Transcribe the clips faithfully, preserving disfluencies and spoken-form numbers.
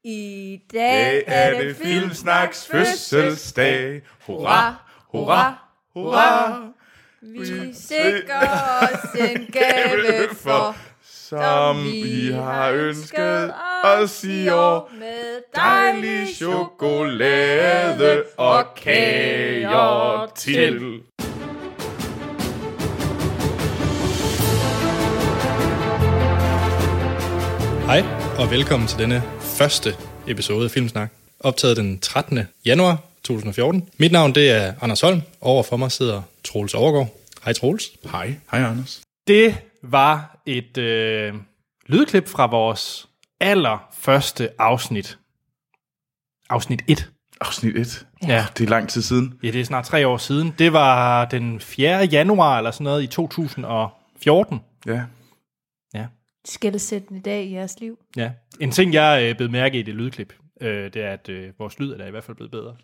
I dag er det Filmsnaks fødselsdag. Hurra, hurra, hurra. Vi sikrer os en gave for, som vi har ønsket os i år, med dejlig chokolade og kager til. Hej, og velkommen til denne første episode af Filmsnak, optaget den trettende januar to tusind og fjorten. Mit navn det er Anders Holm, over for mig sidder Troels Overgaard. Hej Troels. Hej, hej Anders. Det var et øh, lydklip fra vores allerførste afsnit. Afsnit et. Afsnit et? Ja. Det er lang tid siden. Ja, det er snart tre år siden. Det var den fjerde januar eller sådan noget i to tusind og fjorten. Ja. Ja. Skældsættende dag i jeres liv. Ja. En ting, jeg øh, blev mærke i det lydklip, øh, det er, at øh, vores lyd er der i hvert fald blevet bedre.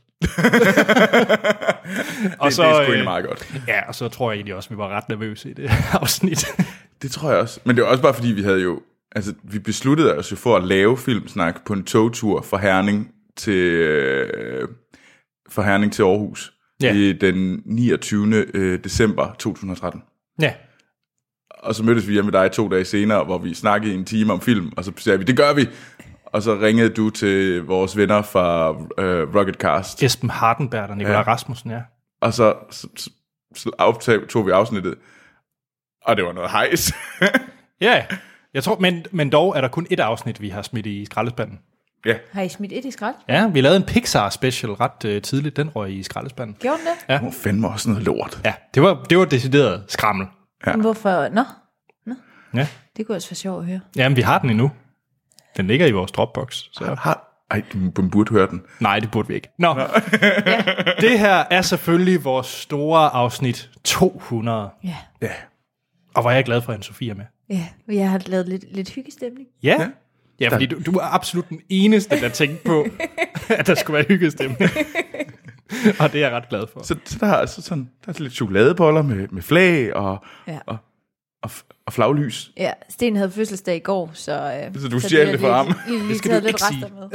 og det, så, det er sgu øh, meget godt. Ja, og så tror jeg egentlig også, at vi var ret nervøse i det afsnit. Det tror jeg også. Men det var også bare fordi, vi havde jo... Altså, vi besluttede os jo for at lave Filmsnak på en togtur fra Herning til, øh, fra Herning til Aarhus. Ja. I den niogtyvende Øh, december to tusind og tretten. Ja. Og så mødtes vi hjemme med dig to dage senere, hvor vi snakkede i en time om film, og så sagde vi, det gør vi. Og så ringede du til vores venner fra uh, Rocketcast. Esben Hardenberg og Nikolaj ja. Rasmussen, ja. Og så, så, så, så optag, tog vi afsnittet, og det var noget hejs. Ja, jeg tror, men, men dog er der kun et afsnit, vi har smidt i skraldespanden. Ja. Har I smidt et i skrald? Ja, vi lavede en Pixar special ret uh, tidligt, den røg i skraldespanden. Gjorde den det? Ja. Det var fandme også noget lort. Ja, det var, det var decideret skrammel. Ja. Hvorfor? Nå. Nå. Ja. Det kunne også være sjovt at høre. Jamen, vi har den endnu. Den ligger i vores Dropbox. Så. Har, ej, du burde høre den. Nej, det burde vi ikke. Nå. Nå. Ja. Det her er selvfølgelig vores store afsnit to hundrede. Ja. Ja. Og hvor er jeg glad for, at Anne-Sophie er med. Ja, og jeg har lavet lidt, lidt hyggestemning. Ja. Ja. Ja, fordi du, du er absolut den eneste, der tænkte på, at der skulle være hyggestemning. Og det er jeg ret glad for. Så, så der er altså sådan, der er lidt chokoladeboller med, med flag og, ja. og, og, og flaglys. Ja, Sten havde fødselsdag i går, så... Øh, så du stjal det for ham? Lige, lige det skal taget du lidt ikke sige. Med.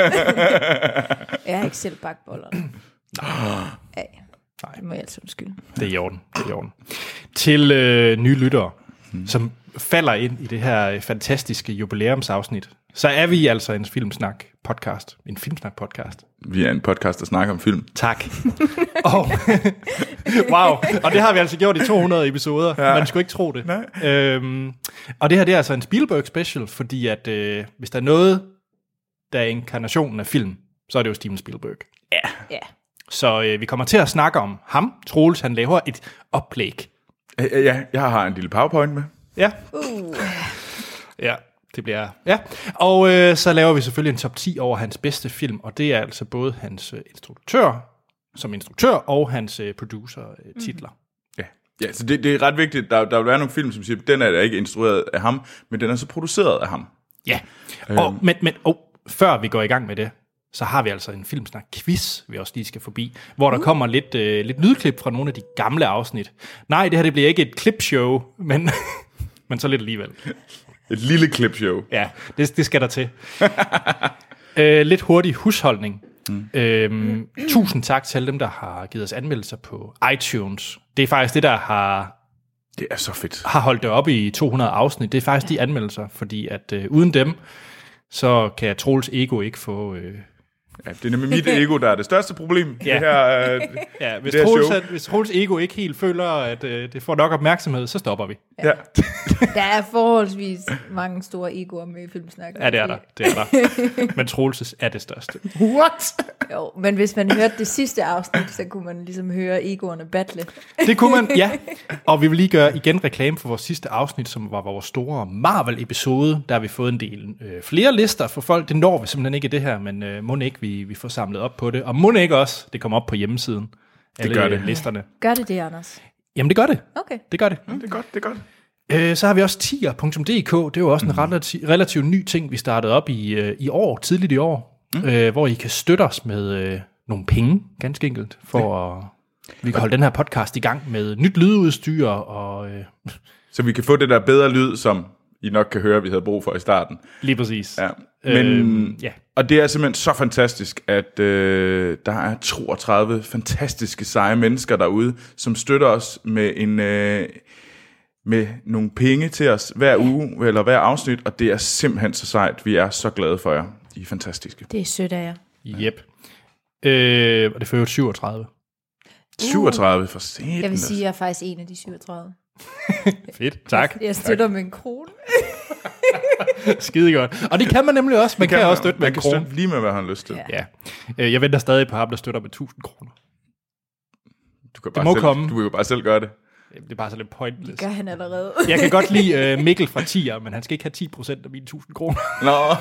Jeg har ikke selv bagt bollerne. Ja, Nej. det må jeg altså undskylde. Det er i orden. Det er i orden. Til øh, nye lyttere, hmm. som falder ind i det her fantastiske jubilæumsafsnit, så er vi altså en Filmsnak podcast. En Filmsnak podcast. Vi er en podcast, der snakker om film. Tak. og, wow, og det har vi altså gjort i to hundrede episoder. Ja. Man skulle ikke tro det. Nej. Øhm, og det her det er altså en Spielberg special, fordi at øh, hvis der er noget, der er inkarnationen af film, så er det jo Steven Spielberg. Ja. Ja. Så øh, vi kommer til at snakke om ham. Troels, han laver et oplæg. Ja, jeg har en lille PowerPoint med. Ja. Uh. Ja, det bliver... Ja, og øh, så laver vi selvfølgelig en top ti over hans bedste film, og det er altså både hans øh, instruktør, som instruktør, og hans øh, producer-titler. Øh, ja. Ja, så det, det er ret vigtigt. Der, der vil være nogle film, som siger, den er ikke instrueret af ham, men den er så produceret af ham. Ja, og, øhm. men, men oh, før vi går i gang med det, så har vi altså en Filmsnak-quiz, vi også lige skal forbi, hvor der uh. kommer lidt, øh, lidt lydklip fra nogle af de gamle afsnit. Nej, det her det bliver ikke et clipshow, men, men så lidt alligevel. Et lille clipshow. Ja, det, det skal der til. øh, lidt hurtig husholdning. Mm. Øhm, tusind tak til alle dem, der har givet os anmeldelser på iTunes. Det er faktisk det, der har... Det er så fedt. Har holdt det op i to hundrede afsnit. Det er faktisk de anmeldelser, fordi at øh, uden dem, så kan Troels ego ikke få... Øh, Ja, det er nemlig mit ego, der er det største problem. Ja. Det her, uh, ja, hvis, det Troels, at, hvis Troels ego ikke helt føler, at uh, det får nok opmærksomhed, så stopper vi. Ja. Ja. Der er forholdsvis mange store egoer med i Filmsnak. Ja, det er der. Det er der. Men Troels er det største. What? Jo, men hvis man hørte det sidste afsnit, så kunne man ligesom høre egoerne battle. Det kunne man, ja. Og vi vil lige gøre igen reklame for vores sidste afsnit, som var vores store Marvel-episode. Der har vi fået en del øh, flere lister for folk. Det når vi simpelthen ikke i det her, men øh, må ikke vi, vi får samlet op på det. Og må ikke også, det kommer op på hjemmesiden. Det gør det. Listerne. Gør det det, Anders? Jamen, det gør det. Okay. Det gør det. Mm, det er godt, det er godt. Øh, så har vi også tier punktum d k. Det er jo også en relativ, relativt ny ting, vi startede op i, øh, i år, tidligt i år, mm. øh, hvor I kan støtte os med øh, nogle penge, ganske enkelt, for ja. at vi kan holde den her podcast i gang med nyt lydudstyr. Og, øh, så vi kan få det der bedre lyd, som I nok kan høre, vi havde brug for i starten. Lige præcis. Ja. Men, øhm, ja. Og det er simpelthen så fantastisk, at øh, der er toogtredive fantastiske, seje mennesker derude, som støtter os med en... Øh, med nogle penge til os hver uge, eller hver afsnit, og det er simpelthen så sejt. Vi er så glade for jer. I er fantastiske. Det er sødt af jer. Yep. Øh, og det fører syvogtredive. syvogtredive for satan. Jeg vil sige, at jeg er faktisk en af de syvogtredive. Fedt, tak. Jeg støtter med en krone. Skide godt. Og det kan man nemlig også. Man kan, kan man også støtte med en krone. Man kan støtte lige med, hvad han har lyst til. Ja. ja. Jeg venter stadig på ham, der støtter med tusind kroner. Du kan det bare må selv, komme. Du vil jo bare selv gøre det. Det er bare så lidt pointless. Det gør han allerede. Jeg kan godt lide uh, Mikkel fra tier, men han skal ikke have ti procent af mine tusind kroner. Nå.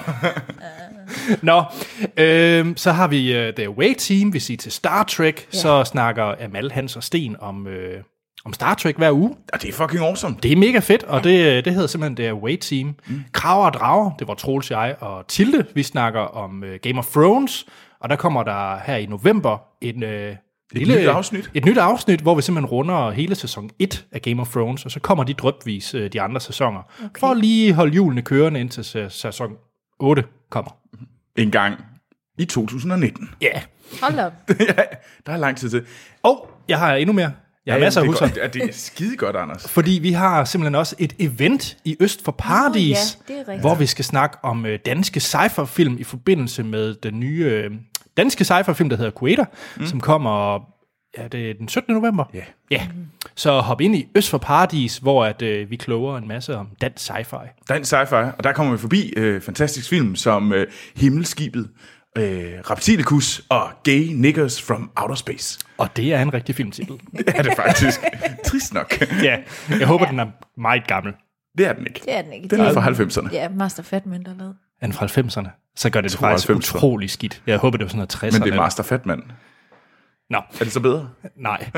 Nå, øh, så har vi uh, The Away Team, vi siger til Star Trek, yeah. Så snakker Amal, Hans og Sten om, øh, om Star Trek hver uge. Og det er fucking awesome. Det er mega fedt, og det, det hedder simpelthen The Away Team. Mm. Kraver og Drager, det var Troels, jeg og Tilde. Vi snakker om uh, Game of Thrones, og der kommer der her i november en... Øh, Et lille, nyt afsnit? Et nyt afsnit, hvor vi simpelthen runder hele sæson et af Game of Thrones, og så kommer de drypvis øh, de andre sæsoner, okay. For at lige holde hjulene kørende indtil sæson otte kommer. En gang i to tusind nitten. Ja. Yeah. Hold op. Ja, der er lang tid til. Og jeg har endnu mere. Jeg har ja, masser af husker. Ja, det er skide godt, Anders. Fordi vi har simpelthen også et event i Øst for Paradis, oh, ja, hvor vi skal snakke om øh, danske sci-fi-film i forbindelse med den nye... Øh, danske sci-fi-film, der hedder Quater, mm. som kommer, ja, det er den syttende november. Yeah. Ja. Så hop ind i Øst for Paradis, hvor at, øh, vi kloger en masse om dansk sci-fi. Dansk sci-fi, og der kommer vi forbi øh, fantastisk film som øh, Himmelskibet, øh, Reptilicus og Gay Niggers from Outer Space. Og det er en rigtig filmtitel. Det er det faktisk. Trist nok. Ja, jeg håber, ja. Den er meget gammel. Det er den ikke. Det er den ikke. Den er fra halvfemserne. Ja, Master Fatman, der lavede. Er den fra halvfemserne? Så gør det, det faktisk utrolig skidt. Jeg håber, det var sådan noget tresserne. Men det er Master Fatman. Nå. Er det så bedre? Nej.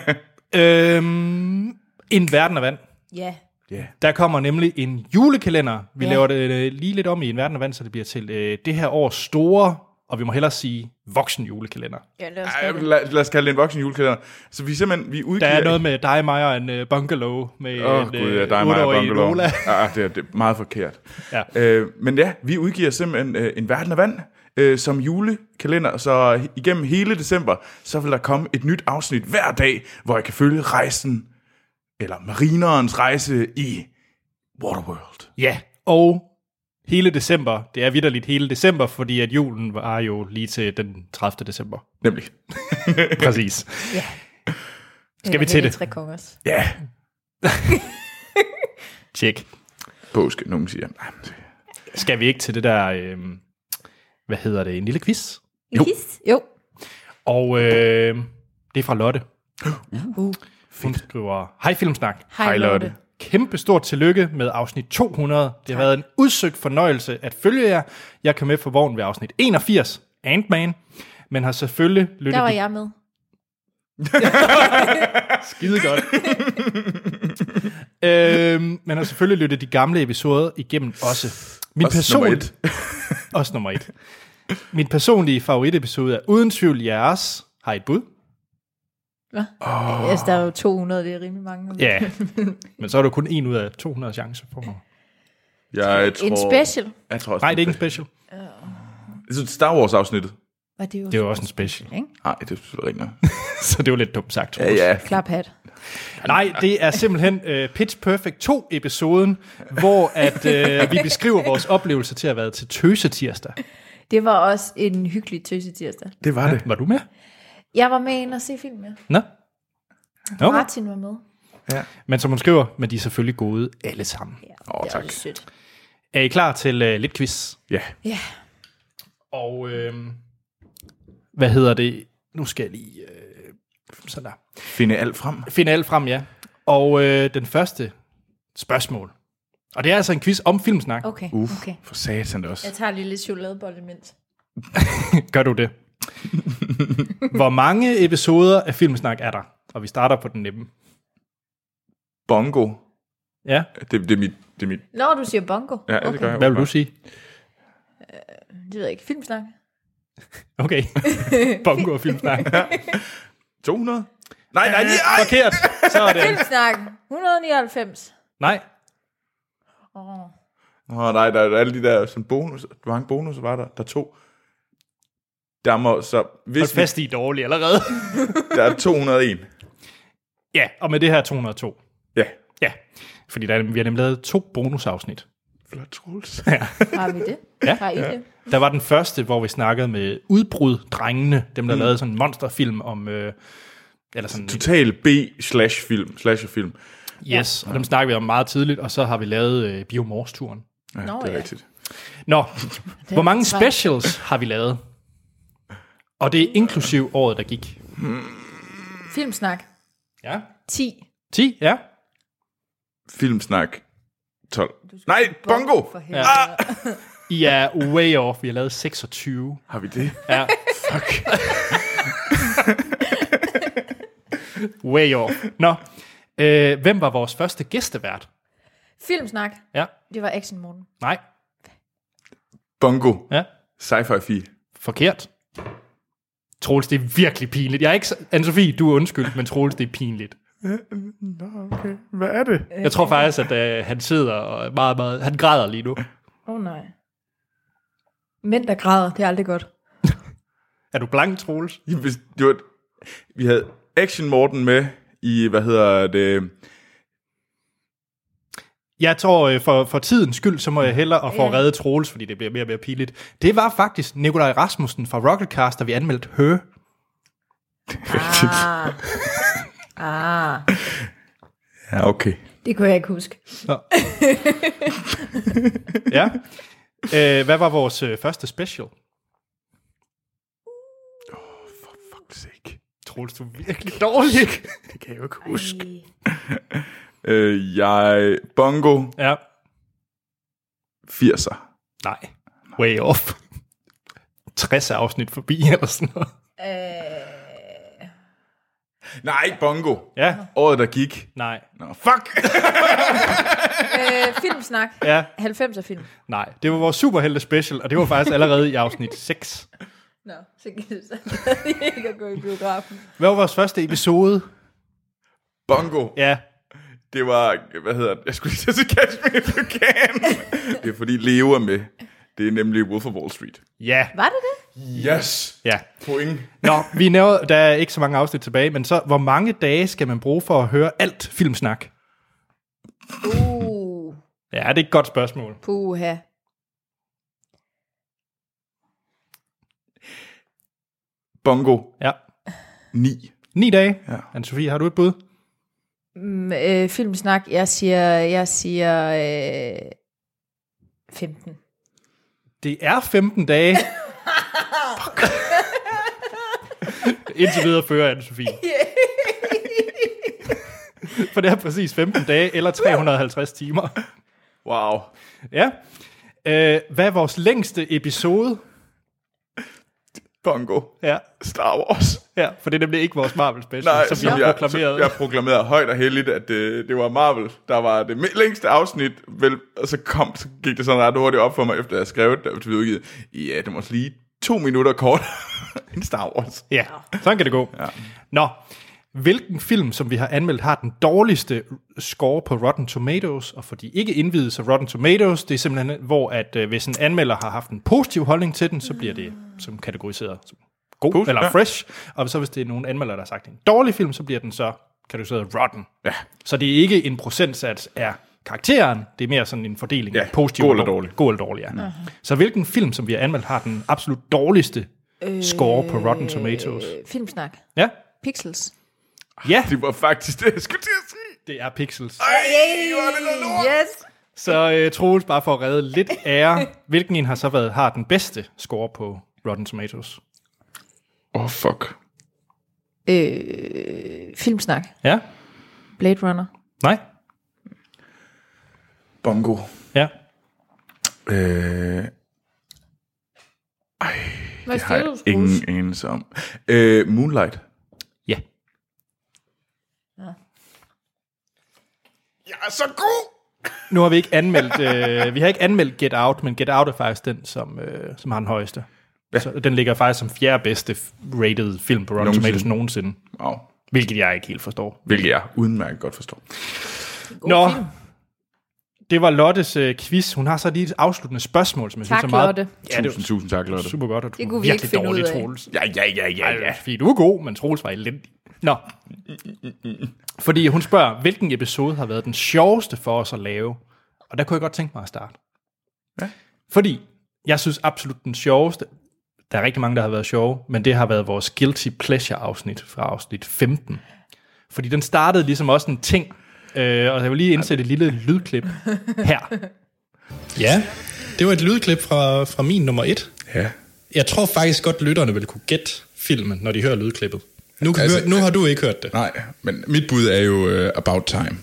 øhm, en verden af vand. Ja. Yeah. Der kommer nemlig en julekalender. Vi ja. laver det øh, lige lidt om i en verden af vand, så det bliver til øh, det her års store, og vi må hellere sige voksen julekalender. Ja, lad os, Ej, lad, lad os kalde det en voksen julekalender. Så vi simpelthen, vi udgiver... Der er noget med dig, mig og en uh, bungalow med oh, en Gud, ja, dig, mig og bungalow. Lola. Ah, det, er, det er meget forkert. Ja. Øh, men ja, vi udgiver simpelthen øh, en verden af vand øh, som julekalender, så igennem hele december, så vil der komme et nyt afsnit hver dag, hvor jeg kan følge rejsen, eller marinerens rejse i Waterworld. Ja, og hele december, det er vitterligt hele december, fordi at julen var jo lige til den tredivte december. Nemlig. Præcis. Ja. Skal vi til det? Tre kongers. Ja. Tjek. Påske, nogen siger. Skal vi ikke til det der, øh, hvad hedder det, en lille quiz? En quiz? Jo. Og øh, det er fra Lotte. Uh. Hun skriver, hej Filmsnak. Hej Lotte. Kæmpe stort tillykke med afsnit to hundrede. Det har været en udsøgt fornøjelse at følge jer. Jeg kom med for vognen ved afsnit enogfirs, Ant-Man, men har selvfølgelig lyttet... Der var de... jeg med. Skide godt. øhm, men har selvfølgelig lyttet de gamle episoder igennem også. Min også person... nummer et. også nummer et. Min personlige favoritepisode er uden tvivl jeres. Har I et bud? Hvad? Oh. Altså, der er jo to hundrede, det er rimelig mange. Ja, men så er du kun en ud af to hundrede chancer for mig. Jeg tror, en special? Jeg tror også, nej, det er ikke en special. Uh. Det er Star Wars-afsnittet. Det er jo, det er jo også en special. Ikke? Nej, det er selvfølgelig ikke noget. Så det var lidt dumt sagt, tror jeg. Ja, ja. Klaphat. Nej, det er simpelthen uh, Pitch Perfect to-episoden, hvor at, uh, vi beskriver vores oplevelser til at have været til Tøsetirsdag. Det var også en hyggelig Tøsetirsdag. Det var det. Ja, var du med? Jeg var med ind og se film, ja. Nå. Okay. Martin var med. Ja. Men som hun skriver, men de er selvfølgelig gode alle sammen. Ja, Åh, oh, tak. Er, sødt. Er I klar til uh, lidt quiz? Ja. Ja. Og øh, hvad hedder det? Nu skal jeg lige øh, sådan der. Finde alt frem. Finde alt frem, ja. Og øh, den første spørgsmål. Og det er altså en quiz om Filmsnak. Okay, Uf, okay. for satan det også. Jeg tager lige lidt chokoladebolle imens. Gør du det? Hvor mange episoder af Filmsnak er der? Og vi starter på den nemme. Bongo. Ja. Det, det er mit... Det er mit... Når du siger bongo? Ja, okay. Det gør jeg. Hvad vil du sige? Øh, det ved jeg ikke. Filmsnak? Okay. Bongo og Filmsnak. to hundrede? Nej, nej, nej. Forkert. Så er det. Filmsnak. et hundrede nioghalvfems. Nej. Oh. Åh nej, der er alle de der sådan bonus. Du har en bonus, var der? Der er to. Der må så... Hvis Hold fast, I er dårlige allerede. Der er to hundrede og en. Ja, og med det her to hundrede og to. Ja. Ja, fordi der, vi har nemlig lavet to bonusafsnit. Flot, Troels. Ja. Har vi det? Ja. Har I det? Der var den første, hvor vi snakkede med Udbrud-drengene, dem der mm. lavede sådan en monsterfilm om... Øh, eller sådan Total B-slash-film, slasher-film. Yes, ja. Og dem snakker vi om meget tidligt, og så har vi lavet øh, Biomors-turen. Ja, Nå, det er ja. rigtigt. Nå, hvor mange specials har vi lavet? Og det er inklusiv året, der gik. Filmsnak. Ja. ti. ti, ja. Filmsnak. tolv. Nej, bongo! For helvede. Ah! I er way off. Vi har lavet seksogtyve. Har vi det? Ja. Fuck. Way off. Nå, øh, hvem var vores første gæstevært? Filmsnak. Ja. Det var Action Morten. Nej. Bongo. Ja. Sci-fi-fi. Forkert. Troels, det er virkelig pinligt. Jeg er ikke... Anne-Sophie, du er undskyld, men Troels, det er pinligt. Nå, okay. Hvad er det? Jeg tror faktisk, at øh, han sidder og er meget, meget... Han græder lige nu. Åh oh, nej. Mænd, der græder, det er aldrig godt. Er du blank, Troels? Jamen, hvis- det var, vi havde Action Morten med i, hvad hedder det... Jeg tror, øh, for, for tidens skyld, så må jeg hellere og få Ja. reddet Troels, fordi det bliver mere og mere pinligt. Det var faktisk Nikolaj Rasmussen fra Rocketcast, da vi anmeldte Hø. Ah. ah. Ja, okay. Det kunne jeg ikke huske. Ja. Øh, hvad var vores øh, første special? For fuck's sake. Troels, du er virkelig dårlig. Det kan jeg jo ikke huske. Ej. Øh, jeg... Bongo. Ja. firser. Nej. Way off. tres afsnit forbi, eller sådan noget. Øh, Nej, Bongo. Ja. Året, der gik. Nej. Nå, fuck! øh, filmsnak. Ja. halvfemser film. Nej. Det var vores superhelte special, og det var faktisk allerede i afsnit seks. Nå, så gider jeg ikke at gå i biografen. Hvad var vores første episode? Bongo. Ja. Det var... Hvad hedder det? Jeg skulle lige sige Catch Me If You Can. Det er fordi Leo er med. Det er nemlig Wolf of Wall Street. Ja. Var det det? Yes! Ja. Point. Nå, vi nævner, der er ikke så mange afsnit tilbage, men så, hvor mange dage skal man bruge for at høre alt filmsnak? Uh, Ja, det er et godt spørgsmål. puha. Bongo. Ja. ni. Ni dage. Ja. Anne-Sophie, har du et bud? Mm, øh, filmsnak, jeg siger, jeg siger øh, femten. Det er femten dage. Fuck. Indtil videre fører Anne-Sophie. For det er præcis femten dage, eller tre hundrede og halvtreds timer. Wow. Ja. Øh, hvad er vores længste episode? Bongo. Ja. Star Wars. Ja, for det er nemlig ikke vores Marvel special, Nej, som vi har jeg, proklameret. som jeg proklamerede højt og heldigt, at det, det var Marvel, der var det me- længste afsnit, vel, og så, kom, så gik det sådan ret hurtigt op for mig, efter jeg havde skrevet det, efter vi udgivet. Ja, det var lige to minutter kort end Star Wars. Ja, sådan kan det gå. Ja. Nå, hvilken film, som vi har anmeldt, har den dårligste score på Rotten Tomatoes? Og for de ikke indvidede, så Rotten Tomatoes, det er simpelthen, hvor at øh, hvis en anmelder har haft en positiv holdning til den, så bliver det som kategoriseret som god Positiv, eller ja. fresh. Og så hvis det er nogen anmelder, der har sagt en dårlig film, så bliver den så kategoriseret rotten. Ja. Så det er ikke en procentsats af karakteren, det er mere sådan en fordeling Ja, af positiv god og eller dårlig. dårlig. God eller dårlig, ja. Uh-huh. Så hvilken film, som vi har anmeldt, har den absolut dårligste score på Rotten Tomatoes? Øh, filmsnak. Ja, Pixels. ja, Det var faktisk det, jeg skulle til at sige. det er Pixels. Ej, hvor er det noget lort. Yes. Så uh, Troels, bare for at redde lidt ære, hvilken en har så været, har den bedste score på Rotten Tomatoes? Åh, oh, fuck. Øh, filmsnak. Ja? Blade Runner. Nej? Bongo. Ja? Øh, ej, Hvad det har jeg siger du, ingen anelse om. Øh, Moonlight. Ja. Jeg er så god! Nu har vi ikke anmeldt, øh, vi har ikke anmeldt Get Out, men Get Out er faktisk den, som, øh, som har den højeste. Ja. Så den ligger faktisk som fjerde bedste rated film på Rotten Nogensinde. Tomatoes nogensinde. Wow. Hvilket jeg ikke helt forstår. Hvilket jeg udmærket godt forstår. God Nå. film. Det var Lottes øh, quiz. Hun har så lige et afsluttende spørgsmål, som jeg tak, synes er meget... Lotte. Ja, tusind, tusind tak, Lotte. Super godt, og du det var virkelig dårlig, Troels. Ja, ja, ja, ja, ja. Fordi du er god, men Troels var elendig. Nå. Fordi hun spørger, hvilken episode har været den sjoveste for os at lave? Og der kunne jeg godt tænke mig at starte. Ja. Fordi jeg synes absolut den sjoveste... Der er rigtig mange, der har været sjove, men det har været vores Guilty Pleasure-afsnit fra afsnit femten. Fordi den startede ligesom også en ting, øh, og jeg vil lige indsætte et lille lydklip her. Ja, det var et lydklip fra, fra min nummer et. Ja. Jeg tror faktisk godt, lytterne vil kunne gætte filmen, når de hører lydklippet. Nu, kan Altså, høre, nu har du ikke hørt det. Nej, men mit bud er jo uh, About Time.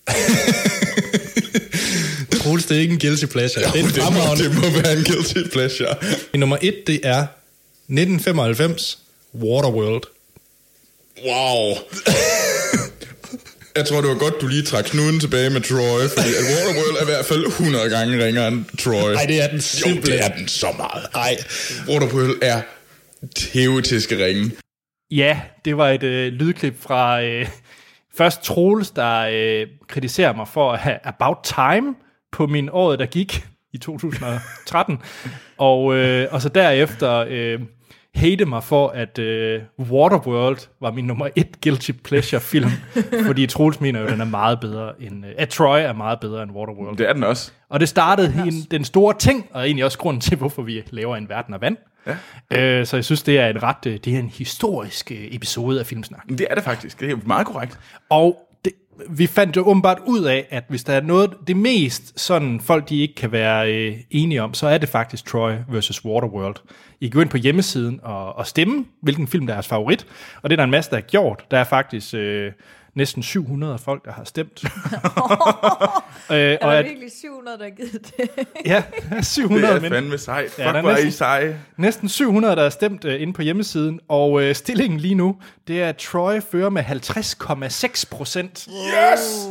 Troels, det er ikke en guilty pleasure. Jo, det, er en det, må, det må være en guilty pleasure. Min nummer et, det er nitten femoghalvfems Waterworld. Wow. Jeg tror, det var godt, du lige trak knuden tilbage med Troy, fordi at Waterworld er i hvert fald hundrede gange ringere end Troy. Nej, det er den simpelthen. Jo, det er den så meget. Nej, Waterworld er teoretiske ringe. Ja, det var et øh, lydklip fra øh, først Troels, der øh, kritiserer mig for at have About Time på min året, der gik i to tusind og tretten. og, øh, og så derefter øh, hate mig for, at øh, Waterworld var min nummer et guilty pleasure film, fordi Troels mener jo, at den er meget bedre end, øh, at Troy er meget bedre end Waterworld. Det er den også. Og det startede en, den store ting, og egentlig også grunden til, hvorfor vi laver En Verden af Vand. Ja. Øh, så jeg synes, det er en ret, det er en historisk episode af Filmsnak. Det er det faktisk. Det er meget korrekt. Og det, vi fandt jo åbenbart ud af, at hvis der er noget, det mest sådan folk, de ikke kan være øh, enige om, så er det faktisk Troy versus Waterworld. I går ind på hjemmesiden og, og stemme, hvilken film der er jeres favorit, og det er der en masse, der har gjort. Der er faktisk øh, næsten syv hundrede folk, der har stemt. øh, er der og at, virkelig syv hundrede, der har givet det? ja, syv hundrede Det er men, fandme sejt. Fuck, Ja, der er hvor er I næsten- seje. næsten syv hundrede, der er stemt øh, inde på hjemmesiden, og øh, stillingen lige nu, det er, at Troy fører med halvtreds komma seks procent. Yes!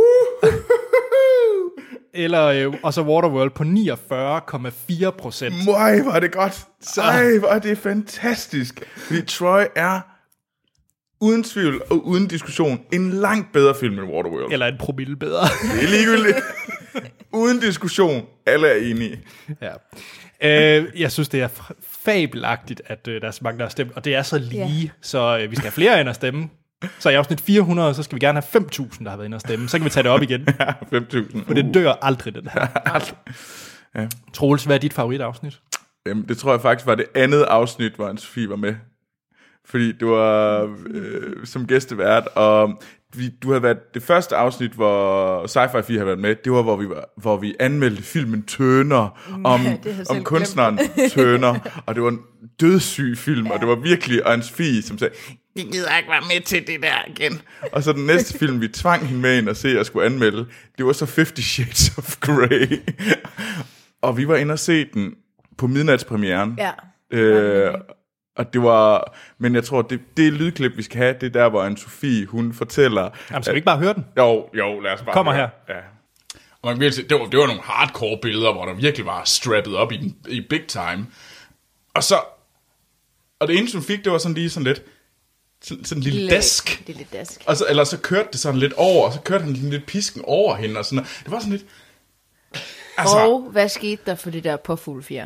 Eller, øh, og så Waterworld på niogfyrre komma fire procent. Møj, hvor er det godt. Sej, hvor er det fantastisk. Fordi Troy er uden tvivl og uden diskussion en langt bedre film end Waterworld. Eller en promille bedre. Det er ligegyldigt. Uden diskussion. Alle er enige. ja. øh, jeg synes, det er fabelagtigt, at øh, der er så mange, der har stemt, og det er så lige, Ja. så øh, vi skal have flere ind at stemme. Så i afsnit fire hundrede, så skal vi gerne have fem tusind, der har været inde at stemme. Så kan vi tage det op igen. Ja, fem tusind. For det dør aldrig, den her. Ja. Troels, hvad er dit favoritafsnit? Jamen, det tror jeg faktisk var det andet afsnit, hvor Anne-Sophie var med. Fordi det var øh, som gæstevært, og vi, du havde været det første afsnit, hvor Sci-Fi fire havde været med, det var, hvor vi, var, hvor vi anmeldte filmen Turner, om, Ja, det har jeg om selv kunstneren Turner, og det var en dødssyg film, ja. Og det var virkelig Anne-Sophie, som sagde, jeg gider ikke være med til det der igen. Og så den næste film, vi tvang hende med ind og se og skulle anmelde, det var så Fifty Shades of Grey. Og vi var inde og se den på midnatspremieren. Ja. Øh, og det var, men jeg tror, det, det lydklip, vi skal have, det er der, hvor Anne-Sophie, hun fortæller... Jamen, skal vi ikke bare høre den? Jo, jo, lad os bare Kommer høre. her. Ja. Og man kan virkelig se, det var, det var nogle hardcore billeder, hvor der virkelig var strappet op i, den, i big time. Og så, og det eneste, hun fik, det var sådan lige sådan lidt, sådan, sådan en lille dask. Det er lidt dask. Og så, eller så kørte det sådan lidt over, og så kørte han lidt pisken over hende, og sådan noget. Det var sådan lidt... Altså. Og hvad skete der for det der påfuglefjer?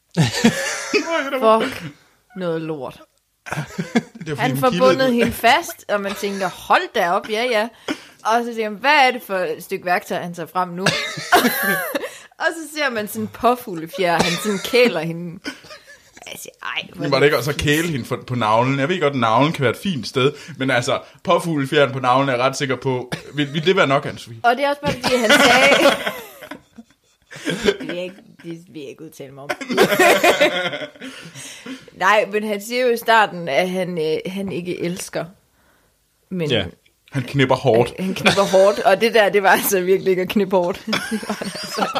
Fuck noget lort. Det var, Han forbundet hende fast, og man tænker, hold da op, ja ja. Og så siger man, hvad er det for et stykke værktøj, han tager frem nu? Og så ser man sådan en påfuglefjer, han sådan kæler hende. Jeg siger, ej, hvor Det var det ikke også at kæle hende på, på navlen. Jeg ved godt, at navlen kan være et fint sted, men altså, påfuglefjeren på navlen er jeg ret sikker på. Vil, vil det være nok, Anne-Sophie? Og det er også bare fordi, han sagde... det, vil jeg ikke, det vil jeg ikke udtale mig om. Nej, men han siger jo i starten, at han, øh, han ikke elsker. Men Ja. Han knipper hårdt. han knipper hårdt, og det der, det var altså virkelig ikke at knippe hårdt. Det var det altså.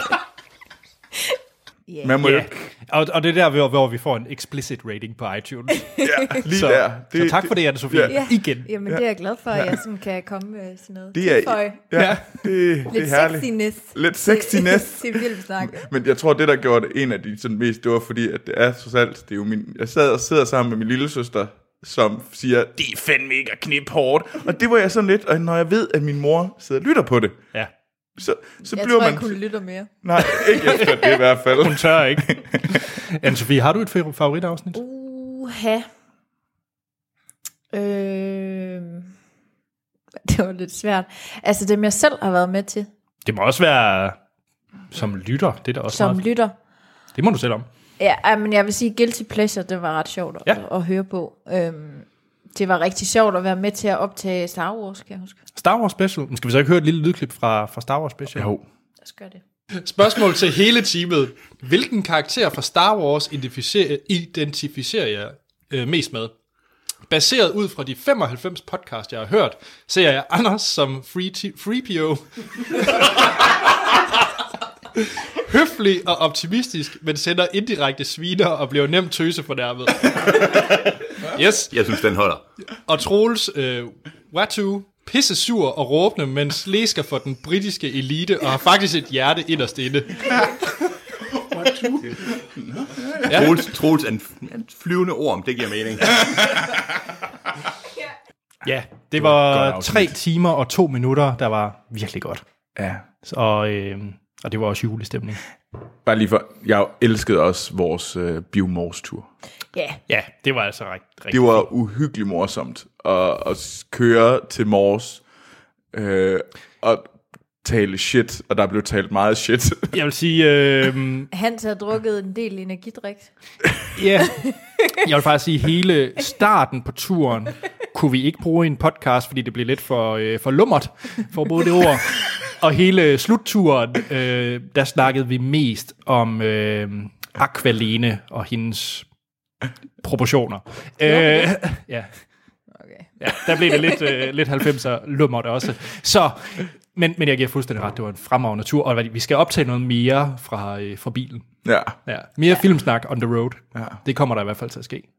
Yeah. Man må Ja, jo... og, og det er der, hvor, hvor vi får en explicit rating på iTunes. Ja, lige så, der. så tak for det, Anne-Sophie. Ja. Ja. Igen. Jamen, det er jeg glad for, at jeg sådan kan komme med sådan noget. Det er, Tilføje. ja, det, det er Lidt herligt. sexiness. Lidt sexiness. Til, til filmsnak. Men jeg tror, det der gjorde det en af de sådan mest, det var fordi, at det er trods alt, det er jo min, jeg sad og sidder sammen med min lillesøster, som siger, det er fandme ikke at knippe hårdt. Og det var jeg sådan lidt, og når jeg ved, at min mor sidder og lytter på det, Ja. så, så Jeg bliver tror man... ikke, hun lytter mere. Nej, ikke efter det i hvert fald. Hun tør ikke. Anne-Sophie, har du et favoritafsnit? Uha. Øh... Det var lidt svært. Altså dem, jeg selv har været med til. Det må også være som lytter. Det er da også Som meget... lytter. Det må du selv om. Ja, men jeg vil sige, Guilty Pleasure, det var ret sjovt at, Ja. at høre på. Øhm, det var rigtig sjovt at være med til at optage Star Wars, kan jeg huske. Star Wars Special. Men skal vi så ikke høre et lille lydklip fra, fra Star Wars Special? Jo. Lad os gøre det. Spørgsmål til hele teamet. Hvilken karakter fra Star Wars identificerer, identificerer jeg øh, mest med? Baseret ud fra de femoghalvfems podcast, jeg har hørt, ser jeg Anders som free t- free P O. Høflig og optimistisk, men sender indirekte sviner og bliver nemt tøsefornærmet. Yes. Jeg synes, den holder. Og Troels øh, Watu, pisse sur og råbende, mens læsker for den britiske elite og har faktisk et hjerte inderst inde. Ja. Troels, Troels er en flyvende orm, det giver mening. Ja, det var var, et godt var afsnit. tre timer og to minutter, der var virkelig godt. Ja. Og, øh, og det var også julestemning. Bare lige for, jeg elskede også vores øh, Biomors-tur. Ja, Ja, det var altså rigtig, rigtig Det var uhyggeligt morsomt at, at køre til Mors øh, og tale shit, og der blev talt meget shit. Jeg vil sige, øh, Hans havde drukket en del energidrik. ja, jeg vil faktisk sige, hele starten på turen kunne vi ikke bruge i en podcast, fordi det blev lidt for, øh, for lummert, for at bruge det ord. Og hele slutturen, øh, der snakkede vi mest om øh, Aqualene og hendes proportioner. Øh, ja. Okay. Ja, der blev det lidt, øh, lidt halvfemser lummert også. Så, men, men jeg giver fuldstændig ret, det var en fremragende tur, og vi skal optage noget mere fra, øh, fra bilen. Ja. Ja, mere ja. filmsnak on the road. Ja. Det kommer der i hvert fald til at ske.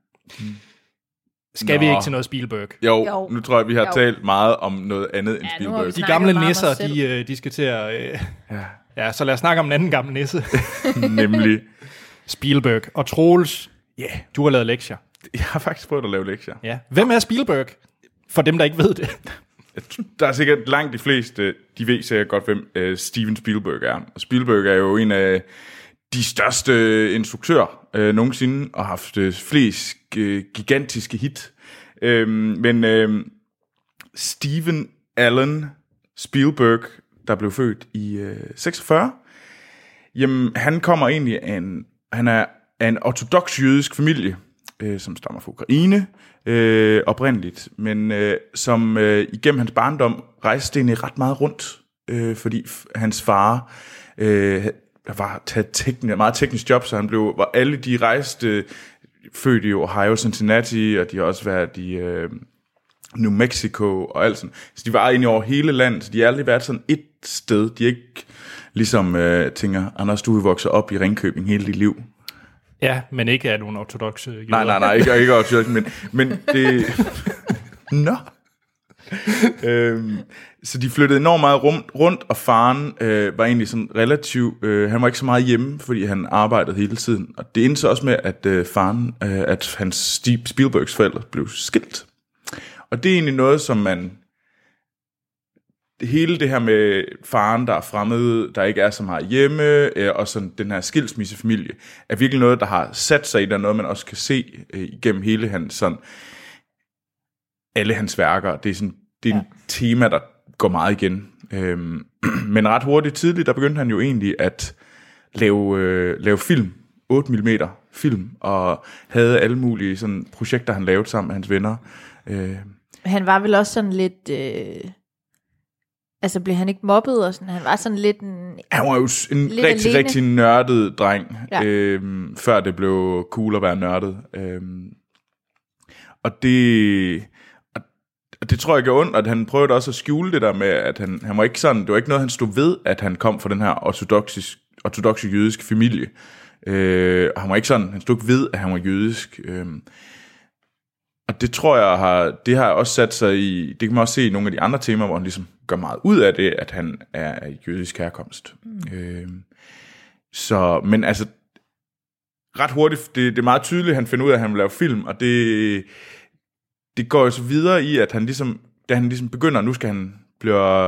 Skal Nå. vi ikke til noget Spielberg? Jo, Jo. nu tror jeg, vi har Jo. talt meget om noget andet end Ja, nu har vi Spielberg. De snakket gamle meget om nisser, os selv. de, øh, de skal til at... Øh, Ja. ja, så lad os snakke om en anden gammel nisse. Nemlig. Spielberg. Og Troels, Ja, yeah. du har lavet lektier. Jeg har faktisk prøvet at lave lektier. Ja. Hvem er Spielberg? For dem, der ikke ved det. Der er sikkert langt de fleste, de ved sikkert godt, hvem uh, Steven Spielberg er. Og Spielberg er jo en af de største instruktører uh, nogensinde, og har haft uh, flest uh, gigantiske hit. Uh, men uh, Steven Allen Spielberg, der blev født i uh, seksogfyrre, jamen han kommer egentlig af en, han er af en ortodox jødisk familie, øh, som stammer fra Ukraine øh, oprindeligt, men øh, som øh, igennem hans barndom rejste egentlig ret meget rundt, øh, fordi f- hans far øh, var taget tekn- meget teknisk job, så han blev, var alle de rejste, født i Ohio, Cincinnati, og de har også været i øh, New Mexico og alt sådan. Så de var egentlig over hele landet, så de har aldrig været sådan et sted. De er ikke ligesom øh, tænker, Anders, du er vokset op i Ringkøbing hele dit liv. Ja, men ikke er nogen ortodoxe jøder. Nej, nej, nej, ikke, ikke ortodox, men, men det... Nå. øhm, så de flyttede enormt meget rundt, rundt og faren øh, var egentlig sådan relativt... Øh, han var ikke så meget hjemme, fordi han arbejdede hele tiden. Og det endte så også med, at øh, faren, øh, at hans Steve Spielbergs forældre blev skilt. Og det er egentlig noget, som man... Hele det her med faren, der er fremmed, der ikke er så meget hjemme, øh, og sådan den her skilsmissefamilie, er virkelig noget, der har sat sig i, der er noget, man også kan se øh, igennem hele hans, sådan, alle hans værker. Det er, sådan, det er ja. en tema, der går meget igen. Øhm, men ret hurtigt tidligt, der begyndte han jo egentlig at lave, øh, lave film, otte millimeter film, og havde alle mulige sådan, projekter, han lavede sammen med hans venner. Øh, Han var vel også sådan lidt... Øh... Altså, blev han ikke mobbet og sådan? Han var sådan lidt en... Han var jo en Lidt rigtig, alene. rigtig nørdet dreng, Ja. øhm, før det blev cool at være nørdet. Øhm, og det... Og, og det tror jeg gør ondt, at han prøvede også at skjule det der med, at han, han var ikke sådan... Det var ikke noget, han stod ved, at han kom fra den her ortodoxe, ortodoxe jødiske familie. Øh, og han var ikke sådan... Han stod ikke ved, at han var jødisk. Øhm, og det tror jeg har... Det har også sat sig i... Det kan man også se i nogle af de andre temaer, hvor han ligesom gør meget ud af det, at han er af jødisk herkomst. Mm. Øh, så, men altså, ret hurtigt, det, det er meget tydeligt, at han finder ud af, at han vil lave film, og det, det går jo så videre i, at han ligesom, da han ligesom begynder, nu skal han blive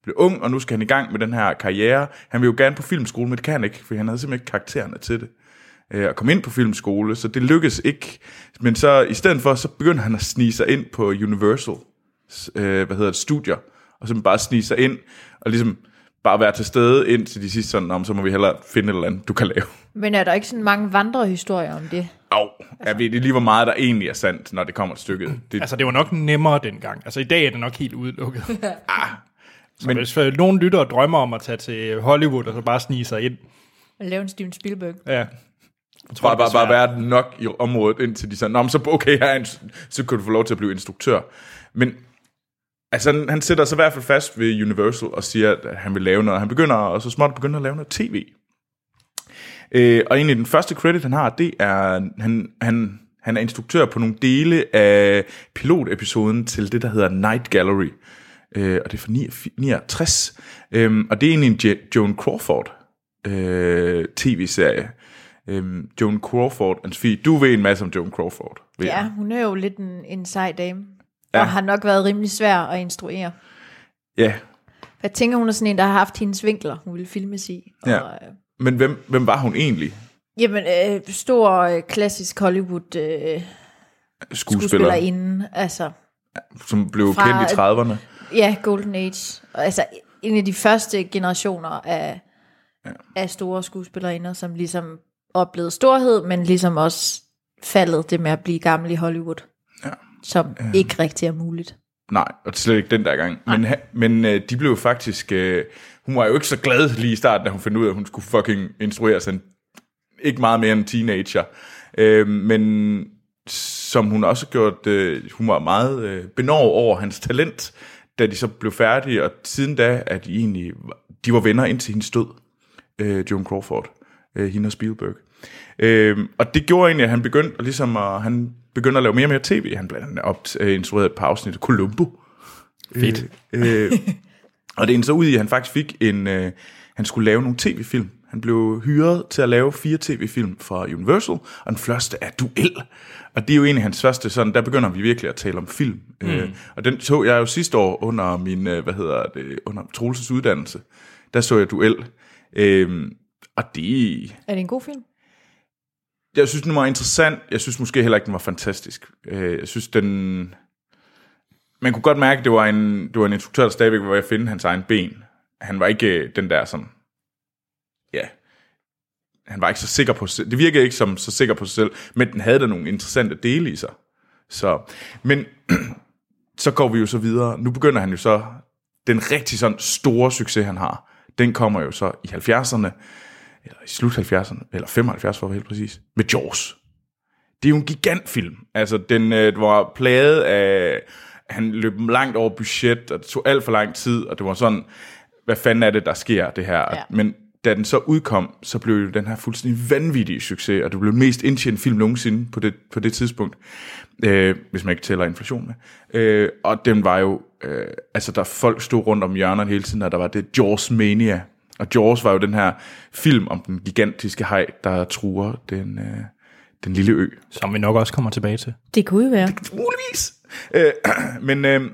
blev ung, og nu skal han i gang med den her karriere. Han vil jo gerne på filmskole, men det kan han ikke, for han havde simpelthen ikke karaktererne til det. Øh, at komme ind på filmskole, så det lykkedes ikke. Men så i stedet for, så begyndte han at snige sig ind på Universal, øh, hvad hedder det, studier, og så bare snige sig ind, og ligesom bare være til stede indtil de sidste sådan, om så må vi hellere finde et eller andet, du kan lave. Men er der ikke sådan mange vandrehistorier om det? Au, jeg ved det lige, hvor meget der egentlig er sandt, når det kommer til stykket. Det... Altså, det var nok nemmere dengang. Altså, i dag er det nok helt udelukket. ah, så men... hvis øh, nogen lytter og drømmer om at tage til Hollywood, og så bare snige sig ind. Og lave en Steven Spielberg. Ja. Jeg tror, bare, bare, bare være nok i området, indtil de sagde, nå, men så okay, her en, så kan du få lov til at blive instruktør. Men altså, han, han sætter sig i hvert fald fast ved Universal og siger, at han vil lave noget. Han begynder, og så småt begynder at lave noget tv. Øh, og egentlig den første credit, han har, det er, han, han, han er instruktør på nogle dele af pilotepisoden til det, der hedder Night Gallery. Øh, og det er fra niogtres. Øh, og det er egentlig en Joan Crawford øh, tv-serie. Øh, Joan Crawford, Anne-Sophie, du ved en masse om Joan Crawford. Ja, hun er jo lidt en, en sej dame. Ja. Og har nok været rimelig svær at instruere. Ja. Jeg tænker, hun er sådan en, der har haft hendes vinkler, hun ville filmes i. Og, Ja. Men hvem, hvem var hun egentlig? Jamen, øh, stor øh, klassisk Hollywood øh, Skuespiller, skuespillerinde. Altså, som blev fra- kendt i trediverne. ja, Golden Age. Og, altså, en af de første generationer af, Ja. af store skuespillerinder, som ligesom oplevede storhed, men ligesom også faldet det med at blive gammel i Hollywood. Ja. Som øh. ikke rigtig er muligt. Nej, og slet ikke den der gang. Men, ha- men øh, de blev faktisk... Øh, hun var jo ikke så glad lige i starten, da hun fandt ud af, at hun skulle fucking instruere sig. Ikke meget mere end en teenager. Øh, men som hun også gjort... Øh, hun var meget øh, benåret over hans talent, da de så blev færdige. Og siden da, at de egentlig... De var venner indtil hendes død. Øh, Joan Crawford. Øh, hende og Spielberg. Øh, og det gjorde egentlig, at han begyndte at, ligesom at... Han begyndte at lave mere og mere tv. Han blandt andet op, øh, instruerede et par afsnit af Columbo. Fedt. Øh, øh, og det endte så ud i, at han faktisk fik en... Øh, han skulle lave nogle tv-film. Han blev hyret til at lave fire tv-film fra Universal, og den første er Duel. Og det er jo egentlig hans første sådan, der begynder vi virkelig at tale om film. Mm. Øh, og den så jeg jo sidste år under min, øh, hvad hedder det, under Troelses uddannelse. Der så jeg Duel. Øh, og det... Er det en god film? Jeg synes, den var interessant. Jeg synes måske heller ikke, den var fantastisk. Øh, jeg synes, den... Man kunne godt mærke, at det var en, det var en instruktør, der stadigvæk var ved at finde hans egen ben. Han var ikke den der sådan... Ja... Han var ikke så sikker på sig. Det virkede ikke som så sikker på sig selv, men den havde da nogle interessante dele i sig. Så, men så går vi jo så videre. Nu begynder han jo så... Den rigtig sådan store succes, han har, den kommer jo så i halvfjerdserne, eller i slut halvfjerdserne, eller femoghalvfjerds for at være helt præcis, med Jaws. Det er jo en gigantfilm. Altså, den øh, var plaget af... Han løb langt over budget, og det tog alt for lang tid, og det var sådan, hvad fanden er det, der sker, det her? Ja. Men da den så udkom, så blev den her fuldstændig vanvittige succes, og det blev den mest indtjente film nogensinde på det, på det tidspunkt, øh, hvis man ikke tæller inflation med. Øh, og den var jo... Øh, altså, der folk stod rundt om hjørnet hele tiden, og der var det Jaws Mania. Og Jaws var jo den her film om den gigantiske haj, der truer den, øh, den lille ø. Som vi nok også kommer tilbage til. Det kunne jo være. Muligvis. Øh, men... Øh,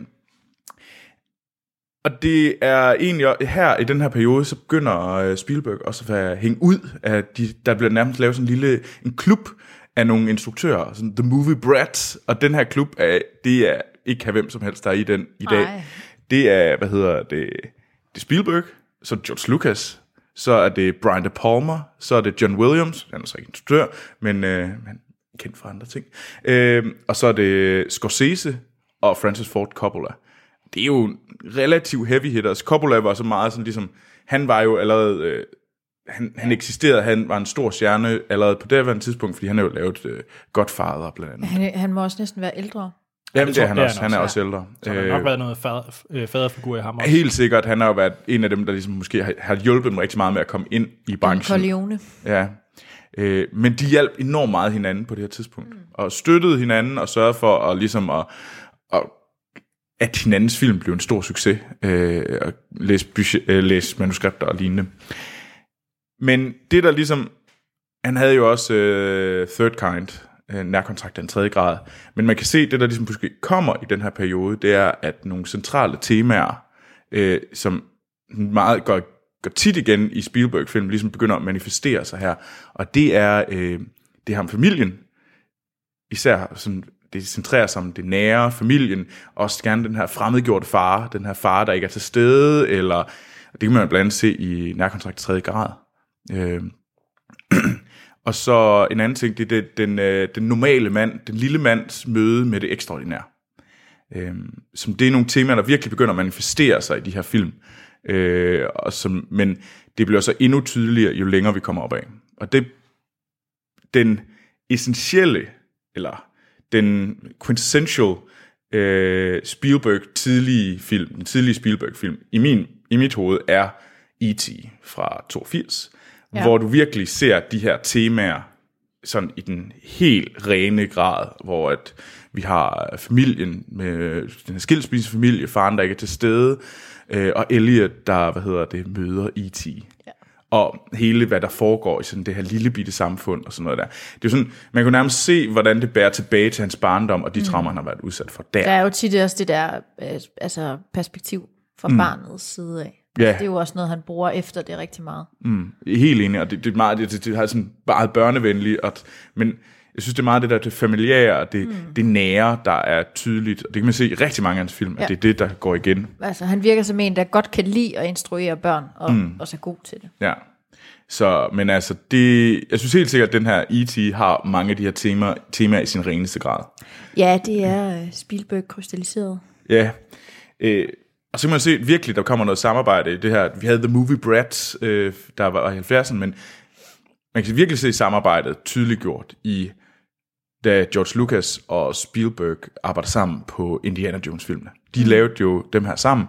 og det er egentlig her i den her periode, så begynder Spielberg også at hænge ud, at de, der bliver nærmest lavet sådan en lille en klub af nogle instruktører, sådan The Movie Brats, og den her klub, er, det er ikke kan hvem som helst, der er i den i dag. Ej. Det er, hvad hedder det, det er Spielberg, så er det George Lucas, så er det Brian De Palma, så er det John Williams, han er så ikke instruktør, men øh, han er kendt for andre ting, øh, og så er det Scorsese og Francis Ford Coppola. Det er jo relativt heavy hitters. Coppola var så meget sådan ligesom, han var jo allerede, øh, han, han eksisterede, han var en stor stjerne allerede på det her tidspunkt, fordi han har jo lavet øh, Godfather blandt andet. Han, han må også næsten være ældre. Jamen det er han det er også, han han er også, også ældre. Så der har nok været noget fader, øh, faderfigur i ham også. Helt sikkert, han har jo været en af dem, der ligesom måske har, har hjulpet dem rigtig meget med at komme ind i branchen. Corleone. Ja, øh, men de hjalp enormt meget hinanden på det her tidspunkt, mm. og støttede hinanden og sørgede for at ligesom at, at at hinandens film blev en stor succes, øh, og læse, budget, øh, læse manuskripter og lignende. Men det der ligesom, han havde jo også øh, Third Kind, øh, nærkontrakt af en tredje grad, men man kan se, det der ligesom måske kommer i den her periode, det er, at nogle centrale temaer, øh, som meget går, går tit igen i Spielberg-film, ligesom begynder at manifestere sig her. Og det er, øh, det her med familien, især sådan, det centrerer sig om det nære, familien, også gerne den her fremmedgjorte far, den her far, der ikke er til stede, eller det kan man blandt andet se i Nærkontrakt tredje grad. Øh, og så en anden ting, det er det, den, den normale mand, den lille mands møde med det ekstraordinære. Øh, som det er nogle temaer, der virkelig begynder at manifestere sig i de her film. Øh, og som, men det bliver så endnu tydeligere, jo længere vi kommer opad. Og det, den essentielle, eller den quintessential øh, Spielberg tidlige film, den tidlige Spielberg-film, i, min, i mit hoved er E T fra toogfirs, ja. Hvor du virkelig ser de her temaer sådan i den helt rene grad, hvor at vi har familien med den her skilsmissefamilie, faren der ikke er til stede, øh, og Elliot der, hvad hedder det, møder E T Ja. Og hele hvad der foregår i sådan det her lille bitte samfund og sådan noget der. Det er jo sådan, man kan nærmest se, hvordan det bærer tilbage til hans barndom og de mm. traumer, han har været udsat for der. Der er jo tit også det der øh, altså perspektiv fra mm. barnets side af. Ja. Altså, det er jo også noget, han bruger efter det rigtig meget. Mm. Helt enig, og det, det er meget, det, det, det er sådan meget børnevenligt, og, men jeg synes, det er meget det der, det familiære, det, mm. det nære, der er tydeligt, og det kan man se i rigtig mange af hans film, ja. At det er det, der går igen. Altså, han virker som en, der godt kan lide at instruere børn, og mm. også er god til det. Ja, så, men altså, det, jeg synes helt sikkert, at den her E T har mange af de her temaer, temaer i sin reneste grad. Ja, det er Spielberg krystalliseret. Ja, øh, og så kan man se virkelig, der kommer noget samarbejde i det her. Vi havde The Movie Brats, øh, der var i halvfjerdserne, men man kan virkelig se samarbejdet tydeliggjort i, da George Lucas og Spielberg arbejder sammen på Indiana Jones-filmene. De lavede jo dem her sammen,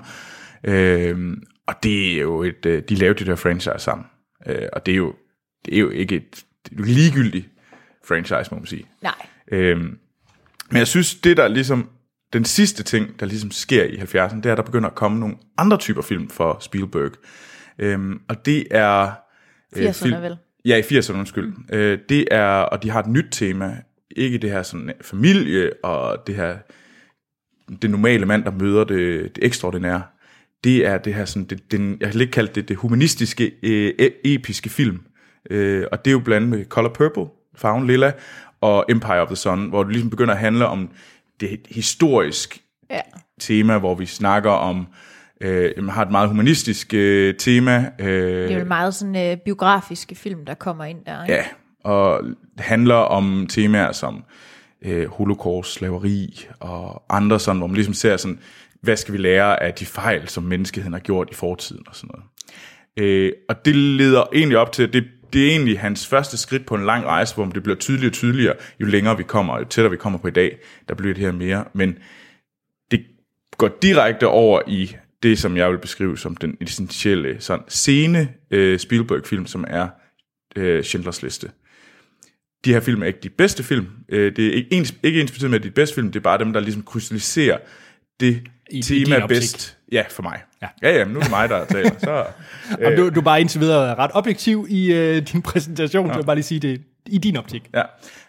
øh, og det er jo et, de lavede det der franchise sammen. Øh, og det er, jo, det er jo ikke et, det er jo ligegyldigt franchise, må man sige. Nej. Øh, men jeg synes, det der ligesom den sidste ting, der ligesom sker i halvfjerdserne, det er, at der begynder at komme nogle andre typer film for Spielberg. Øhm, og det er... Øh, firserne vel? Ja, i firserne, undskyld. Mm. Øh, det er, og de har et nyt tema. Ikke det her sådan familie, og det her... Det normale mand, der møder det, det ekstraordinære. Det er det her sådan... Det, den, jeg har lidt kaldt det det humanistiske, øh, episke film. Øh, og det er jo blandt med Color Purple, Farven Lilla, og Empire of the Sun, hvor det ligesom begynder at handle om det historisk ja. tema, hvor vi snakker om, øh, har et meget humanistisk øh, tema. Øh, det er jo meget sådan øh, biografiske film, der kommer ind der. Ikke? Ja, og det handler om temaer som øh, holocaust, slaveri og andre sådan, hvor man ligesom ser sådan, hvad skal vi lære af de fejl, som menneskeheden har gjort i fortiden og sådan noget. Øh, og det leder egentlig op til, det Det er egentlig hans første skridt på en lang rejse, hvor det bliver tydeligere og tydeligere, jo længere vi kommer, jo tættere vi kommer på i dag, der bliver det her mere. Men det går direkte over i det, som jeg vil beskrive som den essentielle sådan, scene øh, Spielberg-film, som er øh, Schindlers Liste. De her film er ikke de bedste film. Øh, det er ikke ens, ikke ens betydning med de bedste film, det er bare dem, der ligesom krystalliserer det I, tema i bedst. Ja, for mig. Ja, ja, ja, nu er det mig, der taler. Så, øh. du, du er bare indtil videre ret objektiv i øh, din præsentation, ja. Så jeg vil bare lige sige det i din optik. Ja.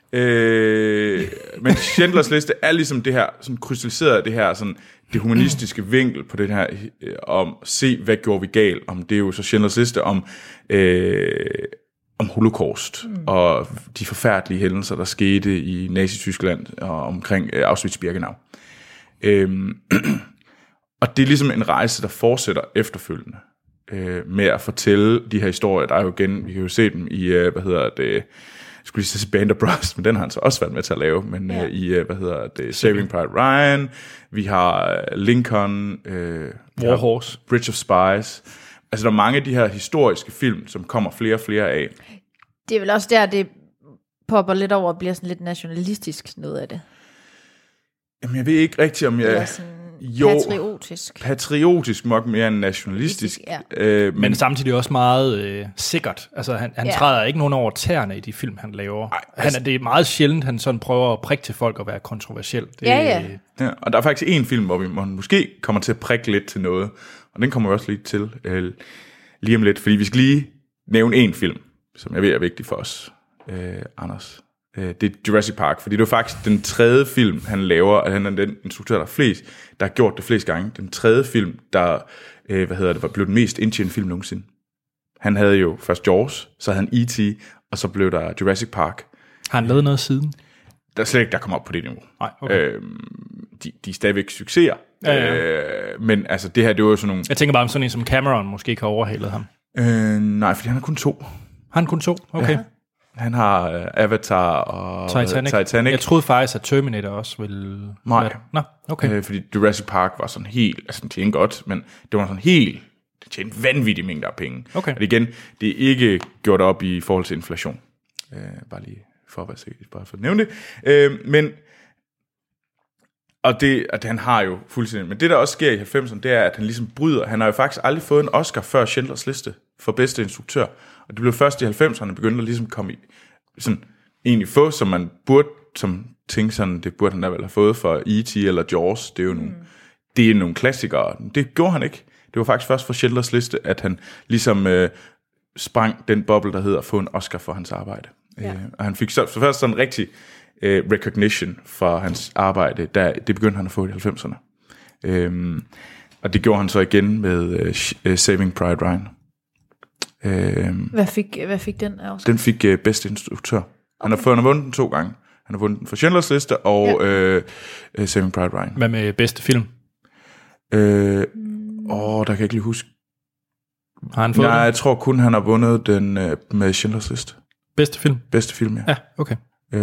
Øh, men Schindlers Liste er ligesom det her, sådan krystalliseret det her, sådan det humanistiske vinkel på det her, øh, om se, hvad gjorde vi galt, om det er jo så Schindlers Liste om, øh, om holocaust, mm. og de forfærdelige hændelser, der skete i Nazi-Tyskland og omkring øh, Auschwitz-Birkenau. Øh, Og det er ligesom en rejse, der fortsætter efterfølgende øh, med at fortælle de her historier. Der er jo igen, vi kan jo se dem i, øh, hvad hedder det, jeg skulle lige sige Band of Brothers, men den har han så også været med til at lave, men ja. øh, i, øh, hvad hedder det, Saving Private Ryan, vi har Lincoln, øh, War Horse, Bridge of Spies. Altså der er mange af de her historiske film, som kommer flere og flere af. Det er vel også der, det popper lidt over og bliver sådan lidt nationalistisk noget af det. Jamen jeg ved ikke rigtigt, om jeg... Eller sådan jo, patriotisk. Patriotisk nok mere end nationalistisk. Ja. Øh, men, men samtidig også meget øh, sikkert. Altså han, han ja. træder ikke nogen over tæerne i de film, han laver. Ej, altså, han, det er meget sjældent, han sådan prøver at prikke til folk og være kontroversiel. Det, ja, ja. ja. Og der er faktisk en film, hvor vi måske kommer til at prikke lidt til noget. Og den kommer vi også lige til øh, lige om lidt. Fordi vi skal lige nævne en film, som jeg ved er vigtig for os. Øh, Anders, Øh, det er Jurassic Park, fordi det er faktisk den tredje film, han laver, og han er den instruktør, der er flest, der har gjort det flest gange. Den tredje film, der øh, hvad hedder det, var blevet den mest indtjente film nogensinde. Han havde jo først Jaws, så havde han E T, og så blev der Jurassic Park. Har han lavet noget siden? Der er slet ikke, der kommer op på det niveau. Nej, okay. Øhm, de, de er stadigvæk succeser. Ja, ja. Øh, men altså, det her, det var jo sådan nogle... Jeg tænker bare, om sådan en som Cameron måske ikke har overhalet ham. Øh, nej, fordi han har kun to. Har han kun to? Okay. Ja. Han har uh, Avatar og Titanic. Titanic. Jeg troede faktisk, at Terminator også ville... Nej. Nå, okay. Øh, fordi Jurassic Park var sådan helt... Altså, den tjente godt, men det var sådan helt... Det tjente vanvittige mængder af penge. Okay. Og igen, det er ikke gjort op i forhold til inflation. Øh, bare lige for at være sikker, bare for at nævne det. Øh, men... Og det, at han har jo fuldstændig... Men det, der også sker i halvfemserne, det er, at han ligesom bryder... Han har jo faktisk aldrig fået en Oscar før Schindlers Liste for bedste instruktør. Og det blev først i halvfemserne, begyndte at ligesom komme i... Sådan, egentlig få, som man burde... Som tænke sådan, det burde han da vel have fået for E T eller Jaws. Det er jo nogle, mm. det er nogle klassikere. Det gjorde han ikke. Det var faktisk først for Schindlers Liste, at han ligesom øh, sprang den boble, der hedder at få en Oscar for hans arbejde. Ja. Øh, og han fik så, så først sådan en rigtig... Uh, recognition for hans arbejde, der, det begyndte han at få i halvfemserne. Um, og det gjorde han så igen med uh, Saving Private Ryan. Um, hvad, fik, hvad fik den også? Den fik uh, bedste instruktør. Okay. Han, har fået, han har vundet den to gange. Han har vundet den for Schindlers Liste og ja. uh, uh, Saving Private Ryan. Hvad med bedste film? Åh, uh, oh, der kan jeg ikke lige huske. Har han fået Nej, den? jeg tror kun, han har vundet den uh, med Schindlers Liste. Bedste film? Bedste film, ja. Ja, okay. Uh,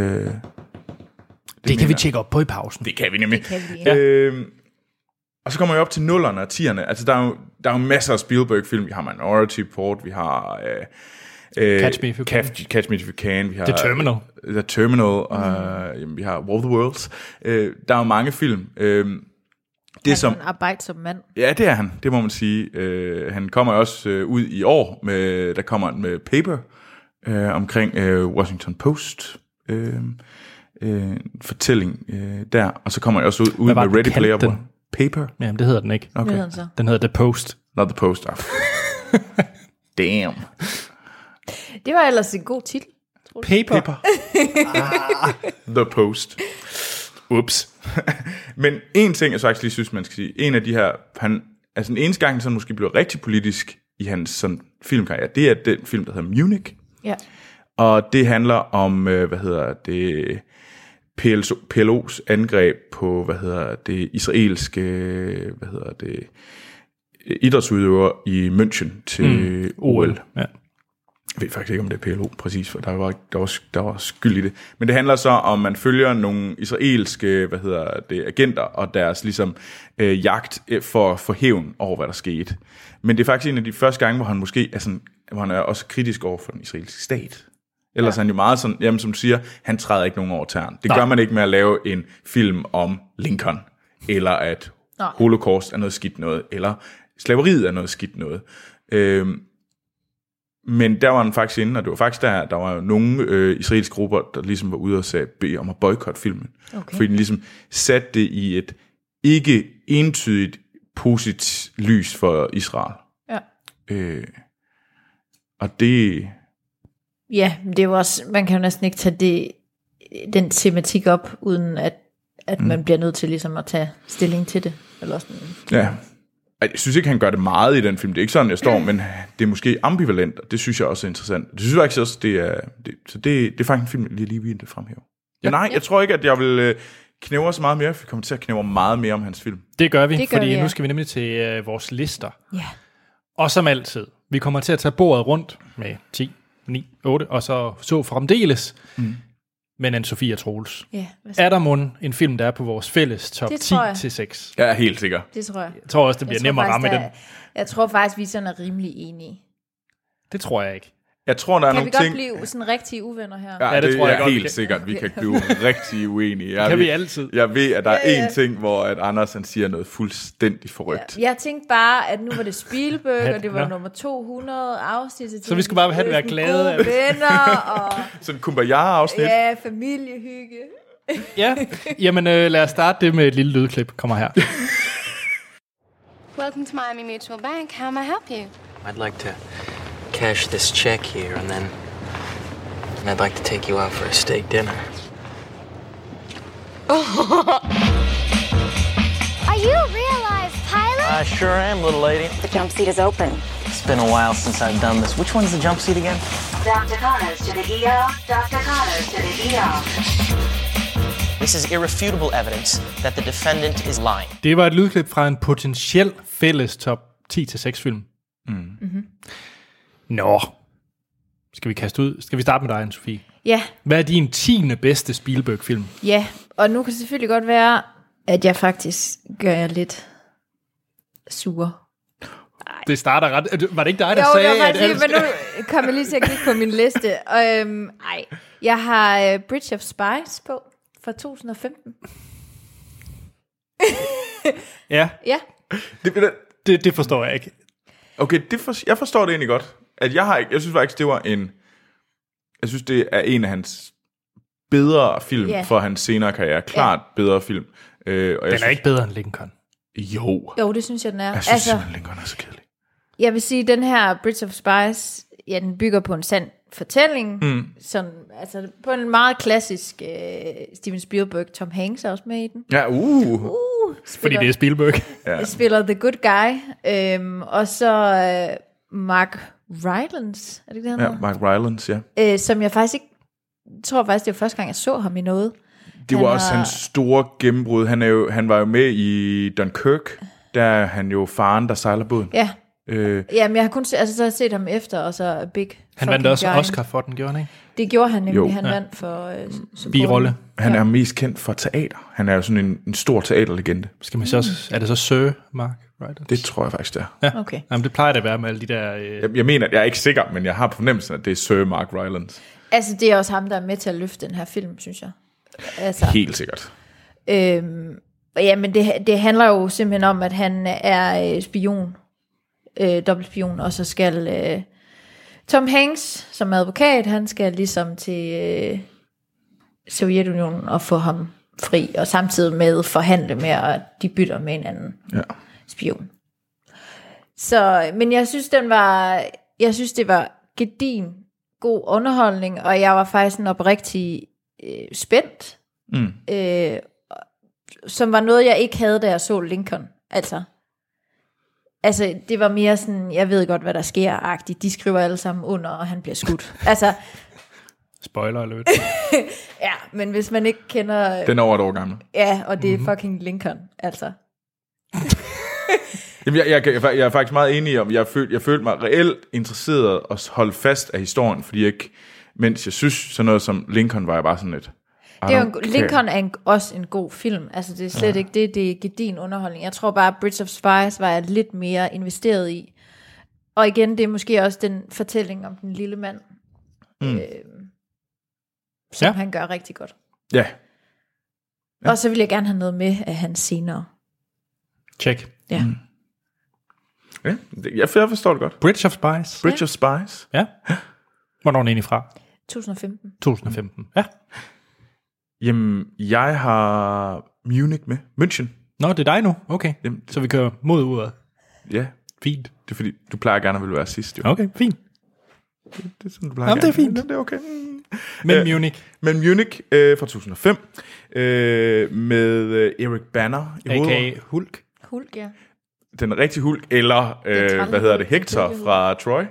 Det, det kan vi tjekke op på i pausen. Det kan vi nemlig. Kan vi, ja. øhm, og så kommer jeg op til nullerne og tierne. Altså, der er jo, der er jo masser af Spielberg-film. Vi har Minority Report, vi har... Øh, øh, Catch Me If You Can. Catch, Catch Me If You Can. Vi har, The Terminal. The Terminal. Mm. Øh, jamen, vi har War of the Worlds. Øh, der er jo mange film. Øh, det han som, er en arbejdsom mand. Ja, det er han. Det må man sige. Øh, han kommer også øh, ud i år. Med, der kommer han med Paper øh, omkring øh, Washington Post. Øh, Øh, fortælling øh, der, og så kommer jeg også ud, ud med Ready Player One. Paper? Jamen, det hedder den ikke. Okay. Hedder den, så? Den hedder The Post. Not The Post. Damn. Det var ellers en god titel. Paper. Paper. ah, The Post. Ups. Men en ting, jeg så faktisk lige synes, man skal sige, en af de her, han, altså den eneste gang, han måske blev rigtig politisk i hans sådan, filmkarriere, det er den film, der hedder Munich. Ja. Og det handler om, hvad hedder det, P L O's angreb på, hvad hedder det, israelske, hvad hedder det, idrætsudøvere i München til mm. O L. Ja. Jeg ved faktisk ikke, om det er P L O præcis, for der var, der var, der var skyld i det. Men det handler så om, man følger nogle israelske, hvad hedder det, agenter, og deres ligesom øh, jagt for, for hævn over, hvad der skete. Men det er faktisk en af de første gange, hvor han måske er sådan, hvor han er også kritisk over for den israelske stat. Ellers ja. er han jo meget sådan, jamen som du siger, han træder ikke nogen over tæren. Det Nej. gør man ikke med at lave en film om Lincoln, eller at Nej. Holocaust er noget skidt noget, eller slaveriet er noget skidt noget. Øhm, men der var han faktisk inde, og det var faktisk der, der var nogle øh, israelske grupper, der ligesom var ude og sagde, bede om at boykotte filmen. Okay. Fordi den ligesom satte det i et ikke entydigt positivt lys for Israel. Ja. Øh, og det... Ja, det er jo også, man kan jo næsten ikke tage det, den tematik op, uden at, at mm. man bliver nødt til ligesom at tage stilling til det. Eller sådan. Ja, jeg synes ikke, han gør det meget i den film. Det er ikke sådan, jeg står, men det er måske ambivalent, og det synes jeg også er interessant. Det synes jeg faktisk også, det er, det, så det, det er faktisk en film, jeg lige vil fremhæve. Ja, nej, jeg tror ikke, at jeg vil knævre så meget mere, for vi kommer til at knævre meget mere om hans film. Det gør vi, det gør fordi vi, ja. nu skal vi nemlig til uh, vores lister. Ja. Og som altid, vi kommer til at tage bordet rundt med ti, ni, otte, og så så fremdeles. Mm. Men Anne-Sophie og Troels. Ja, er der mon en film, der er på vores fælles top ti til seks? Jeg er helt sikker. Det tror jeg. Jeg tror også, det bliver nemmere at ramme i dem. Jeg tror faktisk, vi sådan er rimelig enige. Det tror jeg ikke. Jeg tror, der er kan nogle ting... Kan vi godt blive sådan rigtige uvenner her? Ja, ja det, det tror jeg, jeg godt, helt sikkert, vi kan blive rigtig uenige. Jeg kan ved, vi altid. Jeg ved, at der er ja, ja. en ting, hvor at Anders han siger noget fuldstændig forrygt. Ja, jeg tænkte bare, at nu var det Spielberg, og det var ja. nummer to hundrede afsnit. Så vi skulle bare have det være glade. Gode venner, og... Sådan en kumbaya-afsnit. Ja, familiehygge. Ja, jamen øh, lad os starte det med et lille lydklip. Kommer her. Welcome to Miami Mutual Bank. How may I help you? I'd like to cash this check here and then And I'd like to take you out for a steak dinner. Are you a real-life pilot? I sure am, little lady. The jump seat is open. It's been a while since I've done this. Which one's the jump seat again? Doctor Connors to the E R. Doctor Connors to the E R. This is irrefutable evidence that the defendant is lying. Det var et lydklip fra en potentiel fælles top ti til seks film. Mm. Mm-hmm. Nå. Skal vi kaste ud? Skal vi starte med dig, Anne-Sophie? Ja. Hvad er din tiende bedste Spielberg-film? Ja, og nu kan det selvfølgelig godt være, at jeg faktisk gør jer lidt sur. Det starter ret... Var det ikke dig, der jo, sagde... Jo, faktisk, at... men nu kommer jeg lige til at kigge på min liste. Og, øhm, ej, jeg har uh, Bridge of Spies på fra to tusind og femten. ja. Ja. Det, det, det, det forstår jeg ikke. Okay, det for, jeg forstår det egentlig godt. At jeg har ikke... Jeg synes faktisk, det var en... Jeg synes, det er en af hans bedre film yeah. for hans senere karriere. Klart yeah. bedre film. Øh, og den er synes, ikke bedre end Lincoln. Jo. Jo, det synes jeg, den er. Jeg synes altså, simpelthen, Lincoln er så kedelig. Jeg vil sige, den her Bridge of Spies, ja, den bygger på en sand fortælling. Mm. Sådan, altså på en meget klassisk øh, Steven Spielberg. Tom Hanks er også med i den. Ja, uh. uh spiller, Fordi det er Spielberg. ja. Spiller The Good Guy. Øhm, og så øh, Mark Rylance, er det ikke det, han Ja, Mark Rylance, ja. Øh, som jeg faktisk ikke, tror faktisk, det var første gang, jeg så ham i noget. Det var han også har... hans store gennembrud. Han, er jo, han var jo med i Dunkirk, der er han jo faren, der sejler båden. Ja. Øh, Jamen, jeg har kun altså, så har set ham efter, og så Big. Han vandt også Giant. Oscar for den, gjorde han ikke? Det gjorde han nemlig, jo. han ja. vandt for øh, birolle. Han ja. er mest kendt for teater. Han er jo sådan en, en stor teaterlegende. Skal man så også, er det så Sir Mark Rylance? Det tror jeg faktisk, det er. Ja, okay. Jamen, det plejer det at være med alle de der... Øh... Jeg, jeg mener, jeg er ikke sikker, men jeg har på fornemmelsen, at det er Sir Mark Rylance. Altså, det er også ham, der er med til at løfte den her film, synes jeg. Altså, Helt sikkert. Øhm, ja, men det, det handler jo simpelthen om, at han er øh, spion, øh, dobbeltspion, og så skal øh, Tom Hanks, som advokat, han skal ligesom til øh, Sovjetunionen og få ham fri, og samtidig med forhandle med, at de bytter med en anden ja. spion. Så, men jeg synes, den var, jeg synes, det var gedin, god underholdning, og jeg var faktisk en oprigtig øh, spændt, Mm. øh, som var noget, jeg ikke havde, da jeg så Lincoln. Altså, altså det var mere sådan, jeg ved godt, hvad der sker-agtigt. De skriver alle sammen under, og han bliver skudt. Altså, spoiler alert. ja, men hvis man ikke kender... Den er over et år gammel. Ja, og det er fucking Lincoln, altså. Jamen, jeg, jeg, jeg, jeg er faktisk meget enig om, jeg følte, jeg følte mig reelt interesseret og holde fast af historien, fordi jeg ikke, mens jeg synes sådan noget som Lincoln, var jeg bare sådan lidt... Det er en, Lincoln er en, også en god film. Altså det er slet ja. ikke det, det er gedin underholdning. Jeg tror bare, at Bridge of Spies var jeg lidt mere investeret i. Og igen, det er måske også den fortælling om den lille mand, mm. øh, som ja. han gør rigtig godt. Ja. ja. Og så vil jeg gerne have noget med af hans senere. Check. Ja. Mm. Ja, jeg forstår det godt. Bridge of Spies. Bridge ja. of Spies. Ja. Hvornår er den egentlig fra? to tusind og femten. to tusind og femten, ja. Jamen, jeg har Munich med. München. Nå, det er dig nu? Okay. Jamen, så vi kører mod uret. Ja. Fint. Det er fordi, du plejer gerne at ville være sidst. Jo. Okay, fint. Det, det er sådan, du plejer Jamen, gerne. det er fint. Det er okay. Men øh, Munich. Men Munich øh, fra to tusind og fem. Øh, med øh, Eric Banner i hovedet. A K A Hulk. Hulk, ja. Den rigtige Hulk, eller øh, hvad hedder det, Hector fra Troy.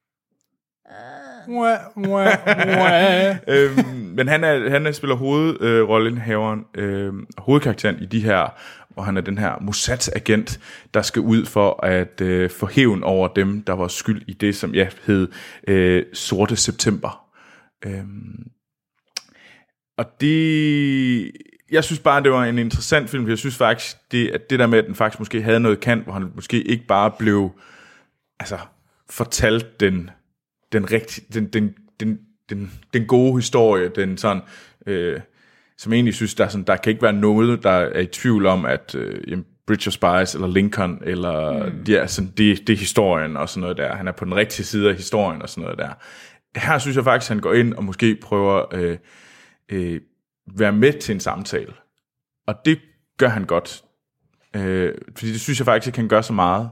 øhm, men han er han er spiller hovedrollenhaveren, øh, øh, hovedkarakteren i de her, hvor han er den her Mossad-agent, der skal ud for at øh, få hævn over dem, der var skyld i det, som ja, hed øh, Sorte September. Øhm, og det, jeg synes bare, det var en interessant film, for jeg synes faktisk, det, at det der med, at den faktisk måske havde noget kant, hvor han måske ikke bare blev altså fortalt den den rigtig, den, den, den, den, den gode historie, den sådan, øh, som egentlig synes, der, sådan, der kan ikke være noget, der er i tvivl om, at øh, Bridge of Spies, eller Lincoln, eller mm. ja, sådan, det, det er historien, og sådan noget der. Han er på den rigtige side af historien, og sådan noget der. Her synes jeg faktisk, han går ind, og måske prøver øh, øh, være med til en samtale. Og det gør han godt. Øh, fordi det synes jeg faktisk ikke, han gør så meget.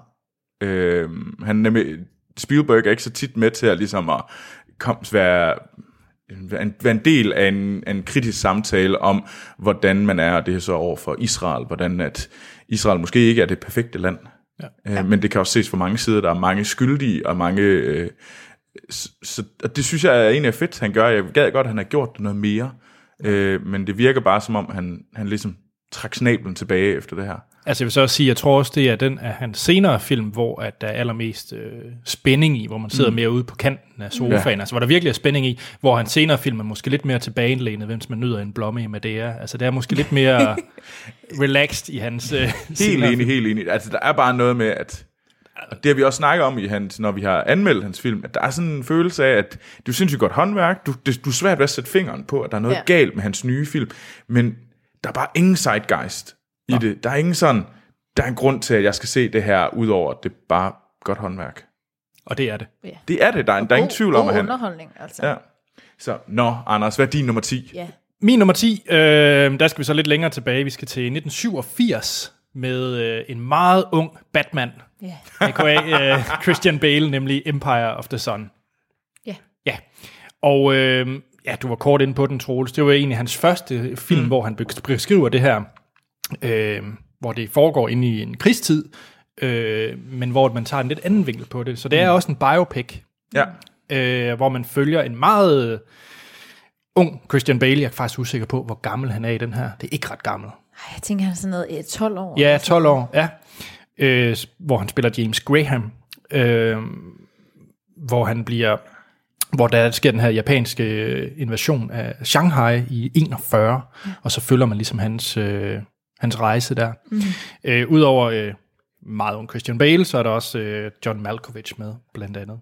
Øh, han er nemlig... Spielberg er ikke så tit med til at ligesom at kom, være en, være en del af en, en kritisk samtale om, hvordan man er, og det er så over for Israel, hvordan at Israel måske ikke er det perfekte land. Ja. Øh, men det kan også ses fra mange sider, der er mange skyldige, og mange... Øh, så, så, og det synes jeg er egentlig er fedt, han gør. Jeg gad godt, at han har gjort noget mere, øh, men det virker bare som om, han, han ligesom trak snablen tilbage efter det her. Altså jeg vil så også sige, jeg tror også, det er den af hans senere film, hvor at der er allermest øh, spænding i, hvor man sidder mm. mere ude på kanten af sofaen, ja. Altså hvor der virkelig er spænding i, hvor hans senere film er måske lidt mere tilbagelænet, mens man nyder en blomme i Madeira. Altså det er måske lidt mere relaxed i hans øh, Helt enig, helt enig. Altså der er bare noget med, at og det har vi også snakket om, i hans, når vi har anmeldt hans film, at der er sådan en følelse af, at det er sindssygt godt håndværk, du, det, du er svært ved at sætte fingeren på, at der er noget ja. galt med hans nye film, men der er bare ingen zeitgeist i Nå. det. Der er ingen sådan, der er en grund til, at jeg skal se det her, udover at det er bare godt håndværk. Og det er det. Ja. Det er det, der er, der er ingen tvivl om, at han... underholdning, altså. Ja. Så, nå, Anders, hvad er din nummer ti? Ja. Min nummer ti, øh, der skal vi så lidt længere tilbage. Vi skal til nitten syvogfirs med øh, en meget ung Batman. Ja. A K A øh, Christian Bale, nemlig Empire of the Sun. Ja. Ja. Og øh, ja, du var kort inde på den, Troels. Det var egentlig hans første film, mm. hvor han beskriver det her, øh, hvor det foregår inde i en krigstid, øh, men hvor man tager en lidt anden vinkel på det. Så det er mm. også en biopic, ja. øh, hvor man følger en meget ung Christian Bale. Jeg er faktisk usikker på, hvor gammel han er i den her. Det er ikke ret gammel. Jeg tænker, han er sådan noget tolv år. Ja, tolv år, ja. Øh, hvor han spiller James Graham, øh, hvor han bliver, hvor der sker den her japanske invasion af Shanghai i enogfyrre, ja. Og så følger man ligesom hans, øh, hans rejse der. Mm-hmm. Øh, Udover øh, meget ung Christian Bale, så er der også øh, John Malkovich med, blandt andet.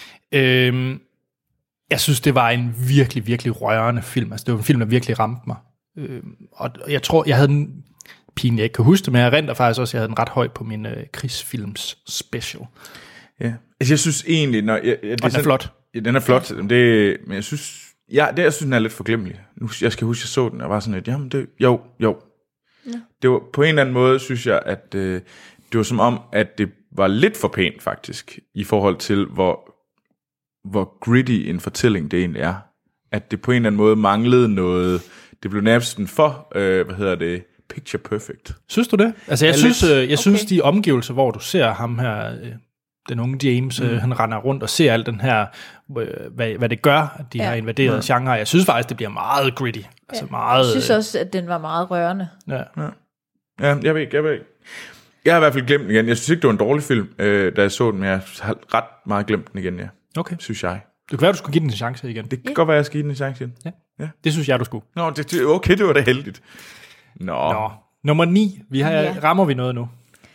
Øh, jeg synes, det var en virkelig, virkelig rørende film. Altså, det var en film, der virkelig ramte mig. Øh, og jeg tror, jeg havde den... Pinligt, jeg ikke kan huske det, men jeg renter faktisk også, at jeg havde den ret høj på min øh, krigsfilms special. Ja, altså jeg synes egentlig, når jeg, jeg, det og den er sådan, flot. Ja, den er flot, det, men jeg synes, ja, det jeg synes, den er lidt forglemmelig. Nu, jeg skal huske, jeg så den, og var sådan lidt, jamen det, jo, jo. Ja. Det var på en eller anden måde, synes jeg, at øh, det var som om, at det var lidt for pænt faktisk, i forhold til, hvor, hvor gritty en fortælling det egentlig er. At det på en eller anden måde manglede noget, det blev nærmest for, øh, hvad hedder det, picture perfect. Synes du det? Altså jeg ja, synes, jeg okay. synes de omgivelser, hvor du ser ham her, den unge James, mm. han render rundt og ser alt den her, hvad, hvad det gør, at de ja. har invaderet ja. Shanghai. Jeg synes faktisk, det bliver meget gritty. Ja. Altså meget, jeg synes også, at den var meget rørende. Ja, ja. ja jeg ved ikke, jeg ved ikke. Jeg har i hvert fald glemt den igen. Jeg synes ikke, det var en dårlig film, øh, da jeg så den, men jeg har ret meget glemt den igen, ja. Okay. Synes jeg. Det kan være, du skulle give den en chance igen. Det kan ja. godt være, jeg skal give den en chance igen. Ja. ja. Det synes jeg, du skulle. Nå, det, okay, det var da heldigt. Nå. Nå. Nummer ni. Vi har, ja. Rammer vi noget nu?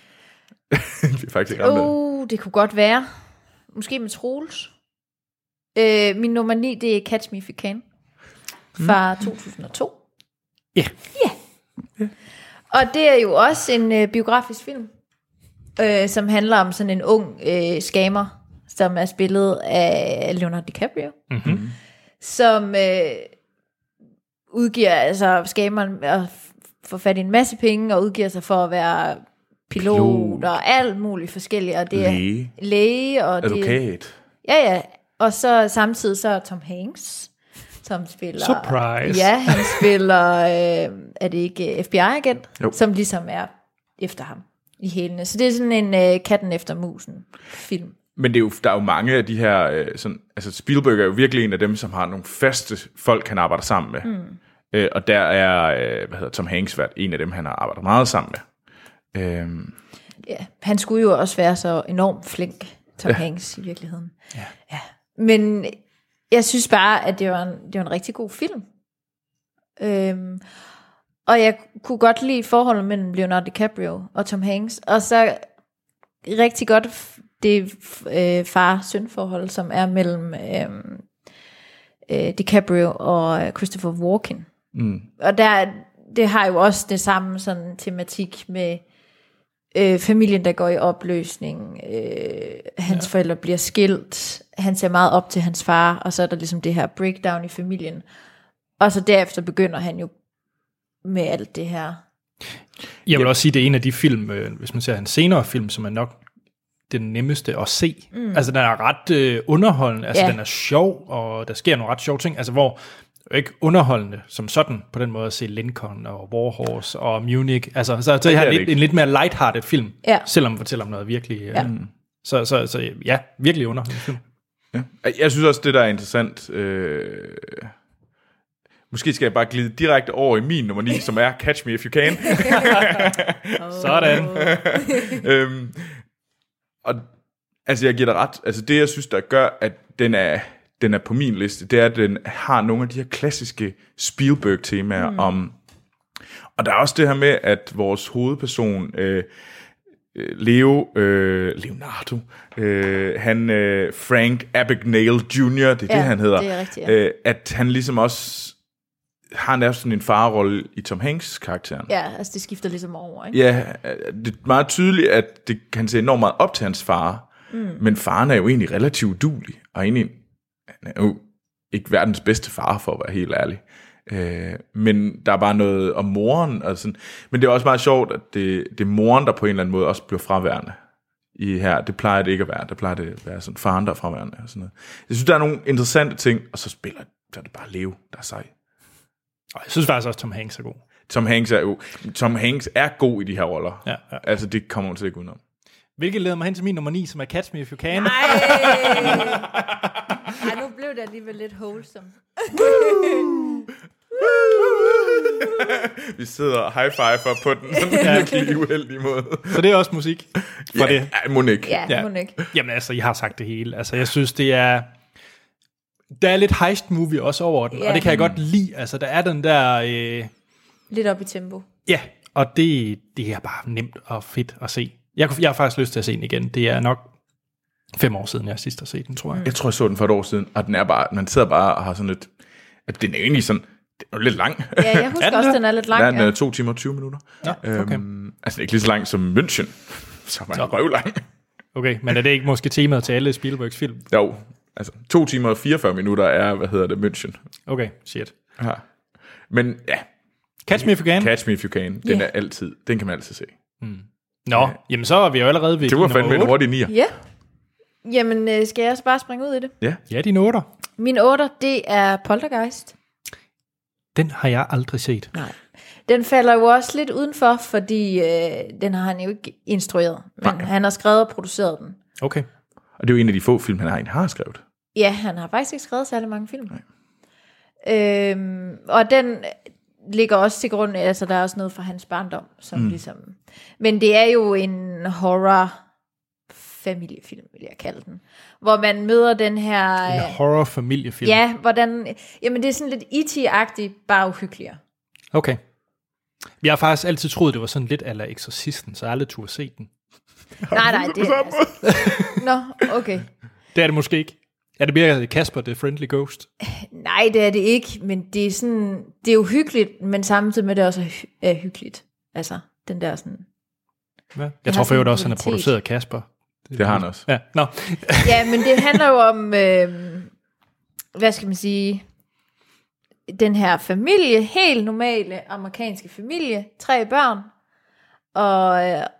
vi er faktisk ikke ramt uh, det kunne godt være. Måske med Troels. Øh, min nummer ni, det er Catch Me If You Can. Fra mm. to tusind og to. Ja. Yeah. Ja. Yeah. Og det er jo også en øh, biografisk film, øh, som handler om sådan en ung øh, scammer, som er spillet af Leonardo DiCaprio. Mm-hmm. Som øh, udgiver, altså scammeren og får fat i en masse penge, og udgiver sig for at være pilot, pilot. og alt muligt forskelligt. Og det er læge. læge og advokat. Det, ja, ja. Og så samtidig så er Tom Hanks, som spiller... Surprise! Ja, han spiller, øh, er det ikke F B I-agent, jo. Som ligesom er efter ham i hælene. Så det er sådan en øh, katten efter musen film. Men det er jo, der er jo mange af de her, øh, sådan, altså Spielberg er jo virkelig en af dem, som har nogle faste folk, han arbejder sammen med. Mm. Øh, og der er, øh, hvad hedder Tom Hanks været en af dem, han har arbejdet meget sammen med. Øhm. Ja, han skulle jo også være så enormt flink, Tom ja. Hanks i virkeligheden. Ja. Ja. Men jeg synes bare, at det var en, det var en rigtig god film. Øhm, og jeg kunne godt lide forholdet mellem Leonardo DiCaprio og Tom Hanks. Og så rigtig godt det øh, far-søn-forhold, som er mellem øh, øh, DiCaprio og Christopher Walken. Mm. Og der, det har jo også det samme sådan tematik med øh, familien, der går i opløsning. Øh, hans ja. forældre bliver skilt. Han ser meget op til hans far, og så er der ligesom det her breakdown i familien. Og så derefter begynder han jo med alt det her. Jeg vil også sige, det er en af de film, øh, hvis man ser en senere film, som er nok den nemmeste at se. Mm. Altså, den er ret øh, underholdende. Altså, Ja. den er sjov, og der sker nogle ret sjove ting. Altså, hvor ikke underholdende som sådan, på den måde at se Lincoln og Warhorse og Munich. Altså, så, så jeg har det er det lidt, ikke. en lidt mere lighthearted film, Ja. selvom man fortæller om noget virkelig. Ja. Øh, så, så, så ja, virkelig underholdende film. Ja. Jeg synes også, det der er interessant... Øh... Måske skal jeg bare glide direkte over i min nummer ni, som er Catch Me If You Can. Sådan. øhm, og altså, jeg giver dig ret. Altså, det, jeg synes, der gør, at den er, den er på min liste, det er, at den har nogle af de her klassiske Spielberg-temaer mm. om... Og der er også det her med, at vores hovedperson... Øh, Leo, øh, Leonardo, øh, han, øh, Frank Abagnale junior, det er ja, det, han hedder, det er rigtigt, ja. øh, at han ligesom også har nærmest sådan en farrolle i Tom Hanks karakteren. Ja, altså det skifter ligesom over, ikke? Ja, det er meget tydeligt, at det kan se enormt meget op til hans far, mm. men faren er jo egentlig relativt uduelig, og egentlig han er jo ikke verdens bedste far, for at være helt ærlig. Øh, men der er bare noget om moren og sådan. Men det er også meget sjovt, at det, det er moren, der på en eller anden måde også bliver fraværende i her. Det plejer det ikke at være. Det plejer det at være sådan faren, der er fraværende og sådan noget. Jeg synes, der er nogle interessante ting, og så spiller så er det bare Leo, der er sej. Og jeg synes faktisk også, Tom Hanks er god. Tom Hanks er jo Tom Hanks er god i de her roller. Ja, ja. Altså det kommer man til at gå udenom. Hvilket leder mig hen til min nummer ni, som er Catch Me If You Can. Nej! Ej, nu blev det alligevel lidt wholesome. Vi sidder og high-fiver på den sådan virkelig uheldige måde. Så det er også musik fra ja, det. Ja, må ikke. Ja, ja. Må ikke. Jamen altså, jeg har sagt det hele. Altså, jeg synes, det er... Der er lidt heist-movie også over den, Ja. og det kan jeg godt lide. Altså, der er den der... Øh... Lidt op i tempo. Ja, og det, det er bare nemt og fedt at se. Jeg, jeg har faktisk lyst til at se den igen. Det er nok fem år siden, jeg sidst har set den, tror jeg. Jeg tror, jeg så den for et år siden, og den er bare... Man sidder bare og har sådan lidt... At den er egentlig sådan... Det er jo lidt lang. Ja, jeg husker den også, der? den er lidt lang. Den er Ja. to timer og tyve minutter. Ja, okay. Øhm, altså ikke lige så lang som München, som er Så. røvlang. Okay, men er det ikke måske temaet til alle Spielbergs film? Jo, altså to timer og fireogfyrre minutter er, hvad hedder det, München. Okay, shit. Ja. Men ja, Catch Me If You Can? Catch Me If You Can, den Ja. er altid, den kan man altid se. Nå, ja. Jamen så er vi jo allerede ved Det var din fandme nummer en otte. hurtig nier. Ja. Jamen, øh, skal jeg så bare springe ud i det? Ja. Ja, dine otter. Min otter, det er Poltergeist. Den har jeg aldrig set. Nej. Den falder jo også lidt udenfor, fordi øh, den har han jo ikke instrueret. Men Nej. han har skrevet og produceret den. Okay. Og det er jo en af de få film, han har, har skrevet. Ja, han har faktisk ikke skrevet særlig mange film. Øhm, og den ligger også til grund, altså der er også noget fra hans barndom, som mm. ligesom... Men det er jo en horror familiefilm, vil jeg kalde den. Hvor man møder den her... En horror-familiefilm. Ja, hvordan... Jamen det er sådan lidt E T-agtigt, bare uhyggeligere. Okay. Jeg har faktisk altid troet, det var sådan lidt a la Exorcisten, så jeg aldrig turde se den. Nej, nej, det er... Altså... Nå, okay. Det er det måske ikke. Er det mere Casper, the Friendly Ghost? Nej, det er det ikke, men det er sådan... Det er uhyggeligt, men samtidig med det også er, hy- er hyggeligt. Altså, den der sådan... Ja. Jeg har tror for sådan øvrigt en også, han er kvalitet. produceret af Casper. Det har han også. Ja, nå. Ja, men det handler jo om, øh, hvad skal man sige, den her familie, helt normale amerikanske familie, tre børn, og, øh,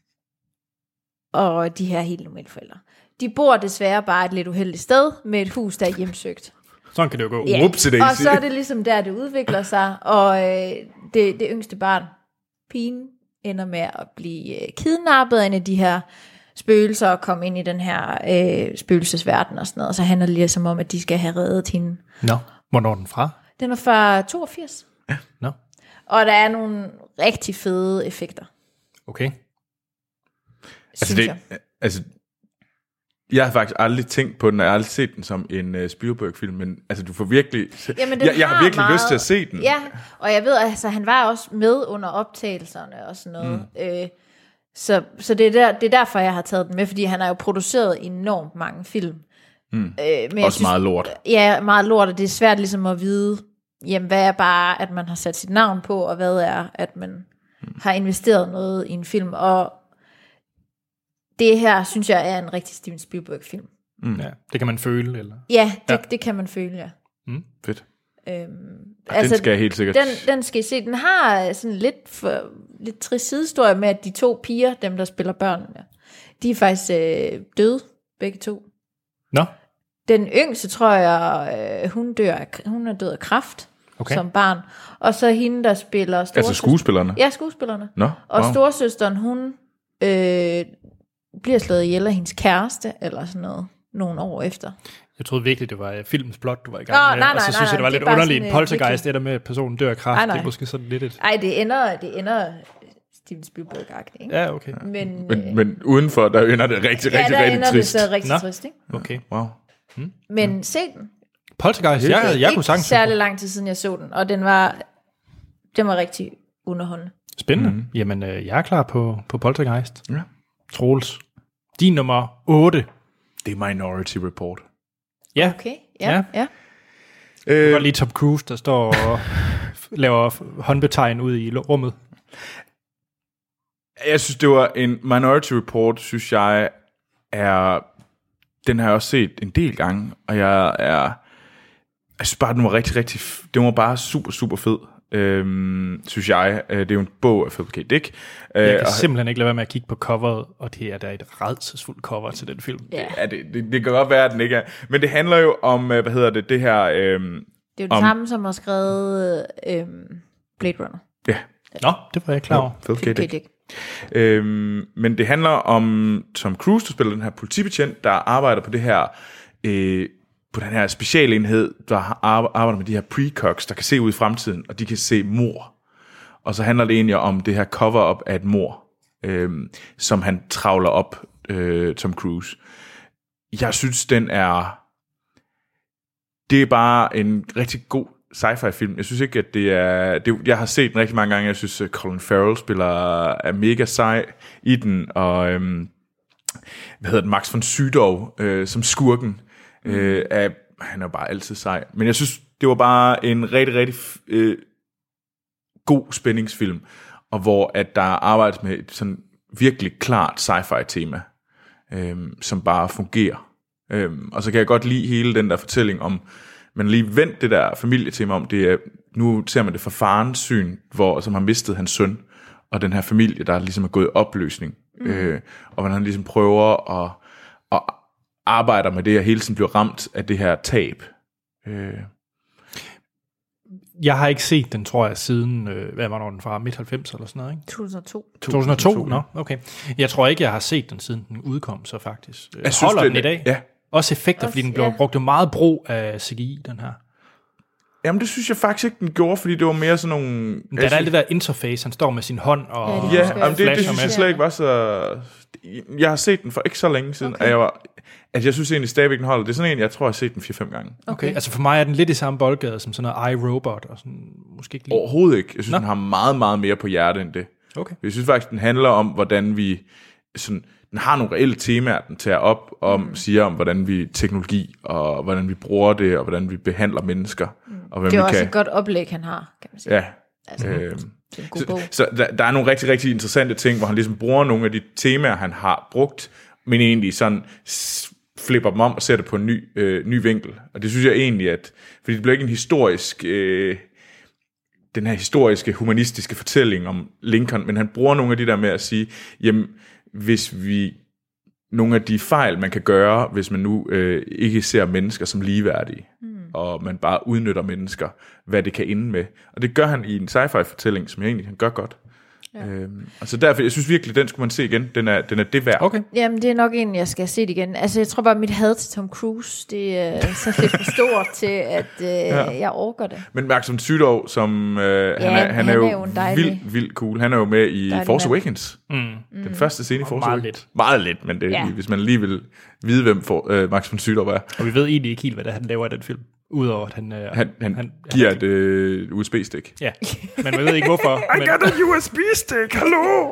og de her helt normale forældre. De bor desværre bare et lidt uheldigt sted, med et hus, der er hjemsøgt. Sådan kan det jo gå. Ja. Whoopsie-daisy. Og så er det ligesom der, det udvikler sig, og øh, det, det yngste barn, pigen, ender med at blive øh, kidnappet af en af de her spøgelser og komme ind i den her øh, spøgelsesverden og sådan noget. Og så handler det ligesom om, at de skal have reddet hende. Nå, hvornår er den fra? Den er fra toogfirs. Nå, Og der er nogle rigtig fede effekter, okay. Altså, synes det, jeg. altså, jeg har faktisk aldrig tænkt på den, og jeg har aldrig set den som en uh, Spielberg-film, men altså, du får virkelig... Jamen, den jeg, jeg har virkelig meget, lyst til at se den. Ja, og jeg ved, altså han var også med under optagelserne og sådan noget. Mm. Øh, så så det, er der, det er derfor, jeg har taget den med, fordi han har jo produceret enormt mange film. Mm. Øh, men Også meget lort. Ja, meget lort, og det er svært ligesom at vide, jamen hvad er bare, at man har sat sit navn på, og hvad er, at man mm. har investeret noget i en film. Og det her, synes jeg, er en rigtig Steven Spielberg-film. Mm. Ja, det kan man føle, eller? Ja, det, Ja. det kan man føle, ja. Fedt. Øhm, Ja, den skal jeg helt sikkert... Den, den skal I se. Den har sådan lidt, for, lidt trist sidehistorie med, at de to piger, dem der spiller børnene, De er faktisk øh, døde, begge to. Nå, Den yngste, tror jeg, øh, hun, dør af, hun er død af kræft okay. som barn. Og så hende, der spiller storesøster. Altså skuespillerne? Ja, skuespillerne. Nå, Og wow. storesøsteren, hun øh, bliver slået ihjel af hendes kæreste, eller sådan noget, nogle år efter. Jeg troede virkelig, det var filmens plot, du var i gang Nå, med. nej, og så nej, synes nej, jeg, det var det lidt er bare underligt. sådan, En øh, poltergeist, virkelig- det der med, at personen dør af kræft, Nej, nej. det er måske sådan lidt et... Ej, det ender, det ender Steven Spielberg-agtigt, ikke? Ja, okay. Men, Men, men udenfor, der ender det rigtig, ja, rigtig, der rigtig ender trist. det så rigtig Nå. trist, ikke? Okay. Wow. Men se den. Poltergeist, jeg, jeg kunne Ikke sagtens... særlig lang tid siden, jeg så den, og den var, den var rigtig underholdende. Spændende. Mm. Jamen, øh, jeg er klar på, på Poltergeist. Ja. Troels. Din nummer otte. Det er Minority Report. Ja. Okay, ja, Ja. ja. Det Øh, var lige Tom Cruise, der står og laver håndbetegn ud i rummet. Jeg synes, det var en Minority Report, synes jeg, er... Den har jeg også set en del gange, og jeg er... Jeg synes bare, den var rigtig, rigtig... f- Den var bare super, super fed, øhm, synes jeg. Øh, Det er jo en bog af Philip K. Dick. Øh, Jeg kan og- simpelthen ikke lade være med at kigge på coveret, og det er da et rædselsfuldt cover til den film. ja. Ja, det, det, det kan godt være, at den ikke er... Men det handler jo om, øh, hvad hedder det, det her... Øhm, Det er jo det Om- samme, som har skrevet øhm, Blade Runner. ja, Nå, det var jeg klar over. Philip K. Philip K. Dick. Dick. Øhm, men det handler om Tom Cruise, der spiller den her politibetjent, der arbejder på det her... Øh, på den her specialenhed, der har- arbejder med de her precogs, der kan se ud i fremtiden, og de kan se mor. Og så handler det egentlig om det her cover-up af et mor, øhm, som han travler op, øh, Tom Cruise. Jeg synes, den er... Det er bare en rigtig god sci-fi film. Jeg synes ikke, at det er... Det, jeg har set den rigtig mange gange. Jeg synes, at Colin Farrell spiller er mega sej i den, og øhm, hvad hedder det, Max von Sydow øh, som skurken. Øh, er, han er bare altid sej. Men jeg synes, det var bare en rigtig, rigtig øh, god spændingsfilm, og hvor at der arbejdes med et sådan virkelig klart sci-fi tema, øh, som bare fungerer. Øh, og så kan jeg godt lide hele den der fortælling om, man lige vendt det der familietema om, det er, nu ser man det fra farens syn, hvor, som har mistet hans søn, og den her familie, der ligesom er gået i opløsning, mm. øh, og hvordan han ligesom prøver at, at arbejder med det, og hele tiden bliver ramt af det her tab. Øh. Jeg har ikke set den, tror jeg, siden, øh, hvad var den fra, midt halvfems eller sådan noget, ikke? to tusind og to. to tusind og to? Nå, okay. Jeg tror ikke, jeg har set den, siden den udkom, så faktisk. Jeg synes, holder den den i er- dag. ja. Også effekter, Også, fordi den blev ja. brugt meget brug af C G I, den her. Jamen, det synes jeg faktisk ikke, den gjorde, fordi det var mere sådan nogle... Men der er alt det der interface, han står med sin hånd og Ja, det Ja, husker jeg. jamen, det, det flasher synes jeg med. slet ikke var så... Jeg har set den for ikke så længe siden, okay. at jeg var... Altså, jeg synes egentlig stadigvæk, den holder. Det er sådan en, jeg tror, jeg har set den fire fem gange. Okay, altså for mig er den lidt i samme boldgade som sådan noget iRobot, og sådan, måske ikke lige. Overhovedet ikke. Jeg synes, Nå. den har meget, meget mere på hjertet end det. Okay. Jeg synes faktisk, den handler om, hvordan vi... Sådan, den har nogle reelle temaer, den tager op om, mm. siger om, hvordan vi teknologi, og hvordan vi bruger det, og hvordan vi behandler mennesker. Mm. Og hvordan Det er vi også kan, et godt oplæg, han har, kan man sige. Ja. Altså, Øhm, det er en god bog. så så der, der er nogle rigtig, rigtig interessante ting, hvor han ligesom bruger nogle af de temaer, han har brugt, men egentlig sådan s- flipper dem om og ser det på en ny, øh, ny vinkel. Og det synes jeg egentlig, at... Fordi det bliver ikke en historisk... Øh, den her historiske, humanistiske fortælling om Lincoln, men han bruger nogle af de der med at sige, jamen, hvis vi... Nogle af de fejl, man kan gøre, hvis man nu øh, ikke ser mennesker som ligeværdige, mm. og man bare udnytter mennesker, hvad det kan ende med. Og det gør han i en sci-fi-fortælling, som jeg egentlig kan gøre godt. Ja. Øhm, altså derfor, jeg synes virkelig, den skulle man se igen. Den er, den er det værd. Okay. Jamen, det er nok en, jeg skal se det igen. Altså, jeg tror bare, mit had til Tom Cruise, det er så lidt for stort til, at øh, ja. jeg orker det. Men Max von Sydow, som øh, ja, han, er, han, han er er jo, jo en dejlig- vildt, vildt cool. Han er jo med i Dejlig Force mand. Awakens. Mm. Den første scene i Force meget Awakens. lidt. Meget lidt, men det, Ja. ja. hvis man lige vil vide, hvem for, øh, Max von Sydow er. Og vi ved egentlig ikke helt, hvad det er, han laver i den film. Udover at han... Øh, Han, han, han giver et øh, U S B-stik. Ja, men man ved ikke hvorfor. I men, got a U S B-stick, hallo!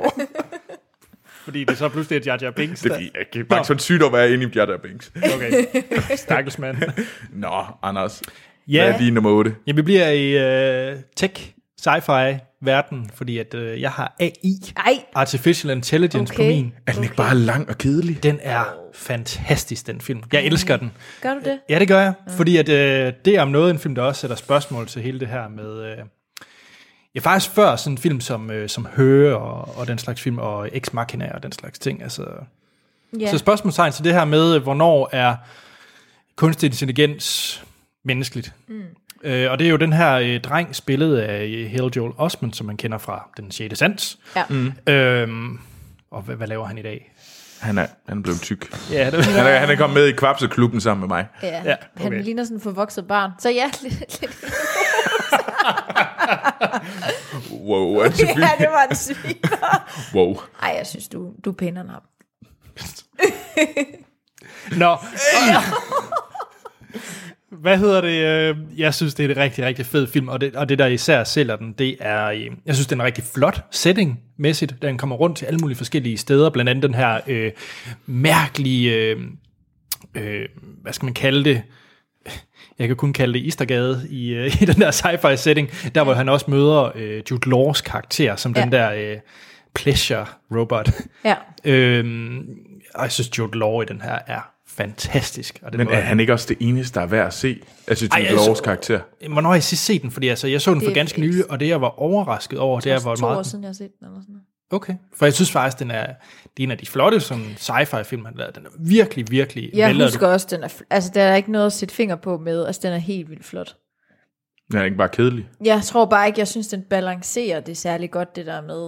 fordi det så pludselig er Jar Jar Binks. Det er der- fordi, jeg kan- Max von Sydow er inde i Jar Jar Binks. Okay, stakkels mand. Nå, Anders. Ja. Hvad er din nummer otte? Ja, vi bliver i uh, tech, sci-fi verden, fordi at uh, jeg har A I, Ej, Artificial Intelligence, Okay. på min. Er den ikke bare lang og kedelig? Den er fantastisk, den film. Jeg elsker den. gør du det? Ja, det gør jeg. Ja. Fordi at, øh, det er om noget en film, der også sætter spørgsmål til hele det her med... Øh, ja, faktisk før sådan en film som, øh, som Høge og, og den slags film, og Ex Machina og den slags ting. Altså, Ja. Så spørgsmålstegn til det her med, hvornår er kunstig intelligens menneskeligt. Mm. Øh, og det er jo den her øh, dreng spillet af Haley Joel Osment, som man kender fra Den sjette Sans. Ja. Mm. Øhm, og hvad, hvad laver han i dag? Han er, han er blevet tyk. Ja, det han, er, han er kommet med i Kvapseklubben sammen med mig. Ja, ja, okay. Han ligner sådan en forvokset barn. Så ja, lidt, lidt. Wow, Anne-Sophie. Ja, det var en sviner. Wow. Ej, jeg synes, du, du er pænere end ham. Nå. Hvad hedder det? Jeg synes, det er et rigtig, rigtig fed film, og det, og det der især sælger den, det er, jeg synes, det er en rigtig flot setting-mæssigt. Den kommer rundt til alle mulige forskellige steder, blandt andet den her øh, mærkelige, øh, øh, hvad skal man kalde det? Jeg kan kun kalde det Istergade i, øh, i den der sci-fi setting, der hvor han også møder øh, Jude Laws karakter, som ja. den der øh, pleasure-robot. Ja. Øhm, og jeg synes, Jude Law i den her er fantastisk. Og den Men måde, er han ikke også det eneste, der er værd at se? Altså Jude Laws karakter? Hvornår har jeg sidst set den? Fordi altså, jeg så den for Det er ganske nylig, og det jeg var overrasket over, det er, hvor to meget... år siden, jeg har set den, eller sådan noget. Okay, for jeg synes faktisk, den er, det er en af de flotte sådan, sci-fi-film, han lavede. Den er virkelig, virkelig Jeg vellavet. husker også, den er, altså der er ikke noget at sætte finger på med, altså den er helt vildt flot. Den er ikke bare kedelig. Jeg tror bare ikke, jeg synes, den balancerer det særlig godt, det der med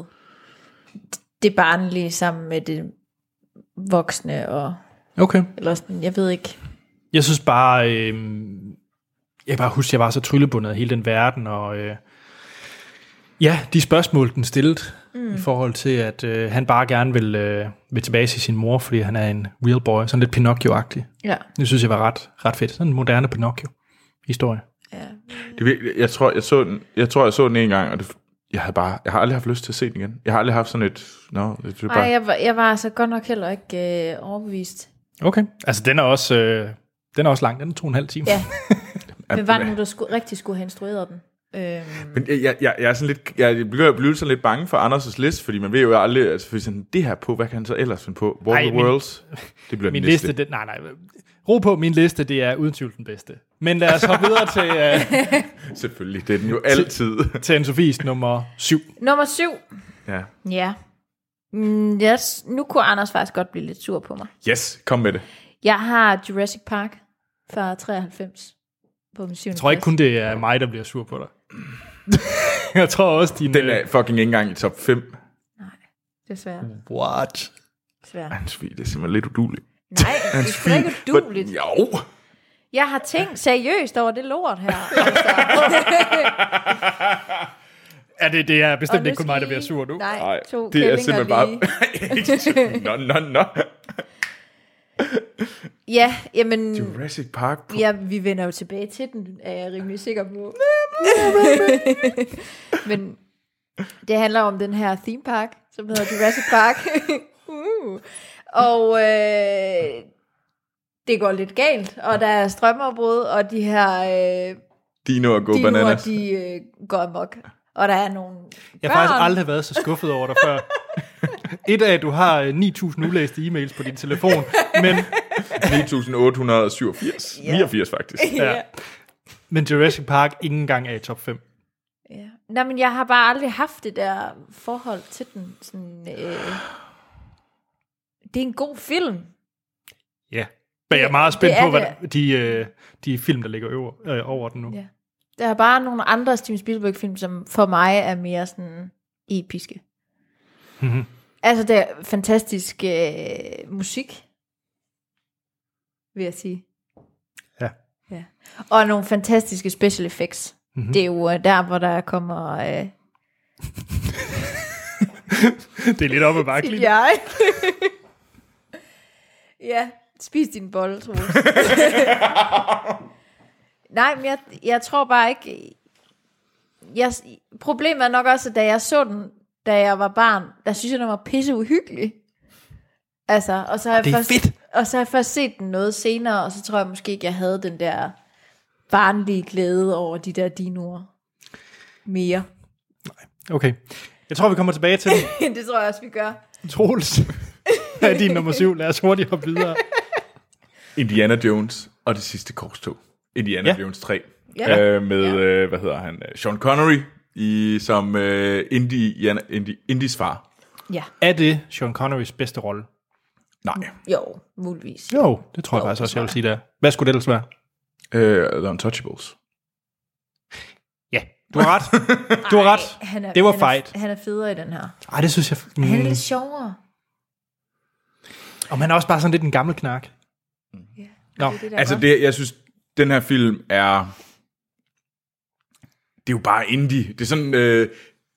det barnlige sammen med det voksne, og Okay. eller sådan, jeg ved ikke. Jeg synes bare, øh, jeg kan bare huske, jeg var så tryllebundet af hele den verden, og øh, ja, de spørgsmål, den stillede, mm. i forhold til, at øh, han bare gerne vil, øh, vil tilbage til sin mor, fordi han er en real boy, sådan lidt Pinocchio-agtig. Ja. Det synes jeg var ret, ret fedt. Sådan en moderne Pinocchio-historie. Ja. Det, er virkelig- jeg, tror, jeg, så den, jeg tror, jeg så den en gang, og det, jeg, havde bare, jeg har aldrig haft lyst til at se den igen. Jeg har aldrig haft sådan et... No, det er Ej, bare, jeg var, jeg var altså godt nok heller ikke øh, overbevist. Okay. Altså, den er også, øh, den er også lang. Den er to og en halv time. Ja. Men var det nu, der skulle, rigtig skulle have instrueret den? Øhm. Men jeg, jeg, jeg, jeg er sådan lidt, jeg begynder at blive sådan lidt bange for Anders' liste, fordi man ved jo aldrig, altså for sådan, det her på, hvad kan han så ellers finde på? War of the Worlds? Det bliver min den næste. liste, det, nej, nej. Ro på, min liste, det er uden tvivl den bedste. Men lad os hoppe videre til... Uh, Selvfølgelig, det er den jo altid. til, til Anne-Sophies nummer syv. Nummer syv. Ja. Ja. Mm, yes. Nu kunne Anders faktisk godt blive lidt sur på mig. Yes, kom med det. Jeg har Jurassic Park fra treoghalvfems på min syvende Jeg tror ikke kun, det er mig, der bliver sur på dig. Jeg tror også, din... Den er fucking ikke engang i top fem. Nej, desværre. What? Desværre. Anne-Sophie, det er simpelthen lidt uduligt. Nej, det er sgu da ikke uduligt. Jo. Jeg har tænkt seriøst over det lort her. Altså. Er det, det er bestemt Og nu ikke kun mig, der skal bliver I- sur nu. Nej, to det er kællinger simpelthen bare... lige. Nå, nå, nå. Ja, jamen... Jurassic Park. På... Ja, vi vender jo tilbage til den, er jeg rimelig sikker på. Men det handler om den her theme park, som hedder Jurassic Park. uh. Og øh, det går lidt galt, og der er strømafbrud, og de her øh, Dino og go dinoer, bananas. de øh, går amok. Og der er nogle Jeg har faktisk aldrig været så skuffet over dig før. Et af, at du har øh, ni tusind ulæste e-mails på din telefon, men... ni tusind otte hundrede syvogfirs. Ja. niogfirs faktisk. Ja. Men Jurassic Park ikke engang er i top fem. Ja. Nej, men jeg har bare aldrig haft det der forhold til den. Sådan, øh, det er en god film. Ja. Men jeg er meget spændt det er på, hvad det. de, øh, de film, der ligger øver, øh, over den nu. Ja. Der er bare nogle andre Steven Spielberg-film, som for mig er mere sådan episke. Mm-hmm. Altså, det er fantastisk øh, musik, vil jeg sige. Ja. Ja. Og nogle fantastiske special effects. Mm-hmm. Det er jo øh, der, hvor der kommer... Øh, Det er lidt op ad bakke lige. jeg. Ja, spis din bolle, Troels. Nej, men jeg, jeg tror bare ikke... Jeg, problemet er nok også, at da jeg så den, da jeg var barn, der synes jeg, den var pisse uhyggelig. Altså, og så har jeg det er først, fedt. Og så har jeg først set den noget senere, og så tror jeg måske ikke, jeg havde den der barnlige glæde over de der dinoer mere. Okay. Jeg tror, vi kommer tilbage til den. Det tror jeg også, vi gør. Troels er din nummer syv. Lad os hurtigt hoppe videre. Indiana Jones og det sidste korstog. Indiana Ja. Jones tre. Ja. Øh, med, Ja. øh, hvad hedder han? Sean Connery i, som øh, Indy, Indies far. Ja. Er det Sean Connerys bedste rolle? Nej. Jo, muligvis. Jo, det tror jeg Jo, faktisk det også, tror jeg vil sige der. Hvad skulle det ellers være? Uh, The Untouchables. Ja, du har ret. Du har ret. Ej, han er, Det var han fejt. Er, han er federe i den her. Ej, det synes jeg... Mm. Han er lidt sjovere. Og man er også bare sådan lidt en gammel knak. Ja, Nå, det er det, der Altså, er det, jeg synes, den her film er... Det er jo bare indie. Det er sådan øh,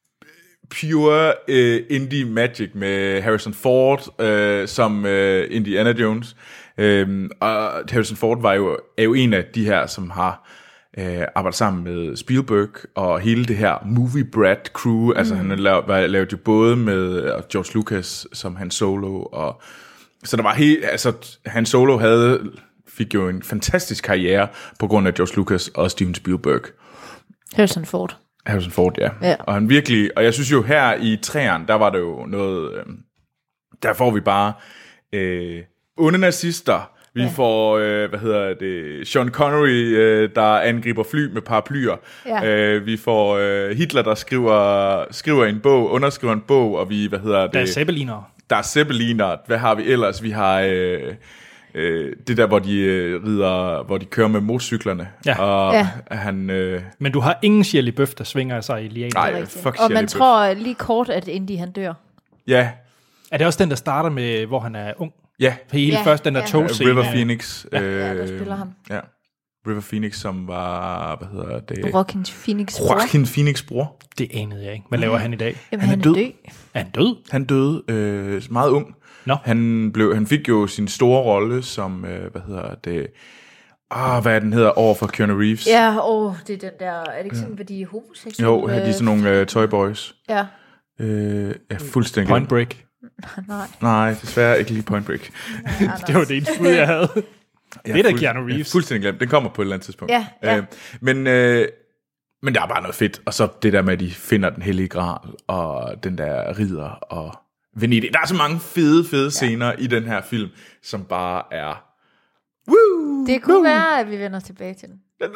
pure øh, indie magic med Harrison Ford øh, som øh, Indiana Jones. Øh, og Harrison Ford var jo, er jo en af de her, som har øh, arbejdet sammen med Spielberg og hele det her Movie Brat crew. Mm. Altså, han lavede, lavede jo både med George Lucas som Han Solo. Og, så der var helt... Altså, Han Solo havde... fik jo en fantastisk karriere på grund af George Lucas og Steven Spielberg. Harrison Ford. Harrison Ford, ja. Ja. Og han virkelig, og jeg synes jo her i træerne, der var det jo noget, øh, der får vi bare øh, onde nazister. Vi ja. får, øh, hvad hedder det, Sean Connery, øh, der angriber fly med paraplyer. Ja. Øh, vi får øh, Hitler, der skriver, skriver en bog, underskriver en bog, og vi, hvad hedder det? Der er zeppeliner. Der er zeppeliner. Hvad har vi ellers? Vi har... Øh, Øh, det der, hvor de øh, rider, hvor de kører med motorcyklerne. Ja. Og Ja. han... Øh, Men du har ingen Shirley Bøf, der svinger sig i lianen. nej, fuck Og Shelley man Bøf. tror lige kort, at Indy han dør. Ja, Er det også den, der starter med, hvor han er ung? ja. Hele Ja, først den der ja. togscene. River Phoenix. Ja. Øh, Ja, der spiller ham. Ja. River Phoenix, som var, hvad hedder det? Joaquin Phoenix bror. Joaquin Phoenix bror. Det anede jeg ikke. Hvad laver han i dag? Jamen, Han er han er død. død. Er han død? Han døde øh, meget ung. Nå. Han, blev, han fik jo sin store rolle som, øh, hvad hedder det? Ah, hvad er den hedder over for Keanu Reeves? Ja, åh, det er den der... Er det ikke sådan, hvor de er homoseksuelle? Jo, de er sådan nogle øh, Toy Boys. Ja, Øh, ja, fuldstændig. Point Break. nej. Nej, desværre ikke lige Point Break. Det var det eneste bud, jeg havde. Ja, Det er da fuld- Keanu Reeves. Ja, fuldstændig glemt. Den kommer på et eller andet tidspunkt. Ja, ja. Øh, men, øh, men der er bare noget fedt. Og så det der med, at de finder den hellige gral, og den der ridder, og Venedig. Der er så mange fede, fede ja. scener i den her film, som bare er... Woo! Det kunne være, at vi vender tilbage til den.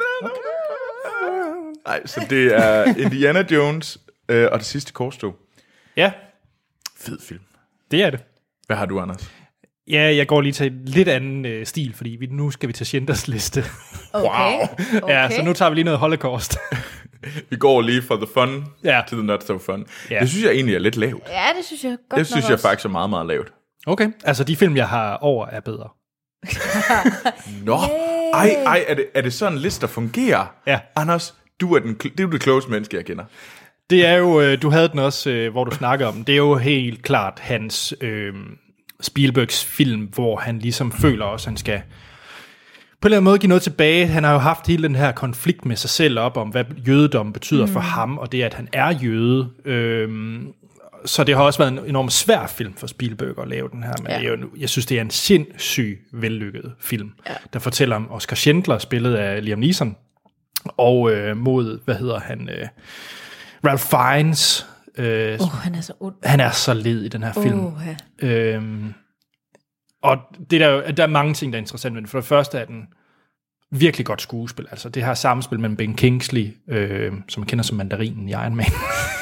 Nej, så det er Indiana Jones øh, og det sidste korstog. Ja, Fed film. det er det. Hvad har du, Anders? Ja, jeg går lige til en lidt anden øh, stil, fordi vi, nu skal vi til Schindlers Liste. Okay. Wow. Okay. Ja, så nu tager vi lige noget Holocaust. Vi går lige fra the fun Ja. to the not so fun. Ja. Det synes jeg egentlig er lidt lavt. Ja, det synes jeg godt Det synes nok jeg også. faktisk er meget, meget lavt. Okay, altså de film, jeg har over, er bedre. Nå, ej, ej, er det, er det sådan en liste, der fungerer? Ja. Anders, du er, den, det er jo det klogeste menneske, jeg kender. Det er jo, øh, du havde den også, øh, hvor du snakker om, det er jo helt klart hans øh, Spielbergs film, hvor han ligesom føler også, han skal på en eller anden måde give noget tilbage. Han har jo haft hele den her konflikt med sig selv op om, hvad jødedom betyder mm. for ham, og det, at han er jøde. Øh, så det har også været en enormt svær film for Spielberg at lave den her, men ja. det er jo, jeg synes, det er en sindssyg vellykket film, ja. der fortæller om Oscar Schindler, spillet af Liam Neeson, og øh, mod, hvad hedder han, øh, Ralph Fiennes. Øh, Åh, oh, han er så ond. han er så led i den her film. Oh, ja. Øhm, og det der, er, der er mange ting, der er interessant, men for det første er den virkelig godt skuespil. Altså det her samspil mellem Ben Kingsley, øh, som man kender som mandarinen i Iron Man.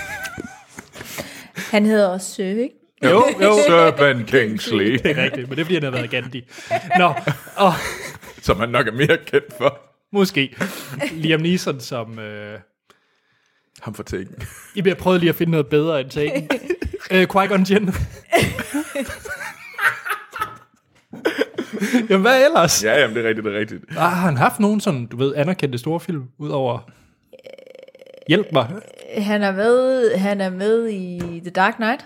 Han hedder også Sø, ikke? jo, jo. Sir Ben Kingsley, Det er rigtigt, men det bliver han har været Gandhi. Nå, og som han nok er mere kendt for. måske Liam Neeson som... Øh, Ham for Taken. I bliver prøvet lige at finde noget bedre end Taken. øh, Qui-Gon Jinn. Jamen, hvad ellers? Ja, jamen, det er rigtigt, det er rigtigt. Ah, har han haft nogen sådan, du ved, anerkendte store film, udover... Hjælp mig. Han er med, han er med i The Dark Knight.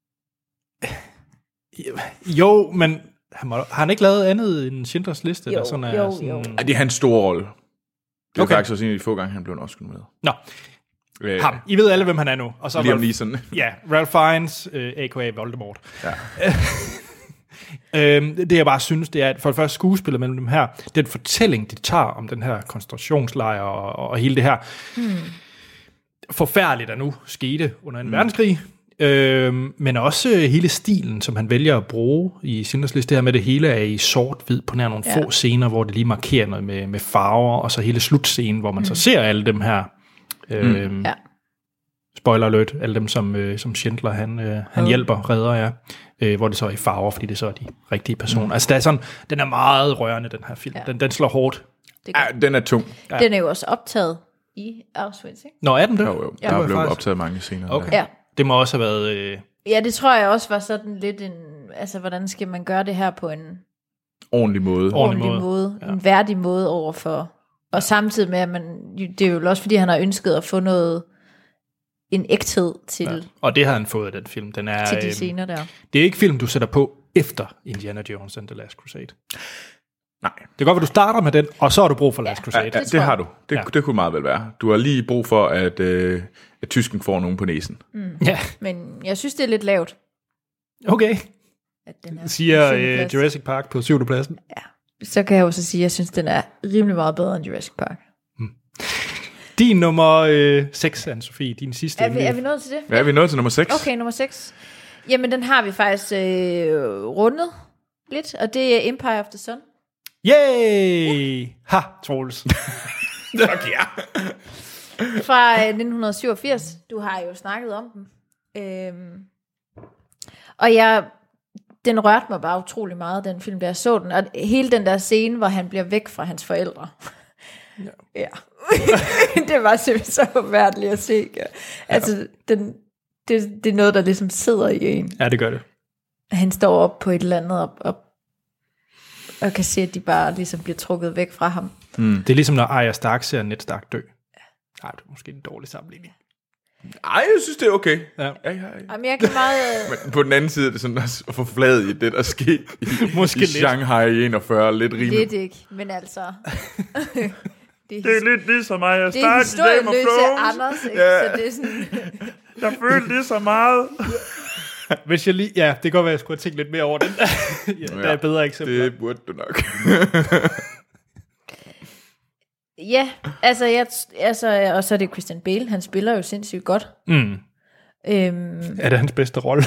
Jo, men han må, har han ikke lavet andet end Schindlers Liste? Jo, der sådan er, jo, sådan, jo. Ej, det er hans store rolle. Det er Okay. faktisk også en af de få gange, han blev også med. Nå, Øh, ham. I ved alle, hvem han er nu. Og så Liam Ralph- Neeson. Ja, Ralph Fiennes, øh, a k a. Voldemort. Ja. Øhm, det jeg bare synes, det er, at for det første skuespillet mellem dem her, den fortælling, de tager om den her koncentrationslejr og, og hele det her, hmm. forfærdeligt, der nu skete under en hmm. verdenskrig, øhm, men også hele stilen, som han vælger at bruge i Schindlers Liste, det her med, det hele er i sort-hvid på nær nogle ja. få scener, hvor det lige markerer noget med, med farver, og så hele slutscenen, hvor man hmm. så ser alle dem her øhm, Ja. spoiler alert, alle dem, som, øh, som Schindler, han, øh, han mm. hjælper, redder, ja. Øh, hvor det så er i farver, fordi det så er de rigtige personer. Mm. Altså, der er sådan, den er meget rørende, den her film. Ja. Den, den slår hårdt. Ja, den er tung. Ja. Den er jo også optaget i Auschwitz, ikke? Nå, er den det? Jo, jo. Der ja. er blevet optaget mange scener. Okay. Ja. Det må også have været... Øh... Ja, det tror jeg også var sådan lidt en... Altså, hvordan skal man gøre det her på en... Ordentlig måde. Ordentlig måde. måde. Ja. En værdig måde overfor... Og ja. samtidig med, at man... Det er jo også, fordi han har ønsket at få noget... En ægthed til... Ja. Og det har han fået af den film. Den er, til de scener der. Det er ikke film, du sætter på efter Indiana Jones and the Last Crusade. Nej. Det kan godt være, du starter med den, og så har du brug for Last ja, Crusade. Ja, det, det har du. Det, ja. det kunne meget vel være. Du har lige brug for, at, øh, at tysken får nogen på næsen. Mm. Ja. Men jeg synes, det er lidt lavt. Okay. At den er siger øh, Jurassic Park på syvende pladsen. Ja. Så kan jeg også sige, at jeg synes, den er rimelig meget bedre end Jurassic Park. Mm. Din nummer seks, øh, Anne-Sophie, din sidste. Er vi, er vi nået til det? Ja, er vi nået til nummer seks? Okay, nummer seks. Jamen, den har vi faktisk øh, rundet lidt, og det er Empire of the Sun. Yay! Ja. Ha, Troels. Okay, ja. Fra øh, nitten syvogfirs. Du har jo snakket om den. Øhm, og jeg, den rørte mig bare utrolig meget, den film, der jeg så den. Og hele den der scene, hvor han bliver væk fra hans forældre. Ja. ja. Det var simpelthen så forfærdeligt at se. Altså, ja. den, det, det er noget, der ligesom sidder i en. Ja, det gør det. Han står op på et eller andet op, op og kan se, at de bare ligesom bliver trukket væk fra ham. Mm. Det er ligesom, når Arya Stark ser Ned Stark dø. Nej, det er måske en dårlig sammenligning. Ej, jeg synes, det er okay. Ja. Ja, ja, ja. Jamen, jeg kan meget... Men på den anden side er det sådan at få fladet i det, der sker i, måske i Shanghai i enogfyrre. Lidt rimeligt. Lidt ikke, men altså... det, er, det er lidt ligesom mig. Jeg det er historieløse Anders, ikke? Ja. Så det er sådan... jeg følte det så meget. Hvis jeg lige... Ja, det kan godt være, at jeg skulle have tænkt lidt mere over den. ja, der er bedre eksempler. Det burde du nok. Ja, altså, jeg, altså, og så er det Christian Bale, han spiller jo sindssygt godt. Mm. Øhm, er det hans bedste rolle?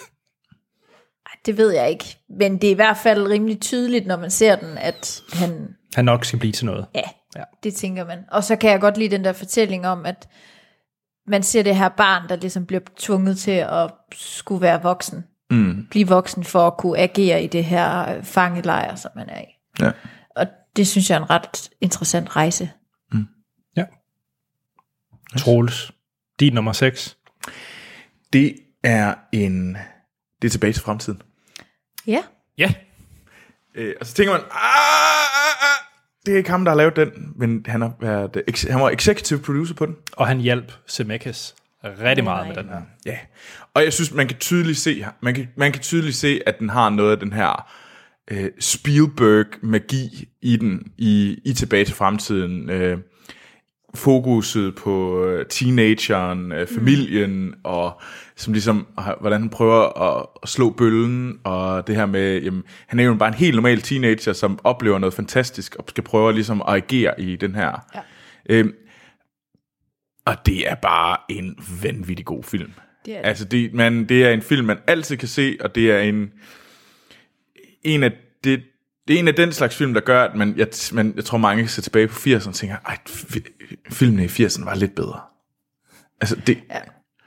Det ved jeg ikke, men det er i hvert fald rimelig tydeligt, når man ser den, at han... Han nok skal blive til noget. Ja, ja, det tænker man. Og så kan jeg godt lide den der fortælling om, at man ser det her barn, der ligesom bliver tvunget til at skulle være voksen. Mm. Blive voksen for at kunne agere i det her fangelejr, som man er i. Ja. Og det synes jeg er en ret interessant rejse. Mm. Ja. Yes. Troels, din nummer seks. Det er en... Det er Tilbage til fremtiden. Ja. Ja. Øh, og så tænker man, ah, ah, ah, det er ikke ham, der har lavet den, men han, har været, han var executive producer på den. Og han hjalp Zemeckis rigtig meget med den her. Ja. Og jeg synes, man kan tydeligt se, man kan, man kan tydeligt se, at den har noget af den her øh, Spielberg-magi i den, i, i Tilbage til fremtiden. Øh, fokuset på teenageren, øh, familien, mm. og som ligesom, hvordan han prøver at, at slå bølgen, og det her med, jamen, han er jo bare en helt normal teenager, som oplever noget fantastisk, og skal prøve ligesom at agere i den her. Ja. Øhm, og det er bare en vanvittig god film. Det er det. Altså, det, man, det er en film, man altid kan se, og det er en, en af det, det er en af den slags film, der gør, at man, jeg, man, jeg tror, mange ser tilbage på firserne og tænker, ej, filmene i firserne var lidt bedre. Altså, det... Ja.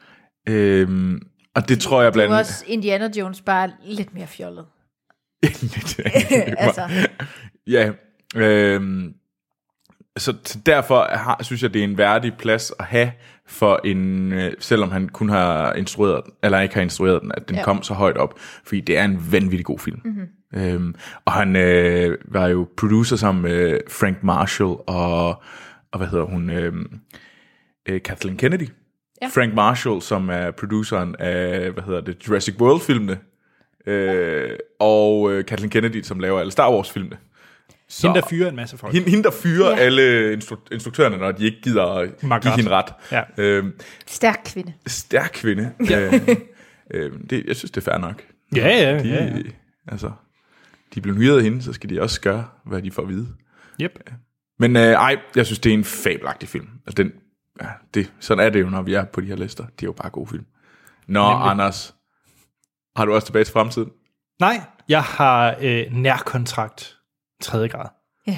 Øhm, og det tror jeg blandt... Det var også Indiana Jones bare lidt mere fjollet. lidt, altså. Ja, øhm, så, så derfor har, synes jeg, det er en værdig plads at have for en, selvom han kun har instrueret den, eller ikke har instrueret den, at den ja. kom så højt op, fordi det er en vanvittig god film. Mm-hmm. Øhm, og han øh, var jo producer sammen med Frank Marshall og, og hvad hedder hun, øh, øh, Kathleen Kennedy. Ja. Frank Marshall, som er produceren af, hvad hedder det, Jurassic World-filmene, øh, og øh, Kathleen Kennedy, som laver alle Star Wars-filmene. Så, hende, der fyrer en masse folk. Hende, hende der fyrer ja. alle instru- instruktørerne, når de ikke gider at give hende ret. Ja. Øhm, stærk kvinde. Stærk kvinde. Ja. øh, øh, det, jeg synes, det er fair nok. Ja, ja, de, ja, ja. Altså, de bliver hyret af hende, så skal de også gøre, hvad de får at vide. Yep. Men øh, ej, jeg synes, det er en fabelagtig film. Altså, den, ja, det, sådan er det jo, når vi er på de her lister. De er jo bare gode film. Nå, Nemlig. Anders, har du også Tilbage til fremtiden? Nej, jeg har øh, nærkontrakt tredje grad. Ja.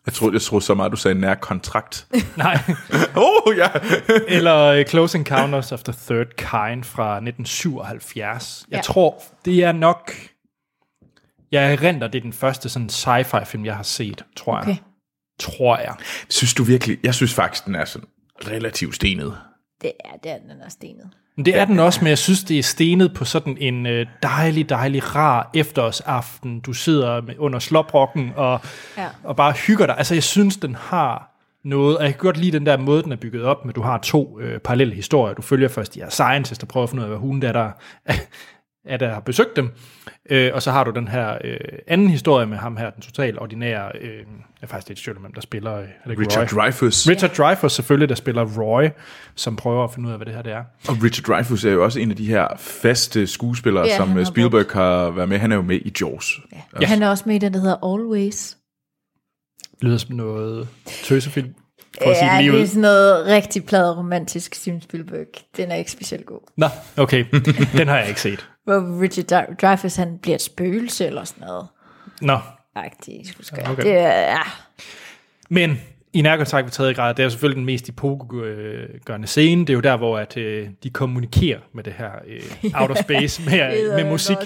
Jeg troede, jeg troede så meget, du sagde nær kontrakt. Nej. oh, ja. Eller uh, Close Encounters of the Third Kind fra nitten syvoghalvfjerds. Jeg Ja. tror, det er nok... Jeg erindrer, det er den første sådan sci-fi film, jeg har set, tror Okay. jeg. Tror jeg. Synes du virkelig... Jeg synes faktisk, den er sådan relativt stenet. Det er, det er den er stenet. Men det er den også, men jeg synes, det er stenet på sådan en øh, dejlig, dejlig, rar efterårsaften. Du sidder med, under sloprokken og, Ja. og bare hygger dig. Altså, jeg synes, den har noget, og jeg kan godt lide den der måde, den er bygget op med, du har to øh, parallelle historier. Du følger først de her scientists, der prøver at finde ud af, hvad hunden der, der, er, der har besøgt dem. Øh, og så har du den her øh, anden historie med ham her, den totalt ordinære, øh, jeg er faktisk lidt sjovt, hvem der spiller, øh, er det ikke Richard Roy? Dreyfuss. Richard Dreyfuss selvfølgelig, der spiller Roy, som prøver at finde ud af, hvad det her det er. Og Richard Dreyfuss er jo også en af de her faste skuespillere, Ja, som han har Spielberg har været med. Han er jo med i Jaws. Ja. Ja. Han er også med i den, der hedder Always. Lyder som noget tøsefilm. For at sige Ja, det lige det ud. er sådan noget rigtig pladet romantisk Steven Spielberg. Den er ikke specielt god. Nå, okay. Den har jeg ikke set. Hvor Richard Dreyfuss, han bliver et spøgelse eller sådan noget. Nå, Agtigt, husker Okay. okay. Det er, ja. men i nærkontakt ved tredje grad, det er jo selvfølgelig den mest epokegørende scene. Det er jo der, hvor at, øh, de kommunikerer med det her øh, outer space med, med musik.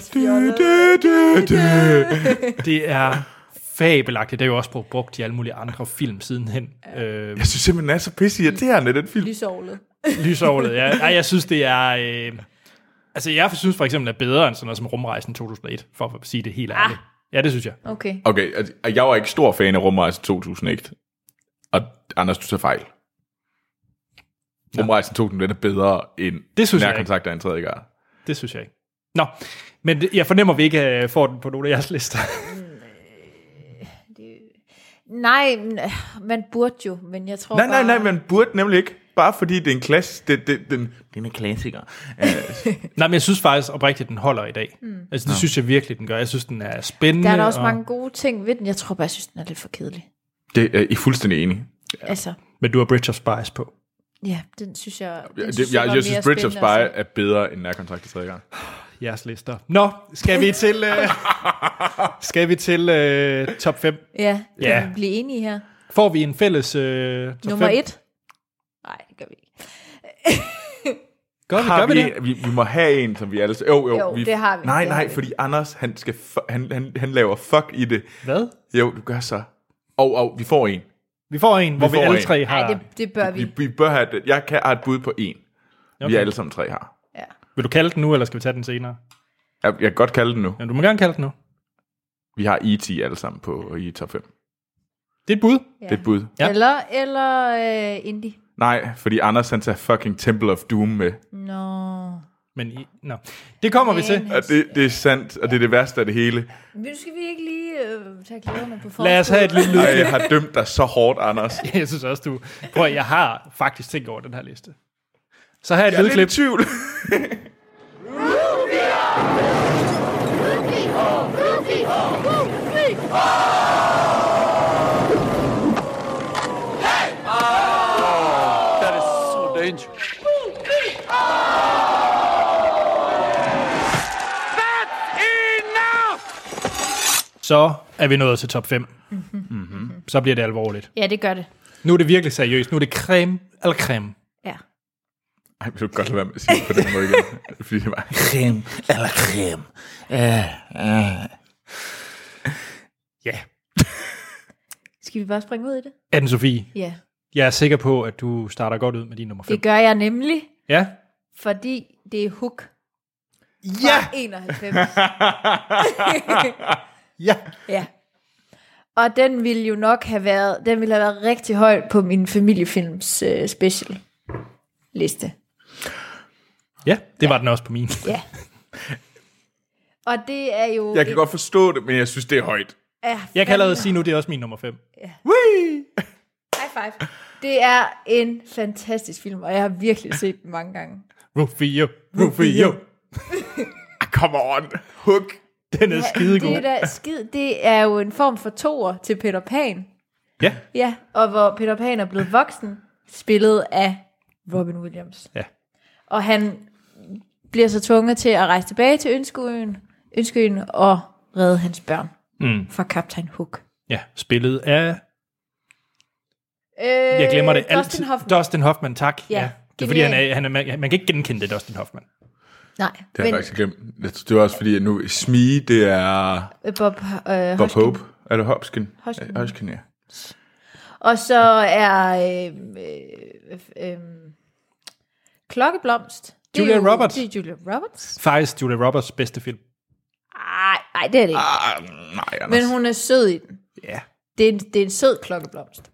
Det er fabelagtigt. Det er jo også blevet brugt i alle mulige andre film sidenhen. Øh, Jeg synes simpelthen, den er så pisse irriterende, den film. Lysovlet. Lysovlet, ja. Ej, jeg synes, det er... Øh, altså, jeg synes for eksempel, det er bedre end sådan noget som Rumrejsen to tusind og et, for at sige det helt ærligt. Ja, det synes jeg. Okay. Okay, altså, jeg var ikke stor fan af Rumrejsen to tusind og et. Og Anders, du tager fejl. Rumrejsen to tusind, den er bedre end Det synes jeg Nærkontakt af en tredje grad. Det synes jeg ikke. Nå, men det, jeg fornemmer, at vi ikke uh, får den på nogle af jeres lister. Nej, men, øh, man burde jo, men jeg tror Nej, nej, bare... nej, man burde nemlig ikke. Bare fordi det er en klasse, det, det, den, den er klassiker. Uh, Nej, men jeg synes faktisk oprigtigt, at den holder i dag. Mm. Altså, det synes jeg virkelig, den gør. Jeg synes, den er spændende. Der er der også og... mange gode ting ved den. Jeg tror bare, jeg synes, den er lidt for kedelig. det er jeg fuldstændig enig. Ja. Altså, Men du har Bridge of Spies på. ja, den synes jeg... Den Jeg, synes det, jeg, var jeg synes, mere Bridge of Spy spændende at se. er bedre end Nærkontakt af tredje grad. Jeres lister. Nå, skal vi til, uh, skal vi til uh, top fem? Ja, kan Ja. vi blive enige her? Får vi en fælles uh, top Nummer fem? et? Nej, det gør vi ikke. Gør vi, Har gør vi, vi, det? vi, vi må have en, som vi alle... Jo, jo, Jo, vi, det har vi, Nej, det nej, har vi. fordi Anders, han, skal, fu- han, han, han laver fuck i det. Hvad? Jo, du gør så. Og, og vi får en. Vi får en, hvor vi får alle en. tre har... Nej, det, det bør vi. Vi, vi bør have det. Jeg kan have et bud på en. Okay. Vi Okay. alle sammen tre har. Ja. Vil du kalde den nu, eller skal vi tage den senere? Jeg, jeg kan godt kalde den nu. Ja, du må gerne kalde den nu. Vi har E T alle sammen på i top fem. Det er et bud. Ja. Det er et bud. Ja. Eller, eller øh, indie. Nej, fordi Anders han tager fucking Temple of Doom med. Nå. Men i, no. Det kommer vi til. Og det, det er sandt, og det er det værste af det hele. Men skal vi ikke lige øh, tage klæderne på forskud? Lad os have et lille Ej, lydklip. jeg har dømt dig så hårdt, Anders. Jeg synes også, du... Prøv at, jeg har faktisk tænkt over den her liste. Så her er et Jeg er lidt lydklip. i tvivl. Så er vi nået til top fem. Mm-hmm. Så bliver det alvorligt. Ja, det gør det. Nu er det virkelig seriøst. Nu er det creme eller creme. Ja. Ej, vil du godt lade være med at sige det på den måde igen? Fordi det var... Creme eller creme. Uh, uh. Ja. Skal vi bare springe ud i det? Anne-Sophie, Ja. jeg er sikker på, at du starter godt ud med din nummer fem. Det gør jeg nemlig, Ja? fordi det er Hook Ja! fra enoghalvfems. Ja! Ja. Og den ville jo nok have været, den ville have været rigtig højt på min familiefilms uh, special liste. Ja, det var den også på min. Ja. Og det er jo... Jeg kan et- godt forstå det, men jeg synes, det er højt. Ja, Jeg kan allerede fandme- sige nu, det er også min nummer fem. High five. Det er en fantastisk film, og jeg har virkelig set den mange gange. Rufio, Rufio. Come on, Hook. Den er skidegod. Det er, da skid, det er jo en form for toer til Peter Pan. Ja. Ja, og hvor Peter Pan er blevet voksen, spillet af Robin Williams. Ja. Og han bliver så tvunget til at rejse tilbage til Ønskeøen, Ønskeøen og redde hans børn Mm. fra Kaptajn Hook. Ja, spillet af Øh, Jeg glemmer det altid. Dustin Hoffman. Dustin Hoffman, tak. Ja, ja. Det er fordi, han er, han er, man, man kan ikke genkende det, Dustin Hoffman. Nej. Det har jeg faktisk glemt. Det er også fordi, at nu Smee, det er Bob, øh, Bob Hope. Er det Hopkins? Hoskin. Hoskin, ja. Og så er øh, øh, øh, Klokkeblomst. Det Julia er jo, Roberts. Det er Julia Roberts. Faktisk Julia Roberts bedste film. Ej, ej, det er det ikke. Ah, nej, Anders. Men hun er sød i den. Ja. Det er en, det er en sød klokkeblomst.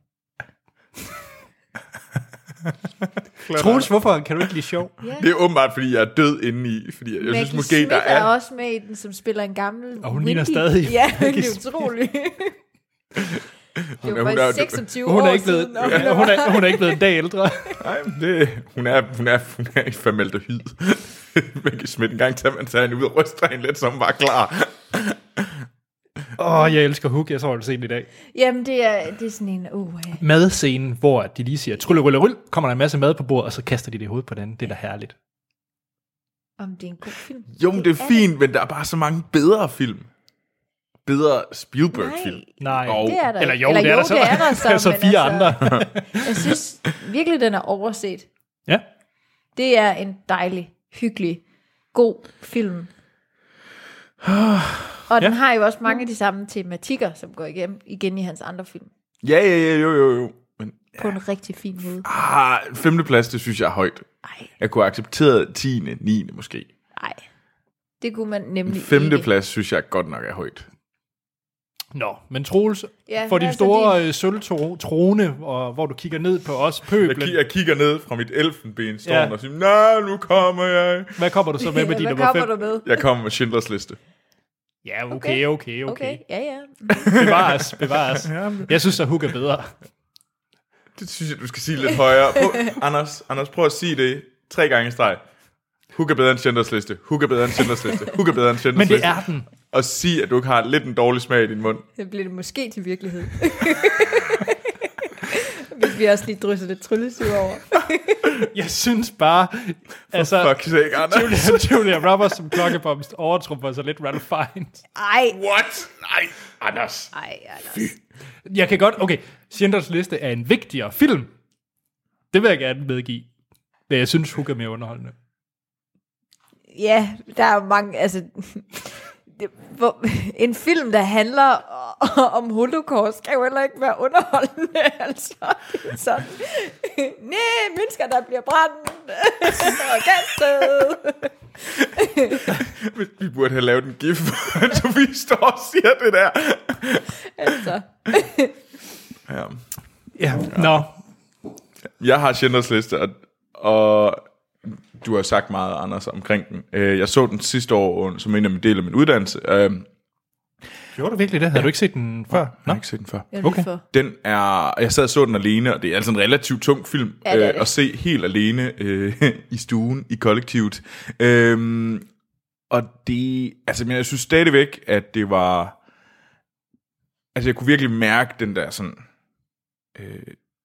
Troels, hvorfor kan du ikke lide sjov? Ja. Det er åbenbart, fordi jeg er død indeni. Fordi jeg Maggie synes måske, Smith der er... er også med i den, som spiller en gammel Og hun Wendy. ligner stadig Ja, det Maggie er utroligt. Det var hun er- faktisk seksogtyve Hun er år ikke blevet, siden. og ja, hun, er, hun er ikke blevet en dag ældre. Nej, men det, hun, er, hun, er, hun er i formaldehyd. Maggie Smith, en gang tager man tager hende ud og ryster hende lidt, så hun var klar. Åh, oh, jeg elsker Hook. Jeg så det sent i dag. Jamen, det er, det er sådan en... Uh, ja. Madscenen, hvor de lige siger, trylle, rulle, rulle, kommer der en masse mad på bordet, og så kaster de det i hovedet på den. Det er da herligt. Om det er en god film. Jo, men det er fint, men der er bare så mange bedre film. Bedre Spielberg-film. Nej, Og- Det er der eller ikke. jo, Eller det er der så. det er der så, Der er så men fire altså, andre. Jeg synes virkelig, den er overset. Ja. Det er en dejlig, hyggelig, god film. Og den Ja. har jo også mange af de samme tematikker, som går igen, igen i hans andre film. Ja, ja, ja, jo, jo, jo. Men På en rigtig fin måde. ah, femteplads, det synes jeg er højt. Ej, Jeg kunne acceptere tiende, niende måske. ej. Det kunne man nemlig ikke. Femteplads synes jeg godt nok er højt. Nå, men Troels, Ja, for hvad din er så store øh, sølvtrone, og hvor du kigger ned på os Jeg, pøblen. ki- jeg kigger ned fra mit elfenbenstårn Ja. ja. og siger, nej, nu kommer jeg. Hvad kommer du så med med Ja, din hvad nummer kommer fem? du med? Jeg kommer med Schindlers Liste. Ja, okay, Okay. okay, okay. Okay, ja, ja. Bevares, bevares. Jeg synes, at Hook er bedre. Det synes jeg, du skal sige lidt højere. Prøv, Anders, Anders, prøv at sige det tre gange i streg. Hook er bedre end Schindlers Liste. Hook er bedre end Schindlers Liste. Hook er bedre end Schindlers Men det Liste. er den. Og sig, at du ikke har lidt en dårlig smag i din mund. Det bliver det måske til virkelighed. Hvis vi også lige drysser lidt tryllesyv over. Jeg synes bare, altså, Fuck sake, Anders. Julia, Julia Roberts som klokkebomst overtrumfer sig lidt Ralph Fiennes. Ej, What? Nej, Anders. ej, Anders. Jeg kan godt, okay, Schindlers Liste er en vigtigere film. Det vil jeg gerne medgive. Men jeg synes, Hook er mere underholdende. Ja, der er jo mange, altså... Det, hvor, en film, der handler om holocaust, skal jo heller ikke være underholdende, altså. Det er sådan, nej, mennesker, der bliver brændt og kastet. Vi burde have lavet en gif, du vi står og siger det der. Altså, Ja. Ja, nå. Jeg har Schindlers Liste, og, og du har sagt meget, Anders, omkring den. Øh, Jeg så den sidste år, som en af mine del af min uddannelse. Øh, Gjorde du virkelig det? Har du ikke set den før? Jeg har ikke set den før. jeg er Okay. lige for. Den er, jeg sad og så den alene, og det er altså en relativt tung film Ja, det er øh, det. at se helt alene øh, i stuen, i kollektivet. Øhm, og det, altså men jeg synes stadigvæk, at det var, altså jeg kunne virkelig mærke den der sådan, øh,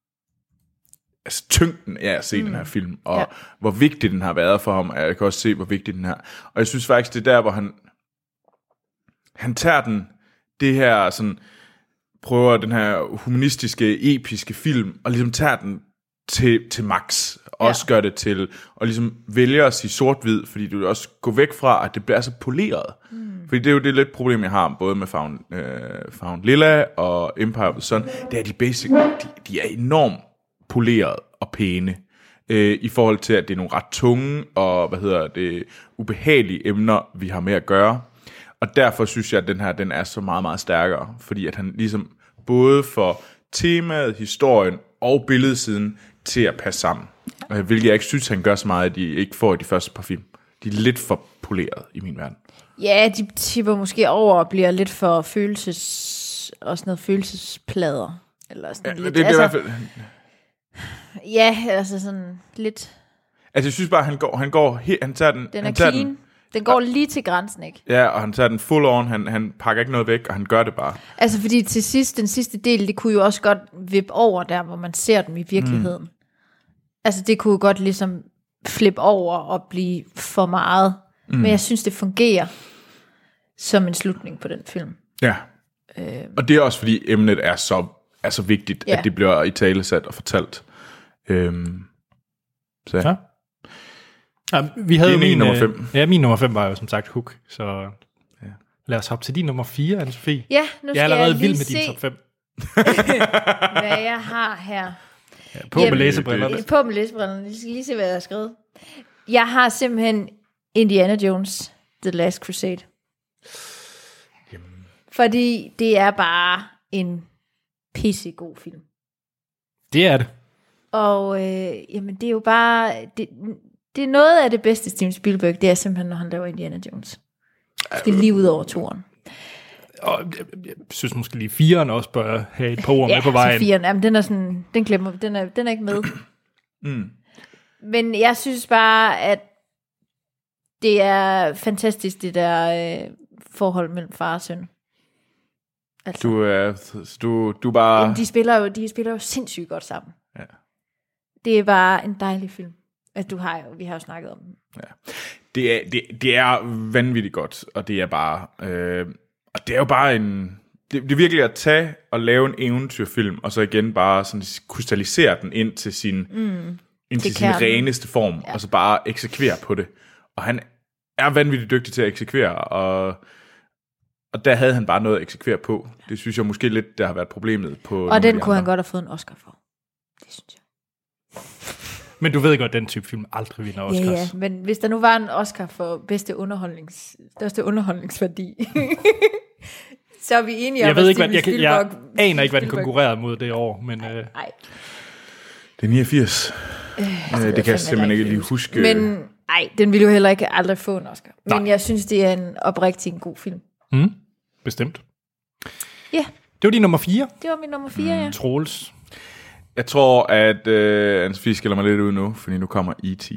altså tyngden af at se mm. den her film, og Ja. hvor vigtig den har været for ham, og jeg kan også se, hvor vigtig den er. Og jeg synes faktisk, det er der, hvor han, han tager den, det her sådan, prøver den her humanistiske, episke film, og ligesom tager den til, til max. Også gør det til, og ligesom vælger at sige sort-hvid, fordi du også går væk fra, at det bliver så poleret. Mm. Fordi det er jo det lidt problem, jeg har, både med Found, øh, Found Lilla og Empire of the Sun, det er de basic, de, de er enormt poleret og pæne, øh, i forhold til, at det er nogle ret tunge, og hvad hedder det, ubehagelige emner, vi har med at gøre. Og derfor synes jeg, at den her, den er så meget, meget stærkere, fordi at han ligesom både får temaet, historien og billedsiden til at passe sammen. Hvilket jeg ikke synes, han gør så meget, at de ikke får i de første par film. De er lidt for poleret i min verden. Ja, de tipper måske over og bliver lidt for følelses... Også noget følelsesplader. Eller sådan Ja, lidt, det, det er altså, i hvert fald... Ja, altså sådan lidt... Altså, jeg synes bare, han går, han går, he, han tager den... Den er han tager clean. Den, Den går lige til grænsen, ikke? ja, og han tager den full on, han, han pakker ikke noget væk, og han gør det bare. Altså, fordi til sidst, den sidste del, det kunne jo også godt vippe over der, hvor man ser dem i virkeligheden. Mm. Altså, det kunne jo godt ligesom flippe over og blive for meget. Mm. Men jeg synes, det fungerer som en slutning på den film. Ja. Øh. Og det er også, fordi emnet er så er så vigtigt, Ja. at det bliver i talesat og fortalt. Øhm, så ja. Ja. Ja, vi havde Din min nummer øh, fem. Ja, min nummer fem var jo som sagt Hook, så ja. Lad os hoppe til din nummer fire, Anne-Sophie. Ja, nu Jeg skal er allerede jeg lige vild med se, din top fem. hvad jeg har her. Ja, på Jamen, med læsebrillerne. På med læsebrillerne. Jeg skal lige se, hvad jeg har skrevet. Jeg har simpelthen Indiana Jones, The Last Crusade. Jamen. Fordi det er bare en pissegod film. Det er det. Og øh, jamen, det er jo bare... Det, det er noget af det bedste Steven Spielberg, det er simpelthen, når han laver Indiana Jones. Det er lige ud over toren. Og jeg, jeg synes måske lige firen også bør have et par ord Ja, med på vejen. så firen, jamen, den er sådan... Den glemmer den er, den er ikke med. Mm. Men jeg synes bare, at det er fantastisk, det der øh, forhold mellem far og søn. Altså, Du er du, du er bare... jamen, de, spiller jo, de spiller jo sindssygt godt sammen. Ja. Det er bare en dejlig film. Altså, du har jo, vi har jo snakket om den. Ja. Det, er, det, det er vanvittigt godt, og det er bare... Øh, og det er jo bare en... Det, det er virkelig at tage og lave en eventyrfilm, og så igen bare sådan krystallisere den ind til sin, mm, ind til sin reneste form, ja. Og så bare eksekvere på det. Og han er vanvittigt dygtig til at eksekvere, og, og der havde han bare noget at eksekvere på. Det synes jeg måske lidt, der har været problemet på. Og den de kunne han godt have fået en Oscar for. Det synes jeg. Men du ved godt, at den type film aldrig vinder Oscars. Ja, ja, men hvis der nu var en Oscar for bedste underholdnings, største underholdningsværdi, så er vi enige om, jeg ved at ikke, hvad, jeg, Steven jeg, Spielberg... jeg aner ikke, hvad den konkurrerede mod det år, men... Øh, Nej. Det er niogfirs. Øh, det, det, det kan jeg simpelthen ikke lige huske. Men nej, den ville jo heller ikke aldrig få en Oscar. Men Nej. jeg synes, det er en oprigtig en god film. Mm, bestemt. Ja. Det var din nummer fire. Det var min nummer fire, mm. ja. Troels. Jeg tror, at øh, Anne-Sophie skiller mig lidt ud nu, fordi nu kommer E T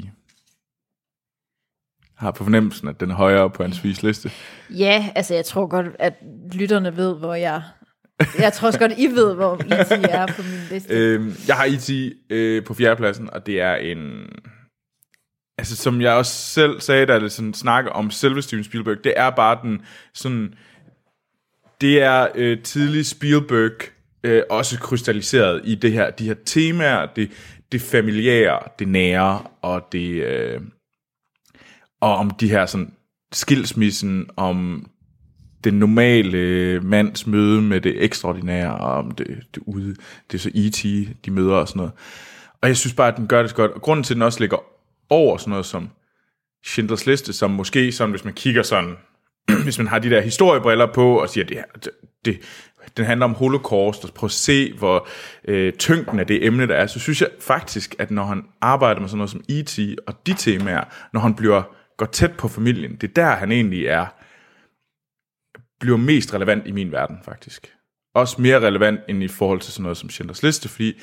Har på fornemmelsen, at den er højere på Anne-Sophies liste. Ja, altså jeg tror godt, at lytterne ved, hvor jeg... Jeg tror også godt, I ved, hvor E T er på min liste. øhm, jeg har E T øh, på fjerdepladsen, og det er en... Altså, som jeg også selv sagde, da det sådan snakker om selve Steven Spielberg, det er bare den sådan... Det er øh, tidlig Spielberg, øh, også krystalliseret i det her, de her temaer, det, det familiære, det nære, og det... Øh, og om de her sådan skilsmissen, om den normale mands møde med det ekstraordinære, og om det, det ude, det er så E T de møder og sådan noget. Og jeg synes bare, at den gør det så godt. Og grunden til, at den også ligger over sådan noget som Schindlers Liste, som måske sådan, hvis man kigger sådan, hvis man har de der historiebriller på, og siger, at det, det, det, den handler om holocaust, og prøve at se, hvor øh, tyngden af det emne, der er, så synes jeg faktisk, at når han arbejder med sådan noget som E T og de temaer, når han bliver, går tæt på familien, det er der, han egentlig er, bliver mest relevant i min verden, faktisk. Også mere relevant end i forhold til sådan noget som Schindlers Liste, fordi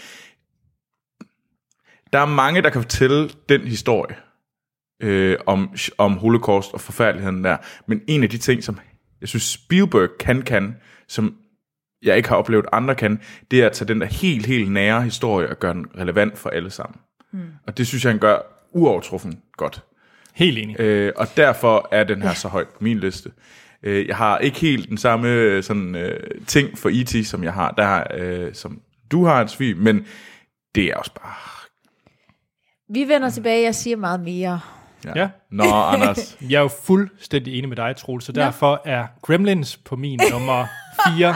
der er mange, der kan fortælle den historie øh, om, om holocaust og forfærdeligheden der, men en af de ting, som jeg synes Spielberg kan, kan, som jeg ikke har oplevet andre kan, det er at tage den der helt, helt nære historie og gøre den relevant for alle sammen. Mm. Og det synes jeg, han gør uovertruffen godt. Helt enig. Øh, og derfor er den her så højt på min liste. Øh, jeg har ikke helt den samme sådan, øh, ting for E T, som jeg har, der, øh, som du har, Anne-Sophie, men det er også bare... Vi vender tilbage, jeg siger meget mere. Ja. ja. Nå, Anders. Jeg er jo fuldstændig enig med dig, Troels, så derfor er Gremlins på min nummer fire.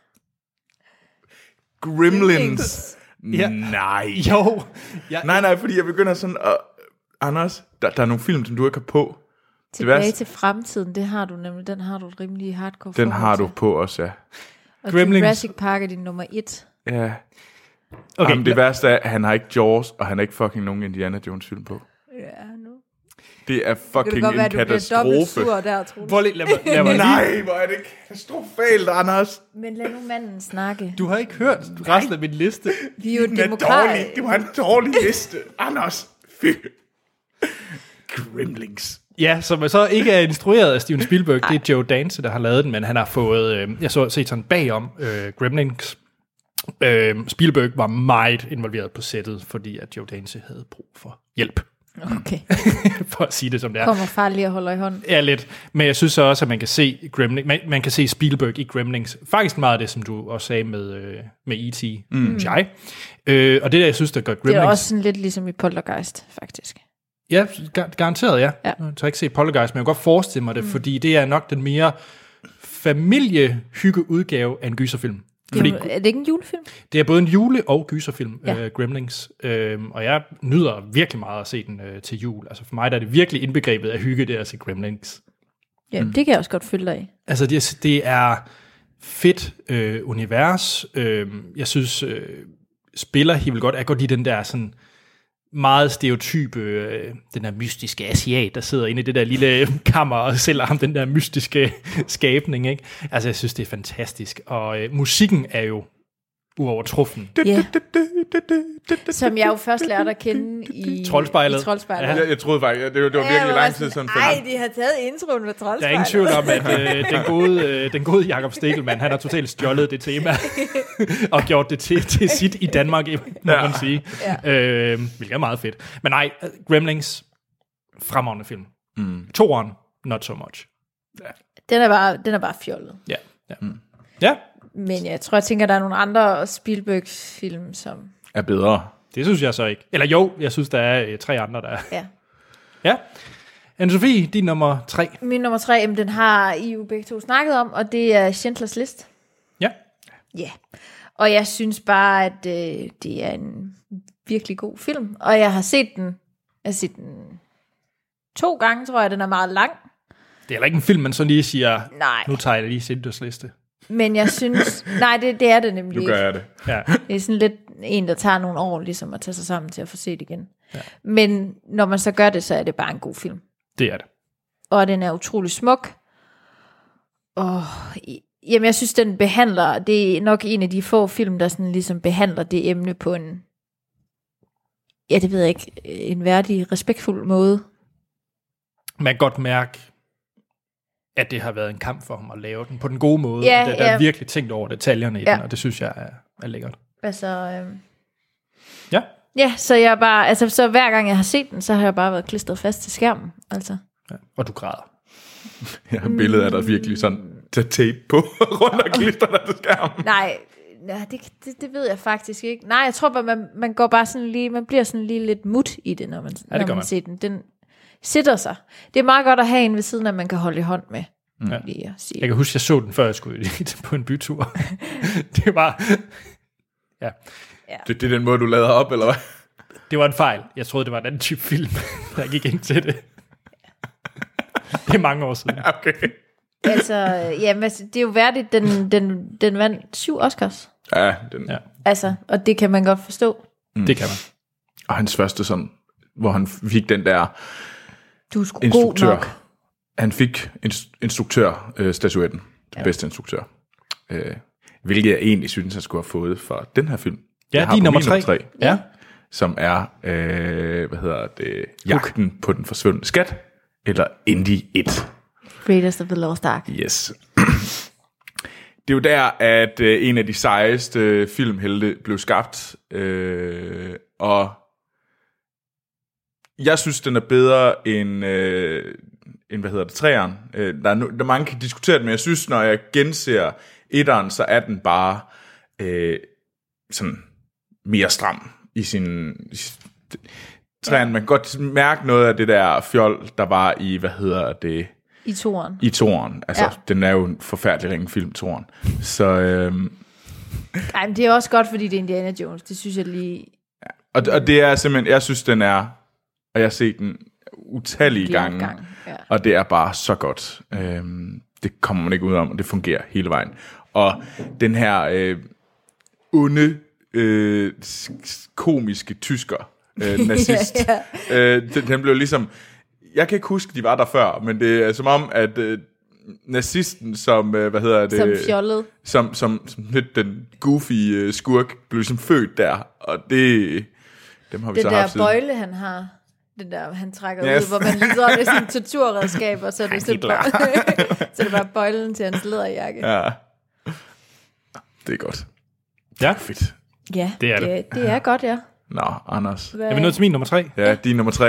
Gremlins? Ja. Nej. Jo. Jeg... Nej, nej, fordi jeg begynder sådan at... Anders, der, der er nogle film, som du ikke har på. Tilbage til fremtiden, det har du nemlig. Den har du et rimelig hardcore Den har du på også, ja. Og Gremlins. Jurassic Park er din nummer et. Ja. Okay. Jamen, det værste er, at han har ikke Jaws, og han har ikke fucking nogen Indiana Jones film på. Ja, nu. Det er fucking det godt en være, katastrofe. Sur der, Troels. Hvor, lad mig, lad mig Nej, hvor er det katastrofalt, Anders. Men lad nu manden snakke. Du har ikke hørt resten af min liste. Vi er jo Den er demokrat. dårlig. Det var en dårlig liste. Anders, fy. Gremlins. Ja, som så ikke er instrueret af Steven Spielberg. Det er Joe Dante, der har lavet den, men han har fået, øh, jeg så set sådan bagom øh, Gremlins. Øh, Spielberg var meget involveret på sættet, fordi at Joe Dante havde brug for hjælp. Okay. For at sige det som det er. Kommer far lige og holder i hånden. Ja, lidt. Men jeg synes så også, at man kan se Gremlings, man, man kan se Spielberg i Gremlings. Faktisk meget af det, som du også sagde med, øh, med E T Mm. Jeg. Øh, og det der, jeg synes, der gør Gremlings... Det er også sådan lidt ligesom i Poltergeist, faktisk. Ja, gar- garanteret, ja. ja. Jeg har ikke set Poltergeist, men jeg kan godt forestille mig det, mm. fordi det er nok den mere familiehyggeudgave af en gyserfilm. Det er, fordi, er det ikke en julefilm? Det er både en jule- og gyserfilm, ja. øh, Gremlings. Øhm, og jeg nyder virkelig meget at se den øh, til jul. Altså for mig der er det virkelig indbegrebet af hygge, det er at se Gremlings. Ja, mm. det kan jeg også godt følge dig af. Altså det, det er fedt øh, univers. Øh, jeg synes, øh, spiller helt vildt godt. Jeg kan godt lide den der sådan meget stereotype, øh, den der mystiske asiat, der sidder inde i det der lille kammer og sælger ham den der mystiske skabning, ikke? Altså, jeg synes, det er fantastisk. Og øh, musikken er jo uovertruffen. Yeah. Som jeg jo først lærte at kende i Troldspejlet. I Troldspejlet. Ja. Jeg, jeg troede faktisk, det var, det var virkelig lang tid siden. Nej, de har taget introen med Troldspejlet. Der er ingen tvivl om, at øh, den gode, øh, den gode Jakob Stegelmann, han har totalt stjålet det tema, og gjort det til, til sit i Danmark, må ja. man sige. Ja. Øh, hvilket er meget fedt. Men nej, Gremlings, fremragende film. Mm. Toren, not so much. Ja. Den er bare, den er bare fjollet. Ja, ja. Mm. Ja. Men jeg tror, jeg tænker, der er nogle andre Spielberg-film, som... er bedre. Det synes jeg så ikke. Eller jo, jeg synes, der er øh, tre andre, der er. Ja. Ja. Anne-Sophie, din nummer tre. Min nummer tre, jamen, den har I jo begge to snakket om, og det er Schindlers List. Ja. Ja. Og jeg synes bare, at øh, det er en virkelig god film. Og jeg har set den, jeg har set den to gange, tror jeg. Den er meget lang. Det er heller ikke en film, man så lige siger, nej. Nu tager jeg lige Schindlers Liste. Men jeg synes, nej, det, det er det nemlig ikke. Nu gør jeg det. Ja. Det er sådan lidt en, der tager nogle år, ligesom at tage sig sammen til at få set igen. Ja. Men når man så gør det, så er det bare en god film. Det er det. Og den er utrolig smuk. Og jamen, jeg synes, den behandler, det er nok en af de få film, der sådan ligesom behandler det emne på en, ja, det ved jeg ikke, en værdig, respektfuld måde. Man kan godt mærke, at det har været en kamp for ham at lave den på den gode måde. Ja, der, der ja. er virkelig tænkt over detaljerne i ja. den, og det synes jeg er, er lækkert. Altså, øh... ja. Ja, så jeg bare, altså så hver gang jeg har set den, så har jeg bare været klistret fast til skærmen, altså. Ja. Og du græder. Jeg har billedet af dig virkelig sådan, tage tape på, rundt og klister dig til skærmen. Nej, ja, det, det, det ved jeg faktisk ikke. Nej, jeg tror bare, man, man går bare sådan lige, man bliver sådan lige lidt mut i det, når man, ja, det når man, man ser den. Den sitter sig. Det er meget godt at have en ved siden af, man kan holde i hånd med. Mm. Ja. Lige at sige. Jeg kan huske, jeg så den, før jeg skulle på en bytur. Det var... Ja. Ja. Det, det er den måde, du lader op, eller hvad? Det var en fejl. Jeg troede, det var en anden type film, der gik ind til det. Det er mange år siden. Okay. Altså, jamen, det er jo værdigt, den, den, den vandt syv Oscars. Ja, den... Ja. Altså, og det kan man godt forstå. Mm. Det kan man. Og hans første sådan, hvor han fik den der du er sgu instruktør. God nok. Han fik inst- instruktør øh, statuetten, den ja. bedste instruktør. Øh, hvilket jeg egentlig synes, han skulle have fået for den her film. Ja, de nummer tre. tre. Ja. Som er, øh, hvad hedder det, Jagten på den forsvundne skat, eller Indy et. Raiders of the Lost Ark. Yes. Det er jo der, at øh, en af de sejeste filmhelte blev skabt, øh, og jeg synes, den er bedre end, øh, end hvad hedder det, træeren. Øh, der, er no, der mange kan diskutere det, men jeg synes, når jeg genser etteren, så er den bare øh, sådan mere stram i sin... I, træeren, man kan godt mærke noget af det der fjol, der var i, hvad hedder det... I toren. I toren. Altså, ja. Den er jo en forfærdelig ringe film, toren. Så... Øhm, Ej, men det er også godt, fordi det er Indiana Jones. Det synes jeg lige... Ja. Og, og det er simpelthen... Jeg synes, den er... Og jeg har set den utallige gange. Gang, ja. Og det er bare så godt. Øhm, det kommer man ikke ud om, og det fungerer hele vejen. Og den her øh, onde, øh, komiske tysker, øh, nazist, ja, ja. Øh, den, den blev ligesom... Jeg kan ikke huske, de var der før, men det er som om, at øh, nazisten, som, øh, hvad hedder det? Som fjollet. Som, som, som lidt den goofy øh, skurk, blev ligesom født der, og det... Dem har vi den så der haft siden. bøjle, han har, den der, han trækker yes. ud, hvor man lige tror, det er sådan en torturredskab, og så er det, så bare, så er det bare bøjlen til hans læderjakke. Ja. Det er godt. Ja. Fedt. Ja, det er det. Det, det er godt, ja. Nå, Anders. Hvad? Er vi nået til min nummer tre? Ja, din nummer tre.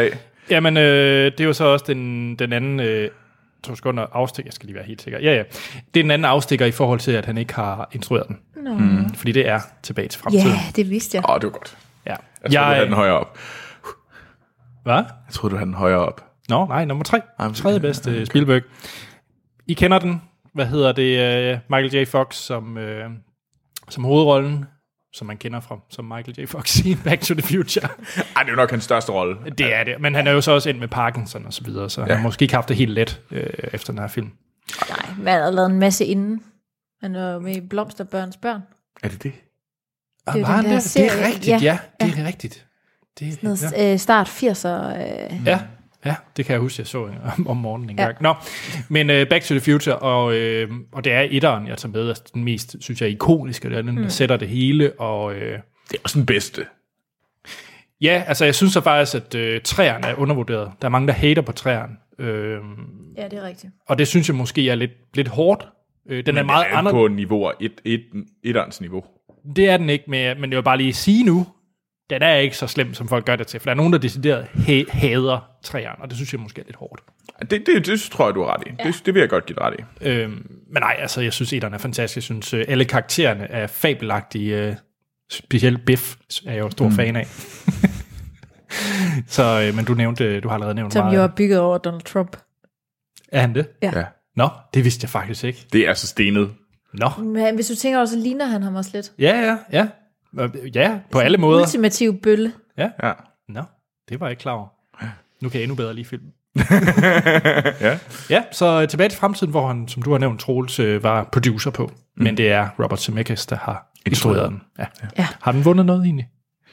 Jamen, øh, det er jo så også den, den anden... Øh, to sekunder afstikker. Jeg skal lige være helt sikker. Ja, ja. Det er den anden afstikker i forhold til, at han ikke har instrueret den. Nå. Mm. Fordi det er tilbage til fremtiden. Ja, det vidste jeg. Åh, oh, det var godt. Ja. Jeg tror, jeg... du havde den højere op. Hvad? Jeg troede, du havde den højere op. Nå, nej, nummer tre. Tredje bedste okay. Spielberg. I kender den. Hvad hedder det? Uh, Michael J. Fox som, uh, som hovedrollen, som man kender fra som Michael J. Fox i Back to the Future. Ej, det er jo nok hans største rolle. Det er det, men han er jo så også endt med Parkinson og så videre, så ja. Han har måske ikke haft det helt let uh, efter den her film. Nej, men han har lavet en masse inden. Han var med i Blomsterbørns børn. Er det det? Det, det, var det, det, det er rigtigt, ja. ja det er ja. rigtigt. Det, Sådan noget, ja. øh, start firserne. Øh. Ja. Ja, det kan jeg huske, jeg så om, om morgenen en ja. gang. Nå, men uh, Back to the Future, og, uh, og det er etteren, jeg tager med, altså den mest, synes jeg, ikoniske, den mm. sætter det hele, og... Uh, det er også den bedste. Ja, altså jeg synes så faktisk, at uh, træerne er undervurderet. Der er mange, der hater på træerne. Uh, ja, det er rigtigt. Og det synes jeg måske er lidt, lidt hårdt. Uh, den men er meget er anderledes. På niveau, et, et, etterens niveau. Det er den ikke, men jeg, men jeg vil bare lige sige nu, den er ikke så slem, som folk gør det til. For der er nogen, der decideret ha- hader træerne, og det synes jeg måske er lidt hårdt. Det, det, det tror jeg, du er ret i. Ja. Det, det vil jeg godt give dig ret i. Øhm, men nej, altså, jeg synes, etteren er fantastisk. Jeg synes, øh, alle karaktererne er fabelagtige. Øh, specielt Biff er jeg jo stor mm. fan af. så, øh, men du nævnte, du har allerede nævnt Som meget. jo er bygget over Donald Trump. Er han det? Ja. ja. Nå, det vidste jeg faktisk ikke. Det er så stenet. Nå. Men hvis du tænker over, så ligner han ham også lidt. Ja, ja, ja. Ja, på alle måder. Ultimativ bølle. Ja. ja. Nå, det var jeg ikke klar over. Nu kan jeg endnu bedre lide filmen. ja. Ja, så tilbage til fremtiden, hvor han, som du har nævnt, Troels, var producer på. Mm. Men det er Robert Zemeckis, der har instrueret den. Ja. Ja. Har den vundet noget egentlig?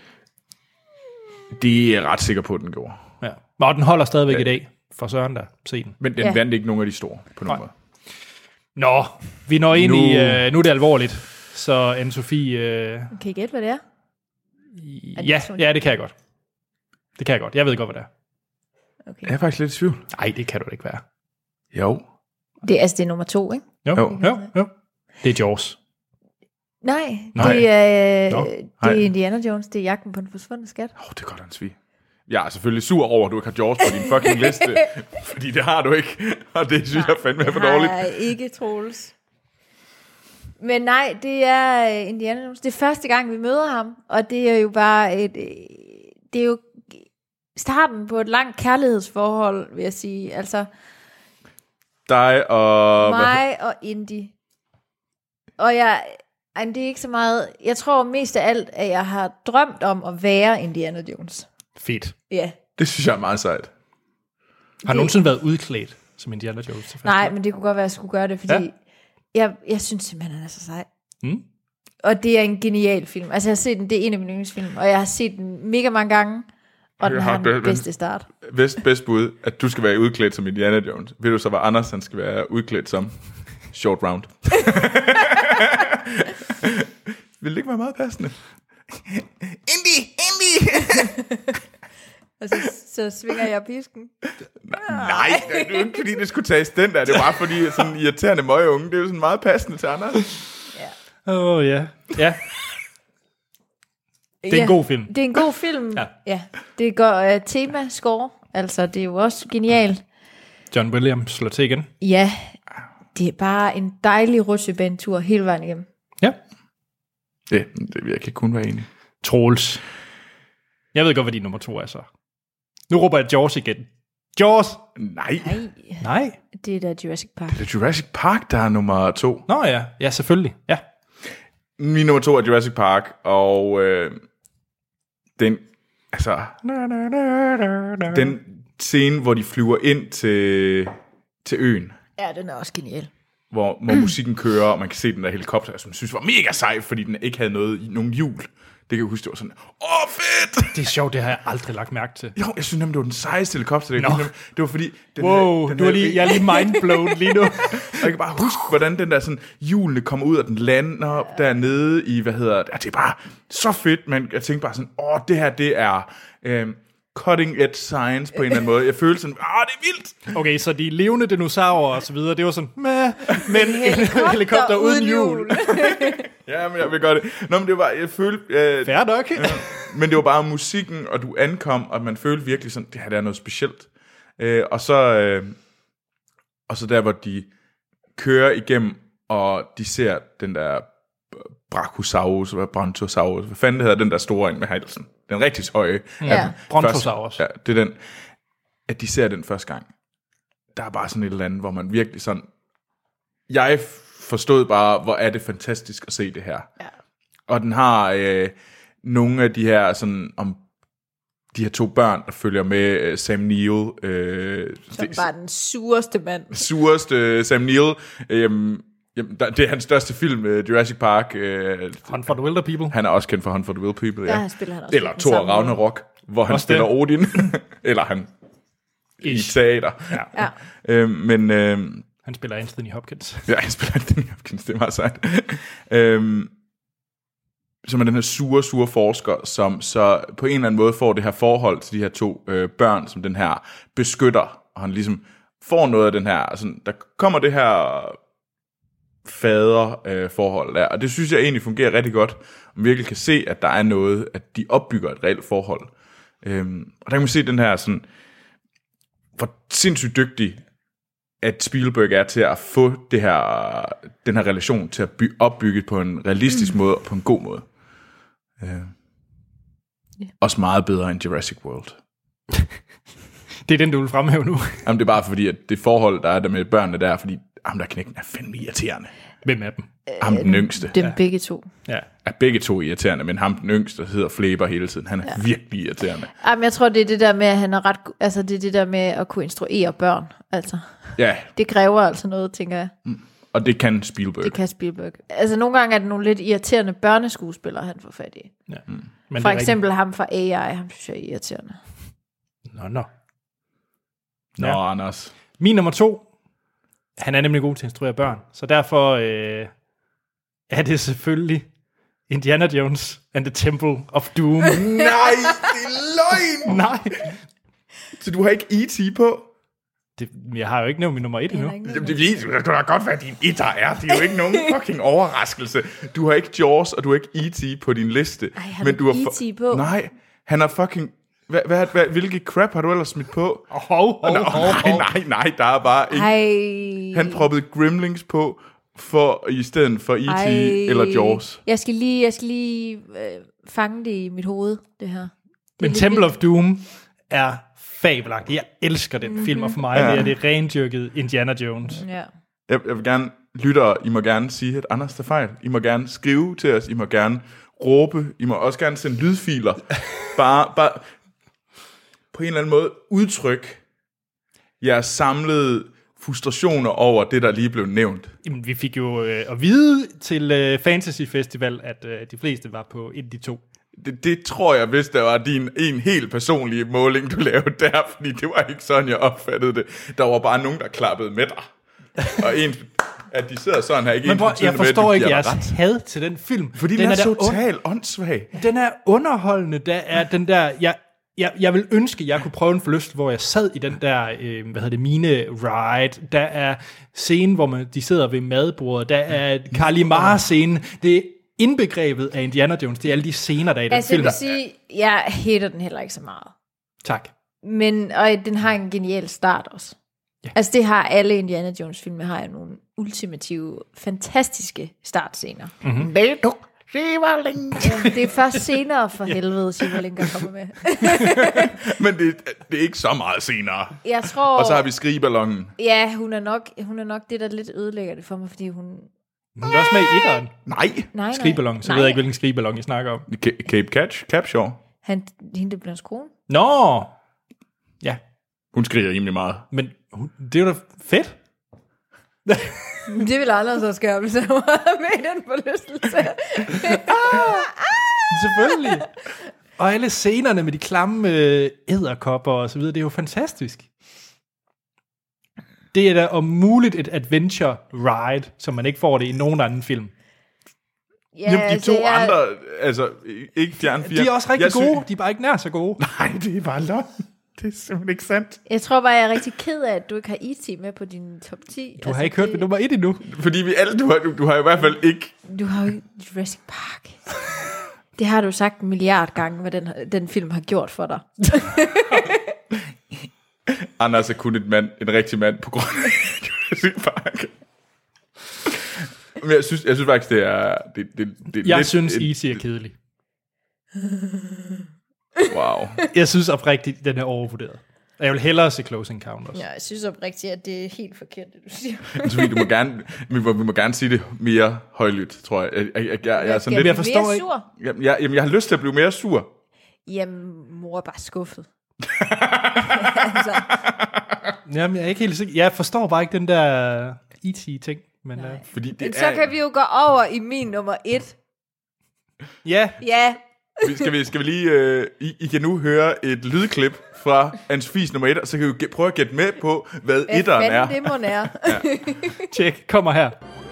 Det er jeg ret sikker på, at den gjorde. Ja. Og den holder stadigvæk ja. i dag, for Søren der. Se den. Men den ja. vandt ikke nogen af de store på nogen måde. Nå, vi når ind nu... i... Uh, nu er det alvorligt. Så Anne-Sophie... Øh... Kan I gætte, hvad det er? Ja, ja, det kan jeg godt. Det kan jeg godt. Jeg ved godt, hvad det er. Okay. Jeg er faktisk lidt i tvivl. Nej, det kan du ikke være. Jo. Det er, altså, det er nummer to, ikke? Jo, jo, jo. jo. Det er Jaws. Nej, Nej. det er, Nå. det er Indiana Jones. Det er Jagten på den forsvundne skat. Åh, oh, det er godt, Hans Vig. Jeg er selvfølgelig sur over, at du ikke har Jaws på din fucking liste. Fordi det har du ikke. Og det synes nej, jeg fandme er for dårligt. Nej, ikke Troels. Men nej, det er Indiana Jones. Det er første gang, vi møder ham, og det er jo bare et... Det er jo starten på et langt kærlighedsforhold, vil jeg sige. Altså... Dig og... Mig og Indy. Og jeg... Ej, det er ikke så meget... Jeg tror mest af alt, at jeg har drømt om at være Indiana Jones. Fedt. Ja. Det synes jeg er meget sejt. Har du nogensinde været udklædt som Indiana Jones? Nej, men det kunne godt være, at jeg skulle gøre det, fordi... Ja. Jeg, jeg synes simpelthen, han er så sej. Mm. Og det er en genial film. Altså, jeg har set den, det er en af mine yndlingsfilm, og jeg har set den mega mange gange, og den har den bedste start. Bedst, bedst bud, at du skal være udklædt som Indiana Jones. Ved du så, hvad Anders han skal være udklædt som? Short round. Vil det ikke være meget passende? Indy! Indy! Og så, så svinger jeg pisken. Nej, det er jo ikke fordi, det skulle tages den der. Det er bare fordi, sådan irriterende møgeunge, det er jo sådan meget passende til Anders. Ja. Åh, oh, ja. Ja. Det er ja, en god film. Det er en god film. ja. ja. Det går uh, tema, score. Altså, det er jo også genialt. John Williams slår til igen. Ja. Det er bare en dejlig rutsjebanetur hele vejen igennem. Ja. Det, det jeg kan kun være enig. Troels. Jeg ved godt, hvad din nummer to er så. Nu råber jeg Jaws igen. Jaws! Nej. Nej. Nej. Det er da Jurassic Park. Det er Jurassic Park, der er nummer to. Nå ja, ja selvfølgelig. Ja. Min nummer to er Jurassic Park, og øh, den, altså, den scene, hvor de flyver ind til, til øen. Ja, den er også genial. Hvor, hvor musikken kører, og man kan se den der helikopter, som jeg synes var mega sej, fordi den ikke havde noget, nogen hjul. Det kan jeg huske, det var sådan, åh fedt! Det er sjovt, det har jeg aldrig lagt mærke til. Jo, jeg synes nemlig, det var den sejeste helikopter. Det, no. det var fordi... Den wow, her, den du er lige, jeg er lige mindblown lige nu. Jeg kan bare huske, hvordan den der sådan, hjulene kommer ud, og den lander ja. dernede i, hvad hedder det? Det er bare så fedt, men jeg tænkte bare sådan, åh, det her, det er... Øh, cutting edge science på en eller anden måde. Jeg følte sådan, ah, det er vildt! Okay, så de levende dinosaurer og så videre, det var sådan, meh, men en helikopter uden hjul. Ja, men jeg vil gøre det. Nå, men det var, jeg følte... Øh, Fair nok. øh, men det var bare musikken, og du ankom, og man følte virkelig sådan, det her det er noget specielt. Øh, og så... Øh, og så der, hvor de kører igennem, og de ser den der Brachiosaurus, eller Brontosaurus, hvad fanden det hedder, den der store en med halsen. Den rigtig høje. Ja. Brontosaurus. Ja, det er den. At de ser den første gang. Der er bare sådan et eller andet, hvor man virkelig sådan... Jeg forstod bare, hvor er det fantastisk at se det her. Ja. Og den har øh, nogle af de her sådan om de her to børn, der følger med øh, Sam Neill. Øh, Som bare den sureste mand. Sureste Sam Neill. Øh, jamen, der, det er hans største film, øh, Jurassic Park. Øh, Hunt for the Wilder People. Han er også kendt for Hunt for the Wilder People. Ja, ja spiller han også. Eller Thor Ragnarok, hvor han også spiller det. Odin. Eller han Ish. i teater. Ja. Ja. øh, men... Øh, Han spiller Anthony Hopkins. Ja, han spiller Anthony Hopkins, det er meget sejt. øhm, som er den her sure, sure forsker, som så på en eller anden måde får det her forhold til de her to øh, børn, som den her beskytter, og han ligesom får noget af den her, altså, der kommer det her fader øh, forhold der, og det synes jeg egentlig fungerer rigtig godt, og man virkelig kan se, at der er noget, at de opbygger et reelt forhold. Øhm, og der kan man se den her sådan, hvor sindssygt dygtig at Spielberg er til at få det her, den her relation til at by, opbygge på en realistisk mm. måde og på en god måde. Uh, yeah. Også meget bedre end Jurassic World. Det er den, du vil fremhæve nu. Jamen, det er bare fordi, at det forhold, der er der med børnene der, fordi ham der knækken er fandme irriterende. Hvem af dem? Ham den yngste. Dem begge to. Ja. Er begge to irriterende, men ham den yngste, der hedder Flæber hele tiden, han er ja. virkelig irriterende. Jamen, jeg tror, det er det der med, at han er ret... Altså, det er det der med at kunne instruere børn, altså. Ja. Det kræver altså noget, tænker jeg. Mm. Og det kan Spielberg. Det kan Spielberg. Altså, nogle gange er det nogle lidt irriterende børneskuespillere, han får fat i. Ja. Mm. Men For eksempel rigtig... ham fra A I, ham synes jeg er irriterende. Nå, nå. Nå, ja. Anders. Min nummer to, han er nemlig god til at instruere børn, så derfor øh, er det selvfølgelig Indiana Jones and the Temple of Doom. Nej, det er løgn! Nej. Så du har ikke E T på? Det, jeg har jo ikke nævnt min nummer et endnu. Det, det, det kan da godt være, din etter er. Det er jo ikke nogen fucking overraskelse. Du har ikke Jaws, og du har ikke E T på din liste. Ej, har men du du har E T på? Nej, han har fucking... Hvad, hvad, hvad, hvilke crap har du ellers smidt på? Oh, oh, oh, nej, nej, nej, nej, der er bare ikke... Han proppede Gremlings på for, i stedet for E T Ej. eller Jaws. Jeg skal lige, jeg skal lige øh, fange det i mit hoved, det her. Det men Temple vildt. of Doom er fabelagtig. Jeg elsker den mm-hmm. film, og for mig ja. er det rendyrket Indiana Jones. Ja. Jeg, jeg vil gerne, lyttere, I må gerne sige, at Anders tager fejl. I må gerne skrive til os, I må gerne råbe, I må også gerne sende lydfiler. bare, bare på en eller anden måde udtryk jeres samlede frustrationer over det, der lige blev nævnt. Jamen, vi fik jo øh, at vide til øh, Fantasy Festival, at øh, de fleste var på et af de to. Det, det tror jeg, hvis der var din en helt personlige måling, du lavede der, fordi det var ikke sådan, jeg opfattede det. Der var bare nogen, der klappede med dig. Og en, at de sidder sådan her, ikke men en jeg forstår med, ikke jeres had til den film. Fordi den, den er, er totalt åndssvag. Den er underholdende, der er den der... Jeg, jeg, jeg vil ønske, at jeg kunne prøve en forlyst, hvor jeg sad i den der, øh, hvad hedder det, mine ride. Der er scenen, hvor man, de sidder ved madbordet. Der er Kalimar-scenen. Det er indbegrebet af Indiana Jones. Det er alle de scener, der er i den altså, film. Altså, jeg vil sige, jeg hater den heller ikke så meget. Tak. Men, og den har en genial start også. Ja. Altså, det har alle Indiana Jones-film, har jo nogle ultimative, fantastiske startscener. Mm-hmm. Det er først senere for helvede, Shivalinga kommer med. Men det, det er ikke så meget senere. Jeg tror... Og så har vi skrigeballongen. Ja, hun er nok, hun er nok det, der lidt ødelægger det for mig, fordi hun... Hun er også med i etteren. Nej. nej, nej. Skrigeballon, så nej. ved jeg ikke, hvilken skrigeballon I snakker om. Cape Catch, Capshaw. Han, hende, det blev hans kone. Nå! Ja. Hun skriger rimelig meget. Men hun, det er jo da fedt. Det vil Anders også gøre, hvis jeg var med i den forlystelse. ah, ah. Selvfølgelig. Og alle scenerne med de klamme øh, edderkopper og så videre, det er jo fantastisk. Det er da om muligt et adventure ride, som man ikke får det i nogen anden film. Ja, Jamen, de altså, to jeg- andre, altså, ikke fjern fire. De er også rigtig Jeg sy- gode, de er bare ikke nær så gode. Nej, det er bare løgn. Det er simpelthen ikke sandt. Jeg tror bare, jeg er rigtig ked af, at du ikke har E T med på din top ti. Du har ikke hørt det, det nummer et endnu. Fordi vi alle, du har, du, du har i hvert fald ikke... Du har jo Jurassic Park. Det har du sagt en milliard gange, hvad den, den film har gjort for dig. Anders er kun et mand, en rigtig mand på grund af Jurassic Park. Men jeg synes, jeg synes faktisk, det er... Det, det, det er Jeg lidt synes, et- E T er kedelig. Wow. Jeg synes oprigtigt, den er overvurderet. Og jeg vil hellere se Close Encounters. Ja, jeg synes oprigtigt, at det er helt forkert, det du siger. Sofie, du må gerne, vi, må, vi må gerne sige det mere højlydt, tror jeg. Jeg, jeg, jeg, jeg er sådan lidt... jeg forstår mere ikke- sur? Jamen, jeg, jamen, jeg har lyst til at blive mere sur. Jamen, mor er bare skuffet. Jamen, jeg er ikke helt sikker. Jeg forstår bare ikke den der E T-ting. Men, uh, Fordi det Men er... så kan vi jo gå over i min nummer et. ja, Ja, Skal vi, skal vi lige... Øh, I, I kan nu høre et lydklip fra Anne-Sophies nummer et, og så kan vi gæ- prøve at gætte med på, hvad hvad etteren er. fanden det må er. tjek. Kommer her.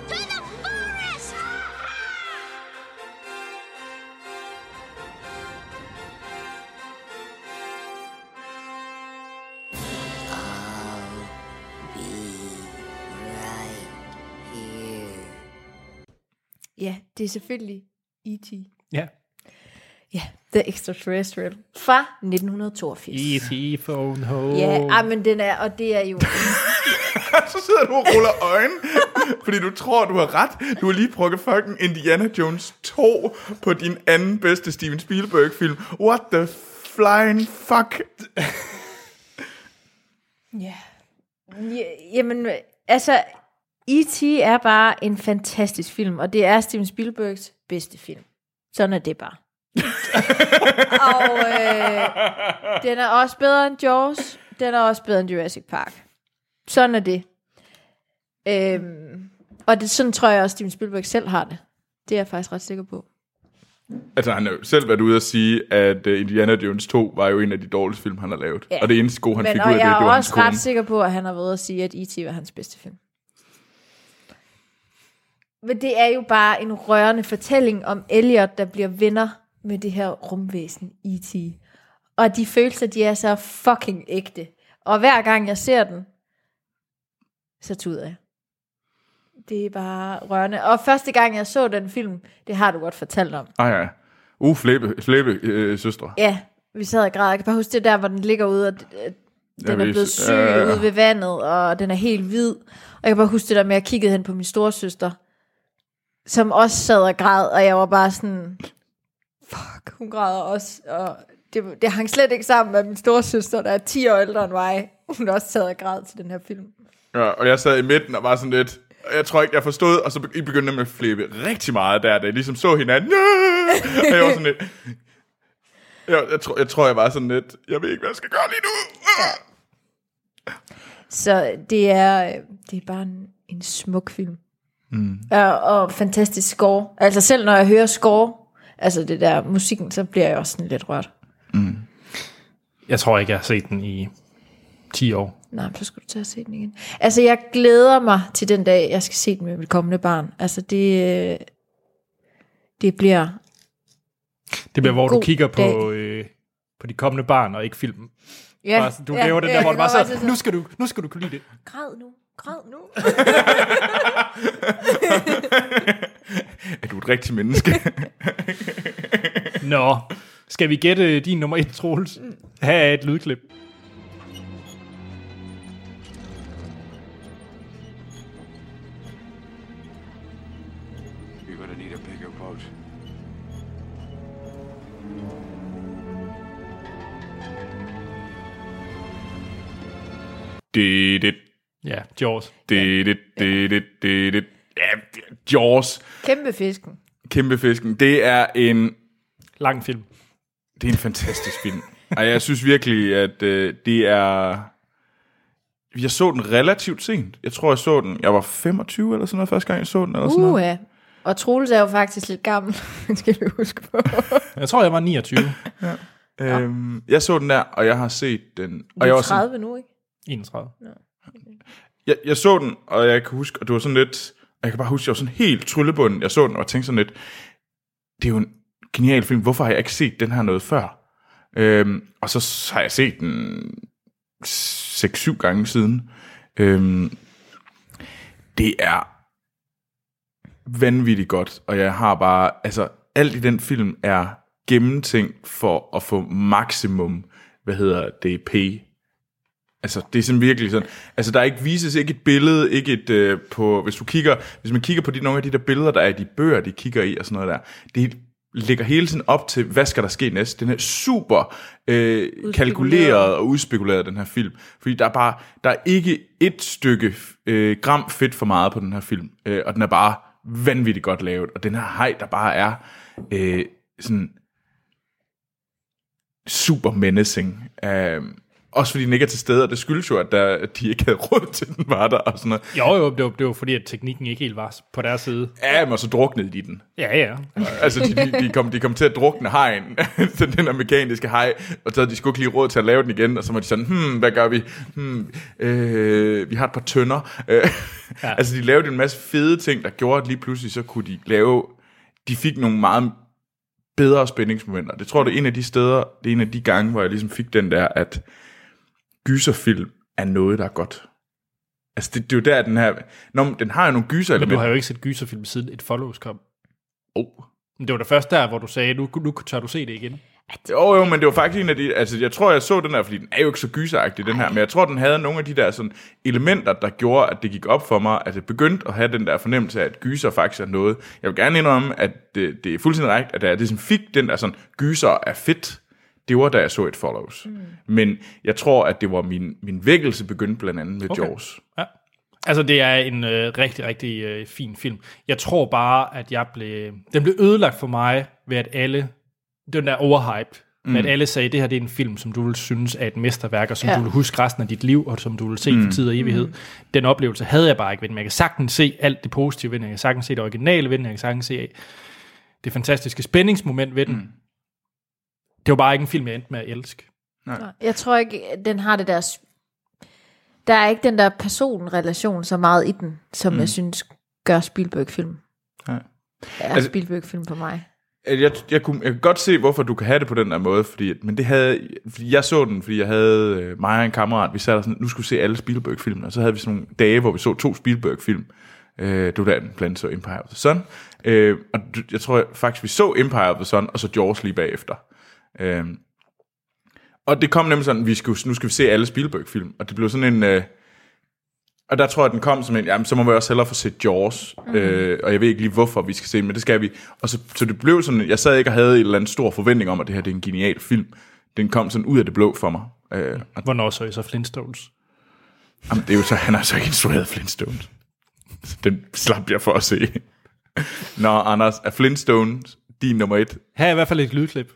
Ja, det er selvfølgelig E T. Ja. Ja, The Extraterrestrial fra nitten toogfirs. E T phone home. Ja, ej, men den er, og det er jo... Så sidder du og ruller øjne, fordi du tror, du har ret. Du har lige prøvet fucking Indiana Jones to på din anden bedste Steven Spielberg-film. What the flying fuck? Ja. ja. Jamen, altså, E T er bare en fantastisk film, og det er Steven Spielbergs bedste film. Sådan er det bare. Og øh, den er også bedre end Jaws. Den er også bedre end Jurassic Park. Sådan er det. Øhm, og det sådan tror jeg også, Steven Spielberg selv har det. Det er jeg faktisk ret sikker på. Altså, han har jo selv været ude at sige, at uh, Indiana Jones to var jo en af de dårligste film, han har lavet. Ja. Og det eneste gode, han Men fik og ud af det, jeg det er var hans også kone. ret sikker på, at han har været ude at sige, at E T var hans bedste film. Men det er jo bare en rørende fortælling om Elliot, der bliver venner med det her rumvæsen E T. Og de følelser, de er så fucking ægte. Og hver gang jeg ser den, så tuder jeg. Det er bare rørende. Og første gang jeg så den film, det har du godt fortalt om. Ah ja. Uh, flæbe, flæbe øh, søstre. Ja, vi sad og græd. Jeg kan bare huske det der, hvor den ligger ude, og øh, den Jeg er ved- blevet syg øh. ude ved vandet, og den er helt hvid. Og jeg kan bare huske det der med, at jeg kiggede hen på min storesøster, som også sad og græd, og jeg var bare sådan, fuck, hun græder også. Og det, det hang slet ikke sammen med min storesøster, der er ti år ældre end mig. Hun også sad og græd til den her film. Ja, og jeg sad i midten og var sådan lidt... Jeg tror ikke, jeg forstod, og så be- I begyndte med at flippe rigtig meget der, da jeg ligesom så hinanden. Næh! Og jeg var sådan lidt... Jeg, jeg, tror, jeg tror, jeg var sådan lidt... Jeg ved ikke, hvad jeg skal gøre lige nu. Så det er, det er bare en, en smuk film. Mm. Og, og fantastisk score. Altså selv når jeg hører score, altså det der musikken, så bliver jeg også sådan lidt rørt. Mm. Jeg tror ikke, jeg har set den i ti år. Nej, så skal du tage at se den igen. Altså jeg glæder mig til den dag, jeg skal se den med mit kommende barn. Altså det, det bliver... Det bliver, hvor du god kigger på, dag. øh, på de kommende barn, og ikke filmen. Ja, Bare, du laver den der, hvor du bare så så, nu skal du, nu skal du kunne lide det. Græd nu, græd nu. Er du et rigtigt menneske? Nå, skal vi gætte din nummer et, Troels? Her er et lydklip. You're gonna need a bigger boat. Det, det, Ja, Jaws. det, det, det, det, det, det. Ja, Jaws. Kæmpe fisken. Kæmpe fisken. Det er en... Lang film. Det er en fantastisk film. Og jeg synes virkelig, at øh, det er... Jeg så den relativt sent. Jeg tror, jeg så den... Jeg var femogtyve eller sådan noget, første gang jeg så den. Eller sådan Uh, noget. ja. Og Troels er jo faktisk lidt gammel, skal vi huske på. Jeg tror, jeg var niogtyve. Øhm, jeg så den der, og jeg har set den... Du Og jeg er var sådan, tredive nu, ikke? enogtredive. jeg, jeg så den, og jeg kan huske, og det var sådan lidt... Jeg kan bare huske, jeg var sådan helt tryllebunden. Jeg så den, og tænkte sådan lidt... det er jo en genial film. Hvorfor har jeg ikke set den her noget før? Øhm, og så har jeg set den seks syv gange siden. Øhm, det er vanvittigt godt, og jeg har bare, altså, alt i den film er gennemtænkt for at få maksimum, hvad hedder det, pay. Altså, det er sådan virkelig sådan, altså, der er ikke vises ikke et billede, ikke et, øh, på, hvis du kigger, hvis man kigger på de, nogle af de der billeder, der er i de bøger, de kigger i, og sådan noget der, det ligger hele tiden op til, hvad skal der ske næste. Den er super øh, kalkuleret og udspekuleret, den her film. Fordi der er bare, der er ikke et stykke øh, gram fedt for meget på den her film. Øh, og den er bare vanvittigt godt lavet. Og den her hej, der bare er øh, sådan super menacing. Øh, Også fordi den ikke er til stede, og det skyldes jo, at, der, at de ikke havde råd til, den var der og sådan noget. Jo, jo, det var, det var fordi, at teknikken ikke helt var på deres side. Ja, men så druknede de den. Ja, ja. Altså, de, de, kom, de kom til at drukne hajen, den der mekaniske haj, og så havde de sgu ikke lige råd til at lave den igen, og så var de sådan, hmm, hvad gør vi? Hmm, øh, vi har et par tønder. Øh, ja. Altså, de lavede en masse fede ting, der gjorde, at lige pludselig så kunne de lave, de fik nogle meget bedre spændingsmomenter. Det tror jeg, det er en af de steder, det er en af de gange, hvor jeg ligesom fik den der, at gyserfilm er noget, der er godt. Altså, det, det er jo der, den her... Nå, den har jo nogle gyserelementer. Men du har jo ikke set gyserfilm siden et Follows kom. Oh. Men det var da først der, hvor du sagde, nu, nu tør du se det igen. Jo, jo, men det var faktisk en af de... Altså, jeg tror, jeg så den her, fordi den er jo ikke så gyseragtig, den her, men jeg tror, den havde nogle af de der sådan elementer, der gjorde, at det gik op for mig, at det begyndte at have den der fornemmelse af, at gyser faktisk er noget. Jeg vil gerne indrømme, at det, det er fuldstændig rigtigt, at det som fik den der sådan, gyser er fedt. Det var, da jeg så et Follows. Mm. Men jeg tror, at det var min, min vækkelse begyndte blandt andet med okay. Jaws. Ja. Altså, det er en øh, rigtig, rigtig øh, fin film. Jeg tror bare, at jeg blev... Den blev ødelagt for mig ved, at alle... Den der overhyped. Mm. Med at alle sagde, at det her det er en film, som du vil synes er et mesterværk, og som ja. du vil huske resten af dit liv, og som du vil se mm. for tid og evighed. Mm. Den oplevelse havde jeg bare ikke ved den. Men jeg kan sagtens se alt det positive ved den. Jeg kan sagtens se det originale ved den. Jeg kan sagtens se det fantastiske spændingsmoment ved den. Mm. Det var bare ikke en film, jeg endte med at elske. Nej. Jeg tror ikke, den har det der... Der er ikke den der personrelation så meget i den, som mm. jeg synes gør Spielberg-film. Nej. Er altså, Spielberg-film for mig. Jeg, jeg, kunne, jeg kan godt se, hvorfor du kan have det på den der måde, fordi, men det havde, fordi jeg så den, fordi jeg havde mig og en kammerat, vi sad der sådan, nu skulle vi se alle Spielberg-filmene, og så havde vi sådan nogle dage, hvor vi så to Spielberg-film. Øh, det var der, den blandt så Empire of the Sun, øh, og jeg tror faktisk, vi så Empire of the Sun, og så Jaws lige bagefter. Øhm, og det kom nemlig sådan, vi skulle, nu skal vi se alle Spielberg-film, og det blev sådan en, øh, og der tror jeg, den kom som en, jamen så må vi også hellere få set Jaws, mm-hmm. øh, og jeg ved ikke lige hvorfor vi skal se, men det skal vi, og så, så det blev sådan, jeg sad ikke og havde en eller anden stor forventning om, at det her det er en genial film, den kom sådan ud af det blå for mig. Øh, og, Hvornår så I så Flintstones? Jamen det er jo så, han har så ikke instrueret Flintstones, så den slap jeg for at se. Nå Anders, er Flintstones din nummer et? Her er i hvert fald et lydklip.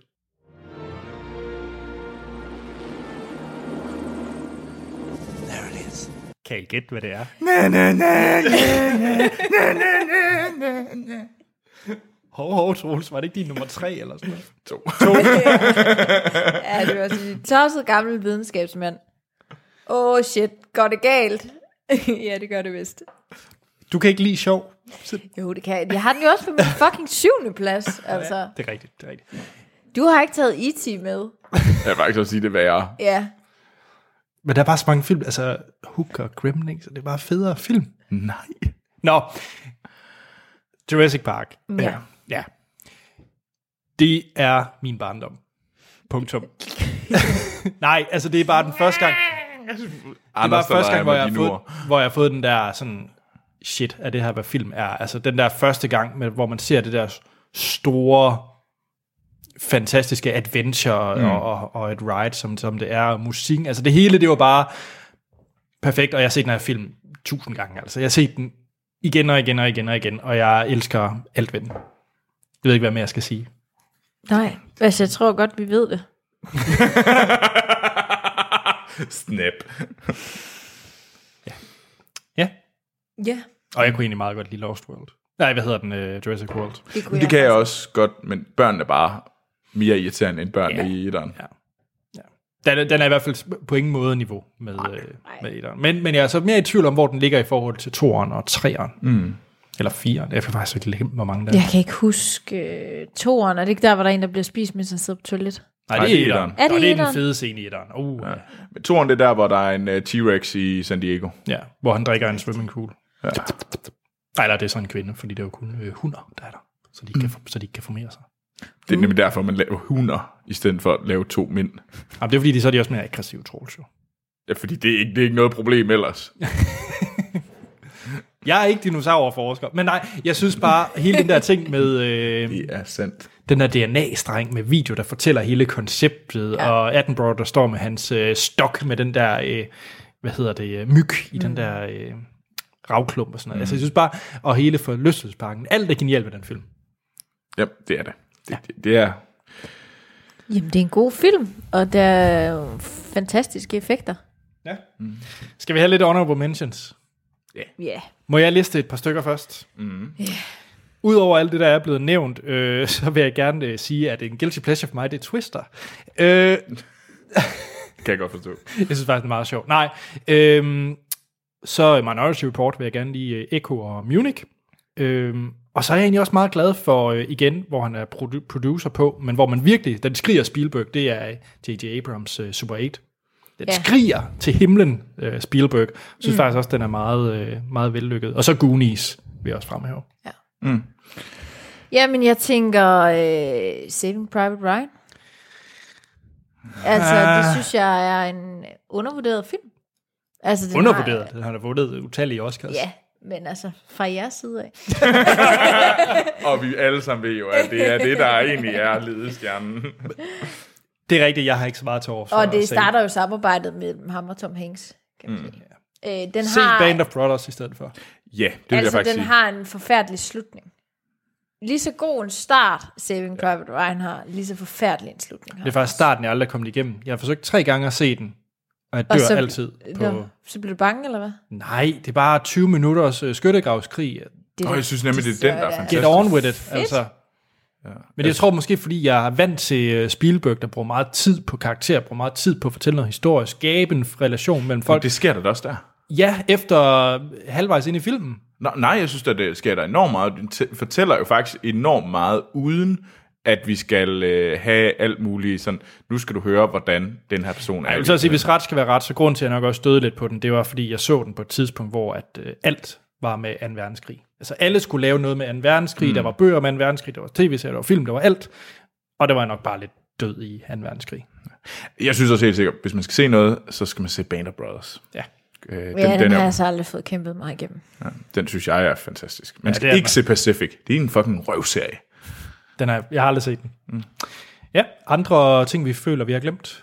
Kan I gætte, hvad det er? Na, na, na, na, na, na, na. Hov, hov, Troels, var det ikke din nummer tre eller sådan noget? To. to. Ja, det var sådan en tosset gammel videnskabsmand. Åh, oh, shit, går det galt? Ja, det gør det vist. Du kan ikke lide sjov? Jo, det kan jeg. Jeg har den jo også på min fucking syvende plads, altså. Ja, det er rigtigt, det er rigtigt. Du har ikke taget E T med. Jeg vil faktisk også sige det værre. Ja. Men der er bare så mange film, altså Hook og Gremlins, så det er bare federe film. Nej. Nå, Jurassic Park. Ja. Ja. ja. Det er min barndom. Punktum. Nej, altså det er bare den første gang. Det er bare første gang, hvor jeg, har fået, hvor jeg har fået den der sådan, shit, er det her, hvad film er. Altså den der første gang, med, hvor man ser det der store... fantastiske adventure mm. og, og et ride, som, som det er, og musikken, altså det hele, det var bare perfekt, og jeg har set den her film tusind gange, altså jeg har set den igen og igen og igen og igen, og jeg elsker alt ved den. Jeg ved ikke, hvad mere jeg skal sige. Nej, altså jeg tror godt, vi ved det. Snap. ja. Ja. Ja. Og jeg kunne egentlig meget godt lide Lost World. Nej, hvad hedder den? Uh, Jurassic World. Det, det jeg kan jeg også godt, men børnene er bare mere irriterende end børnene ja. i etteren. Ja. Ja. Den, den er i hvert fald på ingen måde niveau med, øh, med etteren. Men, men jeg er så mere i tvivl om, hvor den ligger i forhold til toeren og treeren. Mm. Eller fire. Jeg kan faktisk ikke glemme, hvor mange der er. Jeg kan ikke huske uh, toeren. Er det ikke der, hvor der er en, der bliver spist, mens han sidder på toilettet? Nej, det er etteren. Er det og det er etteren? den fede scene i etteren. Uh, ja. Men toren, det er der, hvor der er en uh, T-Rex i San Diego. Ja, hvor han drikker en swimmingpool. Ja. Nej, eller det er sådan en kvinde, fordi det er jo kun øh, hunder, der er der. Så de, mm. kan, så de ikke kan formere sig. Det er nemlig derfor, man laver hunder, i stedet for at lave to mænd. Jamen, det er fordi, de, så er de også mere aggressive, Troels jo. Ja, fordi det er ikke, det er ikke noget problem ellers. Jeg er ikke dinosaurforsker, men nej, jeg synes bare, hele den der ting med... Øh, det er sandt. Den der D N A-streng med video, der fortæller hele konceptet, ja. Og Attenborough, der står med hans øh, stok med den der, øh, hvad hedder det, øh, myg i mm. den der øh, ravklump og sådan noget. Mm. Altså, jeg synes bare, og hele forlystelsesparken, alt er genialt ved den film. Ja, det er det. Det, ja. det, det er... Jamen, det er en god film, og der er jo fantastiske effekter. Ja. Mm. Skal vi have lidt honorable mentions? Ja. Yeah. Yeah. Må jeg liste et par stykker først? Mm. Yeah. Udover alt det, der er blevet nævnt, øh, så vil jeg gerne øh, sige, at en guilty pleasure for mig, det er Twister. Øh, kan jeg godt forstå. Jeg synes faktisk, det er meget sjovt. Nej, øh, så Minority Report vil jeg gerne lige øh, Echo og Munich. Øh, og så er jeg egentlig også meget glad for, øh, igen, hvor han er produ- producer på, men hvor man virkelig, den skriger Spielberg, det er J J Abrams øh, Super otte. Den ja. skriger til himlen, øh, Spielberg. Jeg synes mm. faktisk også, den er meget, øh, meget vellykket. Og så Goonies vil jeg også fremhæve. Ja. Mm. Jamen, jeg tænker øh, Saving Private Ryan. Altså, ah. det synes jeg er en undervurderet film. Altså, den undervurderet? Har, den har da vundet utallige Oscars. Ja, men altså, fra jeres side af. Og vi alle sammen ved jo, at det er det, der egentlig er ledestjernen. Det er rigtigt, jeg har ikke så meget til over for. Og det starter jo samarbejdet med ham og Tom Hanks, kan man mm. sige. Øh, den Se har, Band of Brothers i stedet for. Ja, det vil altså, jeg faktisk den sige. har en forfærdelig slutning. Lige så god en start, Saving Private Ryan har, lige så forfærdelig en slutning. Det er faktisk starten, jeg aldrig er kommet igennem. Jeg har forsøgt tre gange at se den, og jeg dør og så, altid. På... Nå, så bliver du bange, eller hvad? Nej, det er bare tyve minutters uh, skyttegravskrig. Det, oh, jeg synes nemlig, det er den, der er fantastisk. Get on with it, fedt. altså. Ja. Men jeg tror måske, fordi jeg er vant til Spielberg, der bruger meget tid på karakterer, bruger meget tid på at fortælle noget historie, skabe en relation mellem folk. Men det sker der også der. Ja, efter halvvejs ind i filmen. Nå, nej, jeg synes, at det sker der enormt meget. Den fortæller jo faktisk enormt meget, uden at vi skal øh, have alt muligt sådan, nu skal du høre, hvordan den her person er. Jeg vil så sige, hvis ret skal være ret, så grund til, at jeg nok også støde lidt på den, det var, fordi jeg så den på et tidspunkt, hvor at, øh, alt var med anden verdenskrig. Altså alle skulle lave noget med anden verdenskrig, mm. der var bøger med anden verdenskrig, der var tv-serier, der var film, der var alt, og der var nok bare lidt død i anden verdenskrig. Jeg synes også helt sikkert, hvis man skal se noget, så skal man se Band of Brothers. Ja. Øh, den, ja, den, den har jeg så aldrig fået kæmpet mig igennem. Ja, den synes jeg er fantastisk. Man ja, skal ikke man. se Pacific. Det er en fucking røvserie. Den er, jeg har aldrig set den. Mm. Ja, andre ting, vi føler, vi har glemt.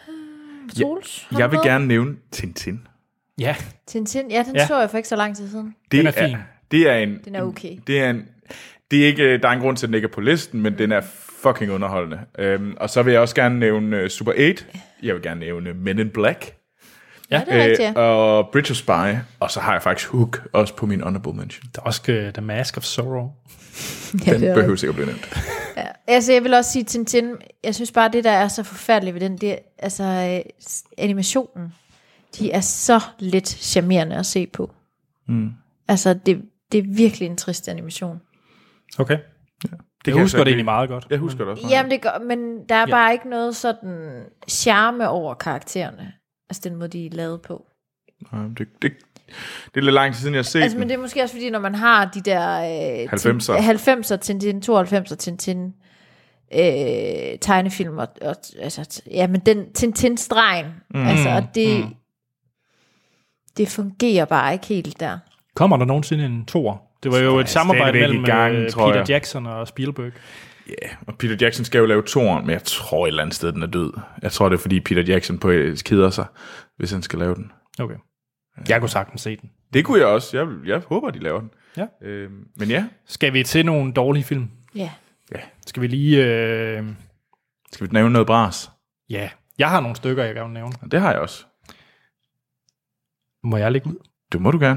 Troels, jeg, jeg vil gerne nævne Tintin. Ja. Tintin, ja, den ja. så jeg for ikke så lang tid siden. Det den er fin. Er, det er en... Den er okay. En, det er en... Det er ikke, der er en grund til, at den ikke er på listen, men den er fucking underholdende. Um, og så vil jeg også gerne nævne uh, Super otte. Jeg vil gerne nævne Men in Black. Ja, det er rigtigt, ja. Og Bridge of Spy. Og så har jeg faktisk Hook også på min honorable mention. Der er også uh, The Mask of Sorrow. Den ja, behøver sikkert blive nævnt. Ja. Altså, jeg vil også sige Tintin. Jeg synes bare, det der er så forfærdeligt ved den, det er, altså animationen. De er så lidt charmerende at se på. Mm. Altså, det, det er virkelig en trist animation. Okay. Ja. Det jeg husker jeg det egentlig meget godt. Jeg husker det også. Jamen, det gør, men der er ja. bare ikke noget sådan charme over karaktererne. Altså, den måde, de er lavet på. Nej, det, det, det er lidt lang tid siden, jeg har set altså, men det er måske også fordi, når man har de der øh, halvfemser. halvfemser, Tintin, tooghalvfemser, Tintin øh, tegnefilm, og, og, altså, ja, men den Tintin-stregen, mm. altså, og det, mm. det fungerer bare ikke helt der. Kommer der nogensinde en toer? Det var jo et samarbejde mellem gang, Peter jeg. Jackson og Spielberg. Ja, yeah, og Peter Jackson skal jo lave toeren, men jeg tror et eller andet sted, den er død. Jeg tror, det er fordi Peter Jackson på keder sig, hvis han skal lave den. Okay. Jeg kunne sagtens se den. Det kunne jeg også. Jeg, jeg håber, de laver den. Ja. Øhm, men ja. Skal vi til nogle dårlige film? Ja. Ja. Skal vi lige... Øh... Skal vi nævne noget bras? Ja. Jeg har nogle stykker, jeg gerne vil nævne. Det har jeg også. Må jeg lægge ud? Det må du gerne.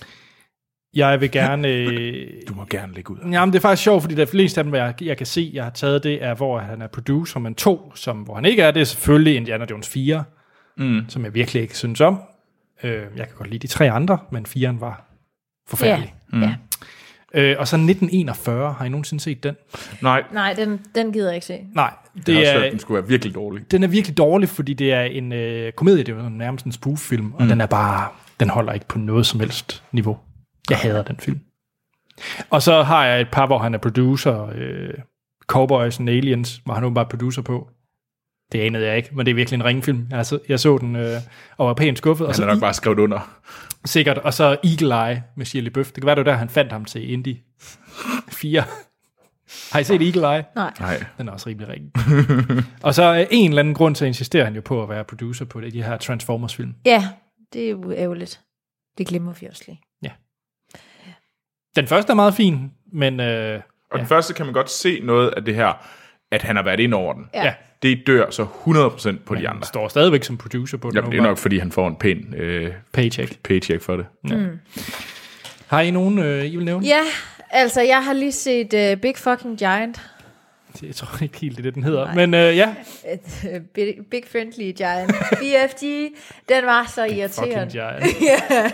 Jeg vil gerne... Øh... Du må gerne lægge ud. Jamen, det er faktisk sjovt, fordi der fleste af dem, jeg, jeg kan se, jeg har taget, det er, hvor han er producer, men to, som, hvor han ikke er, det er selvfølgelig Indiana Jones fire, mm. som jeg virkelig ikke synes om. Øh, jeg kan godt lide de tre andre, men firen var forfærdelig. Ja. Mm. Øh, og så nitten enogfyrre, har I nogensinde set den? Nej, Nej, den, den gider jeg ikke se. Nej, det det jeg har også er, hørt, den skulle være virkelig dårlig. den er virkelig dårlig, fordi det er en øh, komedie, det er jo nærmest en spoof-film, og mm. den er bare, den holder ikke på noget som helst niveau. Jeg hader den film. Og så har jeg et par, hvor han er producer, øh, Cowboys and Aliens, hvor han åbenbart producer på. Det anede jeg ikke, men det er virkelig en ringfilm. Jeg så, jeg så den øh, og var pænt skuffet. Han er nok bare skrevet under. Sikkert. Og så Eagle Eye med Shia LaBeouf. Det kan være, det var der, han fandt ham til Indy fire. Har I set Eagle Eye? Nej. Nej. Den er også rimelig ring. Og så af en eller anden grund, så insisterer han jo på at være producer på det, de her Transformers-film. Ja, det er jo ærgerligt. Det glemmer vi også lige. Ja. Den første er meget fin, men... Øh, Og ja. den første kan man godt se noget af det her, at han har været ind over den. Ja. Ja. Det dør så hundrede procent på Men de han andre. står stadigvæk som producer på den. Jamen, det er nok, fordi han får en pæn øh, Paycheck. paycheck for det. Ja. Mm. Har I nogen, øh, I vil nævne? Ja, altså jeg har lige set uh, Big Fucking Giant. Jeg tror ikke helt, det er det, den hedder. Nej. Men øh, ja. Et, uh, big, big Friendly Giant. B F G, den var så irriterende. Fucking Giant. Ja.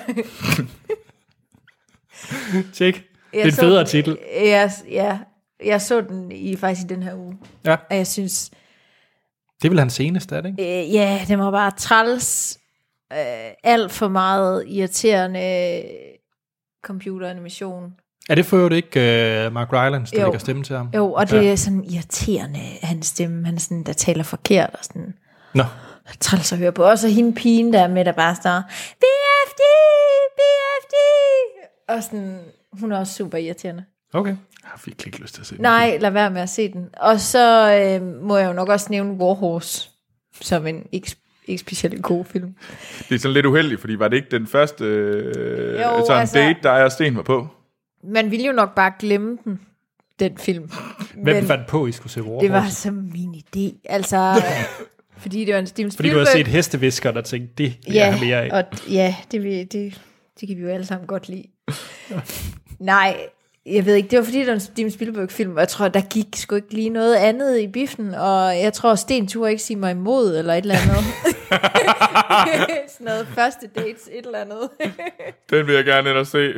Tjek. Det er Jeg en så federe den- titel. Jeg, ja, jeg så den i faktisk i den her uge. Ja. Og jeg synes, Det er vel hans seneste, er det ikke? øh, ja, det var bare træls. Øh, alt for meget irriterende computeranimation. Er det for øvrigt ikke uh, Mark Rylance, der Jo. lægger stemme til ham? Jo, og det Ja. er sådan irriterende, hans stemme. Han er sådan, der taler forkert og sådan. Nå. Træls at høre på. Også hende pigen der med, der bare står, B F D, B F D. Og sådan, hun er også super irriterende. Okay. Jeg har virkelig ikke lyst til at se den. Nej, lad være med at se den. Og så øh, må jeg jo nok også nævne Warhorse, som en ikke, ikke specielt god film. Det er sådan lidt uheldigt, fordi var det ikke den første øh, Jo, sådan altså- date, der er Sten var på? Man ville jo nok bare glemme den, den film. Hvem Men fandt på, at I skulle se Warhorse? det var så min idé. Altså, fordi det var en Steven Fordi Spielberg. du har set hestevisker, der tænkte, det vil jeg have mere af. og ja, det, vil, det, det kan vi jo alle sammen godt lide. Nej, jeg ved ikke, det var fordi, det var en Steven Spielberg-film, og jeg tror, der gik sgu ikke lige noget andet i biffen, og jeg tror, Sten turde ikke sige mig imod, eller et eller andet. Sådan noget første dates, et eller andet. Den vil jeg gerne ind og se.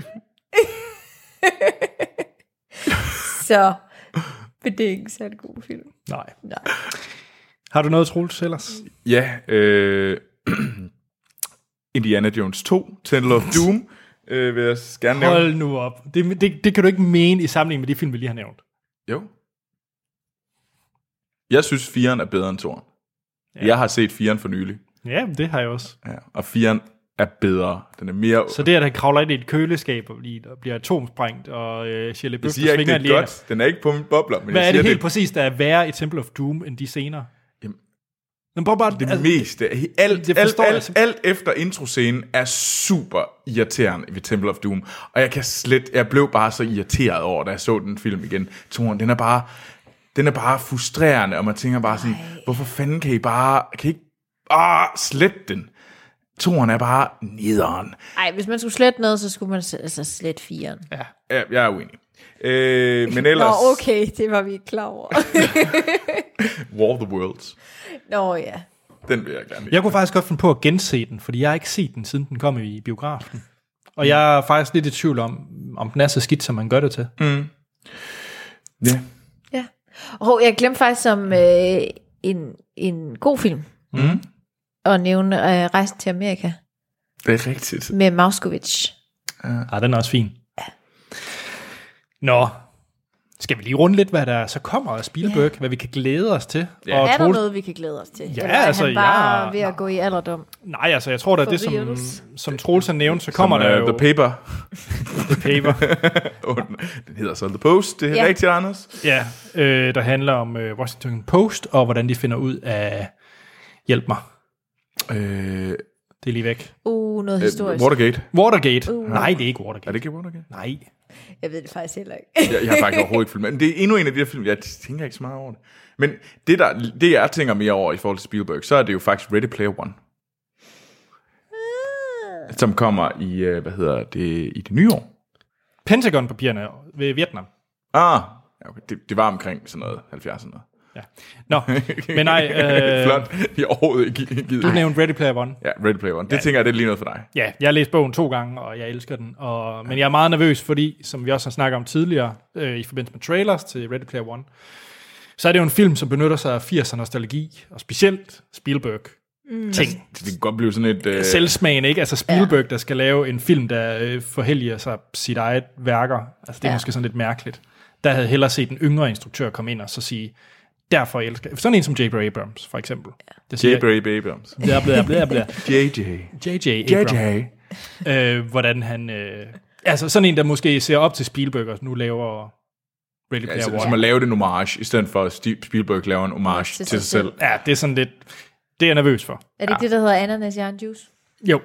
Så, men det er ikke så en god film. Nej. Nej. Har du noget, Troels, ellers? Ja, øh, Indiana Jones to, Temple of Doom, øh, vil jeg gerne nævne. Hold nu op. Det, det, det kan du ikke mene i sammenligning med de film, vi lige har nævnt. Jo. Jeg synes, firen er bedre end toren. Ja. Jeg har set firen for nylig. Ja, det har jeg også. Ja, og firen er bedre. Den er mere... Så det, at han kravler ind i et køleskab og lige og bliver atomsprængt, og øh, Shia LaBeouf, jeg siger ikke, det er godt. Den er ikke på min bobler. Men Hvad jeg er det siger, helt det, præcis, der er værre i Temple of Doom, end de scener? Jamen, Men bare, bare, det altså, meste. Alt, det alt, forstår jeg alt, simpelthen. alt efter introscenen er super irriterende ved Temple of Doom. Og jeg kan slet... Jeg blev bare så irriteret over, da jeg så den film igen. Toren, den er bare... Den er bare frustrerende, og man tænker bare sådan, Ej. hvorfor fanden kan I bare... Kan I ikke... Ah, slet den. Toren er bare nederen. Ej, hvis man skulle slette noget, så skulle man s- altså slette firen. Ja. Ja, jeg er uenig. Øh, men ellers... Nå, okay, det var vi ikke klar over. War of the Worlds. Nå ja. Den vil jeg gerne lide. Jeg kunne faktisk godt finde på at gense den, fordi jeg har ikke set den, siden den kom i biografen. Og jeg er faktisk lidt i tvivl om, om den er så skidt, som man gør det til. Mm. Ja. Ja. Og jeg glemte faktisk om øh, en, en god film. Mm. At nævne øh, Rejsen til Amerika Det er rigtigt. med Mauskovic. Ja, den er også fin. Ja. Nå, skal vi lige runde lidt, hvad der så kommer af Spielberg, ja. Hvad vi kan glæde os til. Ja. Og Er der Troels- noget, vi kan glæde os til? Ja, Eller er altså, han bare jeg- ved at gå i alderdom? Nej, altså, jeg tror da, For det som, reals. som Troels har nævnt, så kommer Som, der uh, jo... The Paper. The Paper. Oh, den- den hedder så The Post. Det er Ja. rigtigt, Anders. Ja, øh, der handler om øh, Washington Post, og hvordan de finder ud af... Hjælp mig, Øh, det er lige væk. Uh, noget historisk. Watergate. Watergate. Uh. Nej, det er ikke Watergate. Er det ikke Watergate? Nej. Jeg ved det faktisk heller ikke. Jeg, jeg har faktisk overhovedet ikke fulgt med. Men det er endnu en af de der film, jeg tænker ikke så meget over det. Men det, der, det jeg tænker mere over i forhold til Spielberg, så er det jo faktisk Ready Player One. Som kommer i, øh, hvad hedder det, i det nye år. Pentagon-papirerne ved Vietnam. Ah, ja, okay. det, det var omkring sådan noget halvfjerdserne. Ja. Nå, men nej... Øh, Flot. Jeg overhovedet ikke givet. Du nævnte Ready Player One. Ja, Ready Player One. Det ja. tænker jeg, det er lige noget for dig. Ja, jeg har læst bogen to gange, og jeg elsker den. Og, men jeg er meget nervøs, fordi, som vi også har snakket om tidligere, øh, i forbindelse med trailers til Ready Player One, så er det jo en film, som benytter sig af firserne nostalgi, og specielt Spielberg. Mm. Ting. Det kan godt blive sådan et... Øh... Selvsmagen, ikke? Altså Spielberg, ja. der skal lave en film, der øh, forhelliger sig sit eget værker. Altså det er ja. måske sådan lidt mærkeligt. Der havde hellere set en yngre instruktør komme ind og så sige, derfor elsker jeg. Sådan en som J J. Abrams, for eksempel. Ja. J J. Abrams. Blæ, blæ, blæ, blæ. J J. J J. Abrams. Øh, hvordan han... Øh, altså sådan en, der måske ser op til Spielberg og nu laver... Ready Player ja, One. Som at lave det en homage, i stedet for at Spielberg laver en homage ja, til, til sig selv. selv. Ja, det er sådan lidt... Det er jeg nervøs for. Er det ikke ja. det, der hedder Ananas Jern Juice? Jo.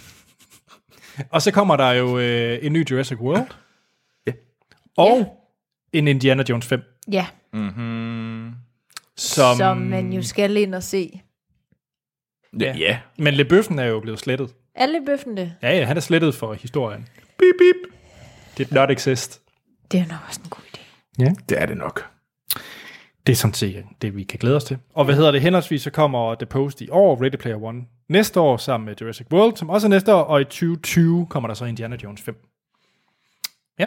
Og så kommer der jo øh, en ny Jurassic World. Ja. Og ja. en Indiana Jones fem. Ja. Mm-hmm. Som, Som man jo skal ind og se. Ja. ja. Men LeBøffen er jo blevet slettet. Er LeBøffen det? Ja, ja, han er slettet for historien. Beep, beep. Did not exist. Det er nok også en god idé. Ja. Det er det nok. Det er sådan set det, vi kan glæde os til. Og hvad hedder det? Henholdsvis så kommer The Post i år, Ready Player One næste år, sammen med Jurassic World, som også er næste år, og i tyve tyve kommer der så Indiana Jones fem. Ja.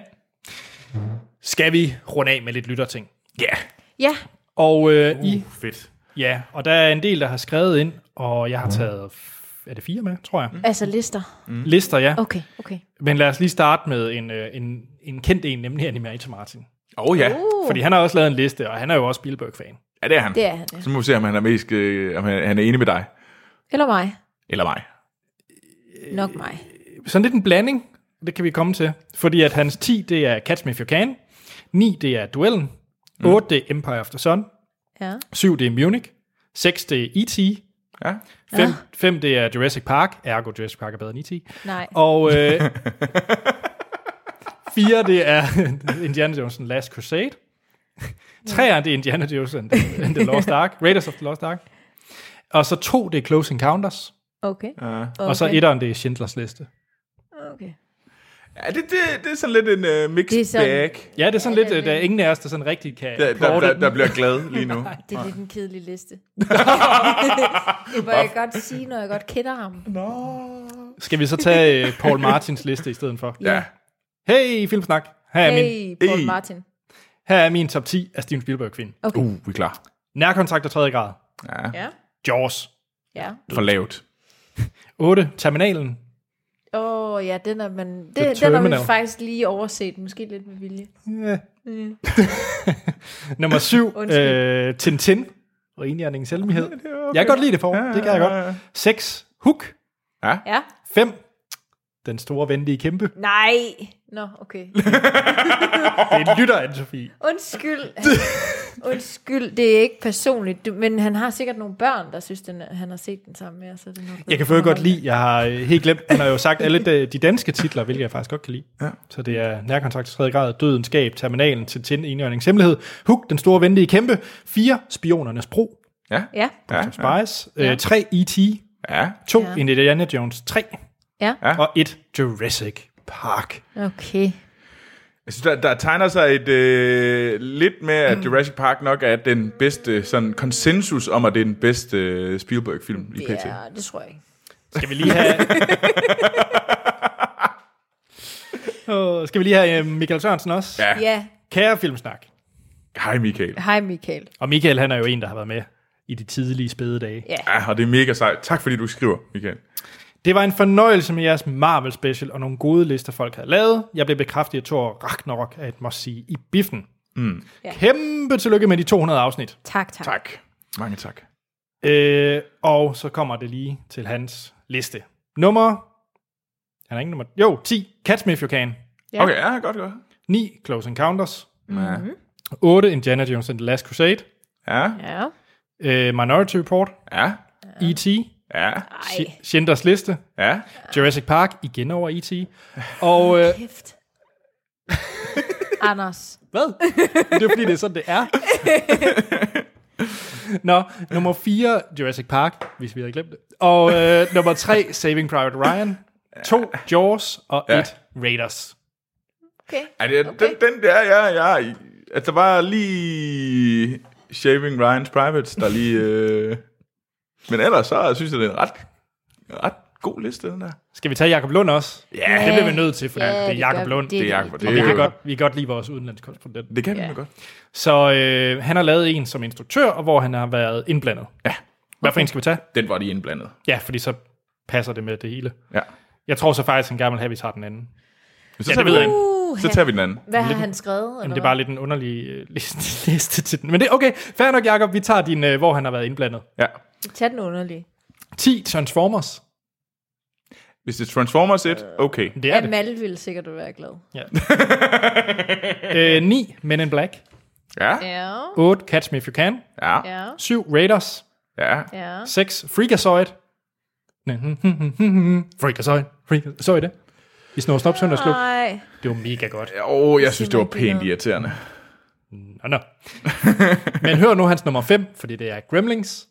Skal vi runde af med lidt lytterting? Ja. Yeah. Ja. Og øh, uh, i... Fedt. Ja, og der er en del, der har skrevet ind, og jeg har taget... Er det fire med, tror jeg? Mm. Altså lister? Mm. Lister, ja. Okay, okay. Men lad os lige starte med en, en, en kendt en, nemlig Animator Martin. Åh oh, ja. Uh. Fordi han har også lavet en liste, og han er jo også Spielberg-fan. Ja, det er han. Det er han, ja. Så må vi se, om han er, mest, øh, om han er enig med dig. Eller mig. Eller mig. Nok mig. Sådan lidt en blanding, det kan vi komme til. Fordi at hans ti, det er Catch Me If You Can. ni, det er Duellen. Mm. otte, det er Empire of the Sun. Ja. syv, det er Munich. seks, det er E T. Ja. fem, det er Jurassic Park. Ergo Jurassic Park er bedre end E T. Nej. Og øh, fire, det er Indiana Jones and Last Crusade. tre, det er Indiana Jones and the, and the Lost Ark. Raiders of the Lost Ark. Og så to, det er Close Encounters. Okay. Uh. okay. Og så etteren, det er Schindlers Liste. Okay. Ja, det, det, det er sådan lidt en uh, mixed sådan, bag. Ja, det er sådan ja, lidt, der er ingen af os, der sådan rigtig kan... Der, der, der, der bliver glad lige nu. Det er lidt en kedelig liste. Det må jeg godt sige, når jeg godt kender ham. No. Skal vi så tage uh, Paul Martins liste i stedet for? Ja. Hey, Filmsnak. Her er hey, min, Paul hey. Martin. Her er min top ti af Steven Spielberg-film. Okay. Uh, vi er klar. Nærkontakt og tredje grad. Ja. Ja. Jaws. Ja. For lavt. otte. Terminalen. Åh, oh, ja, den er, man, det, den har vi faktisk lige overset. Måske lidt med vilje. Ja. Mm. Nummer syv. øh, Tintin. Og enhjørningens selvmighed. Ja, okay. Jeg kan godt lide det for. Ja, det kan jeg godt. seks. Hook. Ja. Ja. fem. Den store venlige kæmpe. Nej. Nå, okay. Det er en lytter, Anne-Sophie. Undskyld. Undskyld, det er ikke personligt, du, men han har sikkert nogle børn, der synes, den, han har set den sammen med. Så det er nok, jeg kan faktisk godt lide, jeg har helt glemt, han har jo sagt alle de, de danske titler, hvilket jeg faktisk godt kan lide. Ja. Så det er Nærkontakt til tredje grad, Dødens Skab, Terminalen, Tintin, Enhjørningens hemmelighed, Hook, Den store venlige kæmpe, fire. Spionernes bro. Ja. Ja. ja. Spies. Ja. Øh, tre. E T. Ja. to. Ja. Indiana Jones tre. Ja. Og et. Jurassic Park. Okay. Jeg synes, der, der tegner sig et øh, lidt med, at mm. Jurassic Park nok er den bedste, sådan konsensus om, at det er den bedste Spielberg-film i P T. Ja, det tror jeg ikke. Skal vi lige have... oh, skal vi lige have uh, Michael Sørensen også? Ja. Ja. Kære Filmsnak. Hej Michael. Hej Michael. Og Michael, han er jo en, der har været med i de tidlige spæde dage. Ja. Ja, og det er mega sejt. Tak fordi du skriver, Michael. Det var en fornøjelse med jeres Marvel Special og nogle gode lister, folk havde lavet. Jeg blev bekræftet, at Thor Ragnarok er et must-see i biffen. Mm. Ja. Kæmpe tillykke med de to hundrede afsnit. Tak, tak. Tak. Mange tak. Øh, og så kommer det lige til hans liste. Nummer... Han er ikke nummer... Jo, ti. Catch Me If You Can. Ja. Okay, ja, godt, godt. ni. Close Encounters. Mm-hmm. otte. Indiana Jones and the Last Crusade. Ja. Ja. Øh, Minority Report. Ja. E T. Ja. Schindlers Liste. Ja. Jurassic Park, igen over E T. Og... Øh, Kæft. Anders. Hvad? Det er fordi, det er sådan, det er. Nå, nummer fire, Jurassic Park, hvis vi havde glemt det. Og øh, nummer tre, Saving Private Ryan. To, Jaws. Og Ja. et, Raiders. Okay. Ej, det, okay. Den, den der, ja, ja. Altså, der var lige... Shaving Ryan's Privates, der lige... Øh... Men ellers så synes jeg, det er en ret, ret god liste, den der. Skal vi tage Jakob Lund også? Ja, det bliver vi nødt til, for Ja, det er det Jakob gør- Lund. det- Det er Jakob. det- Og vi kan Jakob. godt, vi kan godt lide vores udenlandskorrespondent. Det kan vi Ja. ja. godt. Så øh, han har lavet en som instruktør, og hvor han har været indblandet. Ja. Hvad for en skal vi tage? Den var de indblandet. Ja, fordi så passer det med det hele. Ja. Jeg tror så faktisk, han gerne vil have, at vi tager den anden. Så, Ja, tager det vi ved den. Uh, så tager vi den anden. Hvad har han skrevet? Jamen, eller det er bare lidt en underlig øh, liste, liste til den. Men det er okay. Fair nok, Jacob. Vi tager din, øh, hvor han har været indblandet. Ja. hvad? Tag den underlige. ti Transformers. Hvis det er Transformers et, okay. Det er Ja, det. Mal ville sikkert være glad. Ja. øh, ni Men in Black. Ja, Ja, otte Catch Me If You Can. ja, ja, syv Raiders. ja. ja. seks Freakazoid. Freakazoid. Freakazoid. det? I Snor Snop Søndag Sluk. Nej. Det var mega godt. Åh, oh, jeg synes, det var simpelthen ikke pænt irriterende. Nå, nå. Men hør nu hans nummer fem, fordi det er Gremlings.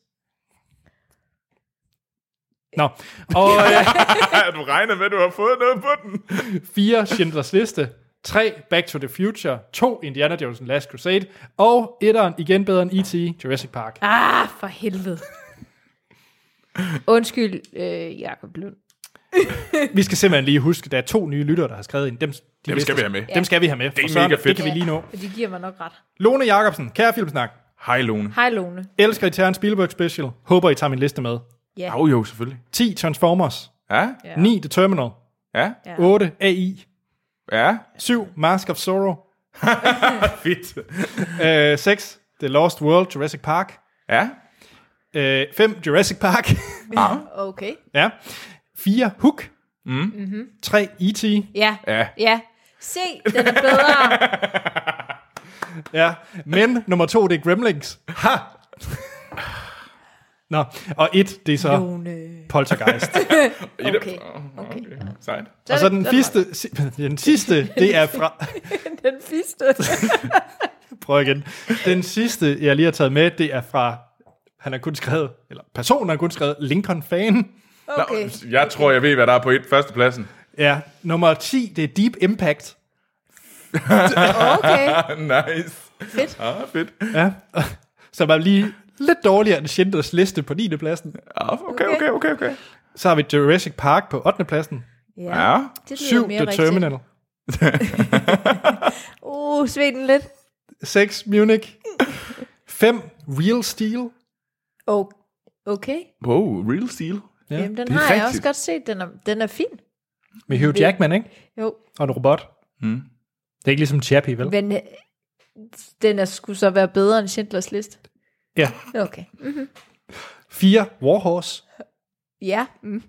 Nå. Og øh, Du regner med, at du har fået noget på den. fire Schindlers Liste. tre Back to the Future. to Indiana Jones and Last Crusade. Og etteren igen bedre end E T Jurassic Park. Ah, for helvede. Undskyld, øh, Jakob Lund. Vi skal simpelthen lige huske, der er to nye lyttere, der har skrevet ind. Dem, de Dem lister- skal vi have med. Dem skal vi have med. Det er For søren, mega fedt. Det kan vi lige nå. Og de giver mig nok ret. Lone Jacobsen, kære Filmsnak. Hej, Lone. Hej, Lone. Elsker I Terrence Spielberg Special. Håber I tager min liste med. Ja. Jo, jo, selvfølgelig. ti Transformers. Ja, Ja. ni The Terminal. ja, Ja. otte A I. ja. syv Mask of Sorrow. Fedt. Øh, seks The Lost World, Jurassic Park. Ja, Øh, fem Jurassic Park. Okay. ja. fire Hook. Mm. tre E T. Ja. ja. Ja. Se, den er bedre. Ja. Men nummer to, det er Gremlings. Ha! Nå, og et, det er så Lone. Poltergeist. Okay. Okay. Sejt. Og så den, sidste, si- den sidste, det er fra... Den fiste. Prøv igen. Den sidste, jeg lige har taget med, det er fra... Han har kun skrevet, eller personen har kun skrevet Lincoln-fan. Okay. Nå, jeg tror, jeg ved, hvad der er på et førstepladsen. Ja, nummer ti, det er Deep Impact. Okay. Nice. Fedt. Ah, fedt. Ja, så var lige lidt dårligere end Schindlers Liste på niende pladsen. Ah, okay, okay, okay, okay. Så har vi Jurassic Park på ottende pladsen. Ja. Ja. Det lyder syv mere The Terminal. Uh, sved den lidt. seks Munich. fem Real Steel. Oh, okay. Wow, Real Steel. Ja, Jamen, den det er har jeg rigtigt. også godt set. Den er, den er fin. med Hugh Jackman, ikke? Jo. Og en robot. Mm. Det er ikke ligesom Chappie, vel? Men øh, den er, skulle så være bedre end Schindlers Liste. Ja. Okay. fire Warhorse. Ja. Mm.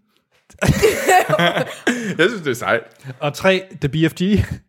Jeg synes, det er sejt. Og tre The B F G.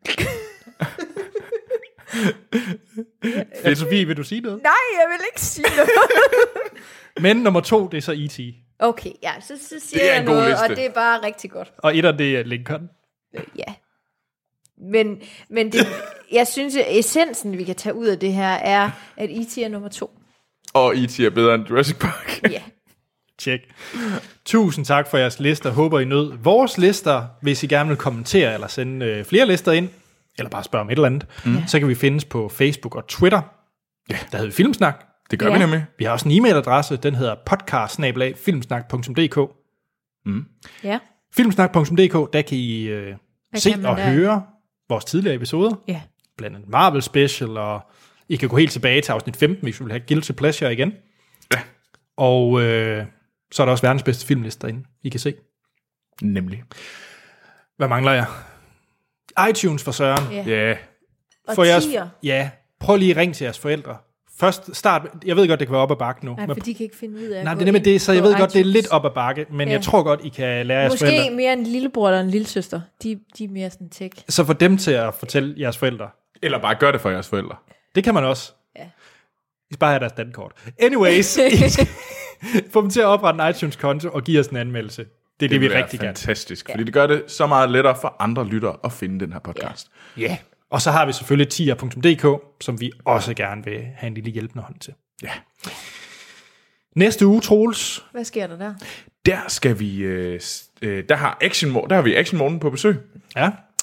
Ja, Sofie, vil du sige noget? Nej, jeg vil ikke sige noget. Men nummer to, det er så E T. Okay, ja, så, så siger Det er jeg en god noget, liste. og det er bare rigtig godt. Og etter, det er Lincoln. Øh, ja. Men, men det, jeg synes, at essensen, vi kan tage ud af det her, er, at E T er nummer to. Og E T er bedre end Jurassic Park. Ja. Tjek. Tusind tak for jeres lister. Håber I nød vores lister. Hvis I gerne vil kommentere eller sende øh, flere lister ind, eller bare spørge om et eller andet, mm. så kan vi findes på Facebook og Twitter. Ja, der hedder vi Filmsnak. Det gør Ja. vi nemlig. Vi har også en e-mailadresse. Den hedder podcast bindestreg filmsnak punktum d k. Ja. filmsnak punktum d k, der kan I øh, se kan man og der? høre vores tidligere episoder. Ja. Blandt andet Marvel Special, og I kan gå helt tilbage til afsnit femten, hvis vi vil have Guilty Pleasure igen. Ja. Og øh, så er der også verdens bedste filmlister inde, I kan se. Nemlig. Hvad mangler jeg? iTunes for Søren. Ja. Ja. Og For jeres, tier. ja, prøv lige at ringe til jeres forældre. Først start, jeg ved godt, det kan være op ad bakke nu. Nej, men, for de kan ikke finde ud af at nej, gå det er nemlig ind det, så jeg på ved godt, det er iTunes. lidt op ad bakke, men Ja. jeg tror godt, I kan lære jeres Måske forældre. mere en lillebror eller en lillesøster. De, de er mere sådan tech. Så få dem til at fortælle jeres forældre. Eller bare gør det for jeres forældre. Det kan man også. Ja. I skal bare have deres dankort. Anyways, I skal få dem til at oprette en iTunes-konto og give os en anmeldelse. Det er det, det vi vil være rigtig gerne. fantastisk, fordi det gør det så meget lettere for andre lyttere at finde den her podcast. Ja. Yeah. Og så har vi selvfølgelig tier punktum d k, som vi også gerne vil have en lille hjælpende hånd til. Ja. Næste uge, Troels. Hvad sker der der? Der skal vi, øh, s- øh, der har Action Morten, der har vi Action Morten på besøg. Ja.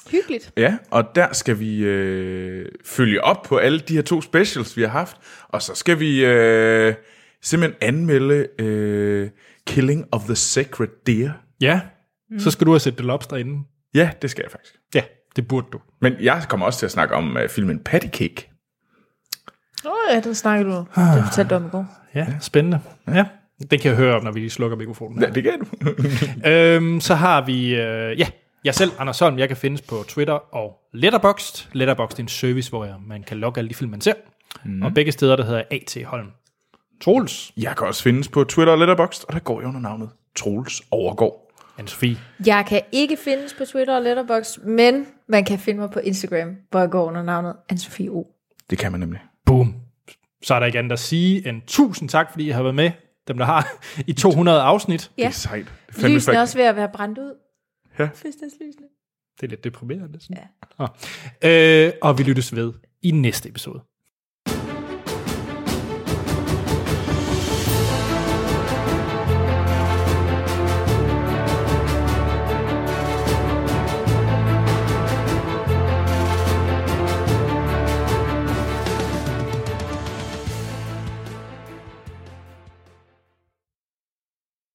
Hyggeligt. Ja, og der skal vi øh, følge op på alle de her to specials, vi har haft. Og så skal vi øh, simpelthen anmelde øh, Killing of the Sacred Deer. Ja, mm. så skal du have set The Lobster inden. Ja, det skal jeg faktisk. Ja, det burde du. Men jeg kommer også til at snakke om uh, filmen Patty Cake. Åh oh, ja, det snakker du. Det fortalte du om i går. Ja, spændende. Ja, det kan jeg høre om, når vi slukker mikrofonen. Ja, det kan du. øhm, så har vi, øh, ja, jeg selv, Anders Holm, jeg kan findes på Twitter og Letterboxd. Letterboxd er en service, hvor jeg, man kan logge alle de film, man ser. Mm. Og begge steder, der hedder A T Holm. Troels. Jeg kan også findes på Twitter og Letterboxd, og der går jeg under navnet Troels Overgaard. Anne-Sophie. Jeg kan ikke findes på Twitter og Letterboxd, men man kan finde mig på Instagram, hvor jeg går under navnet Anne-Sophie O. Det kan man nemlig. Boom. Så er der ikke andet at sige end tusind tak, fordi I har været med, dem der har, i to hundrede afsnit. Ja. Det er sejt. Det er Lysene er også ved at være brændt ud. Ja. Fødselsdagslysene. Det er lidt deprimerende. Sådan. Ja. Øh, og vi lyttes ved i næste episode.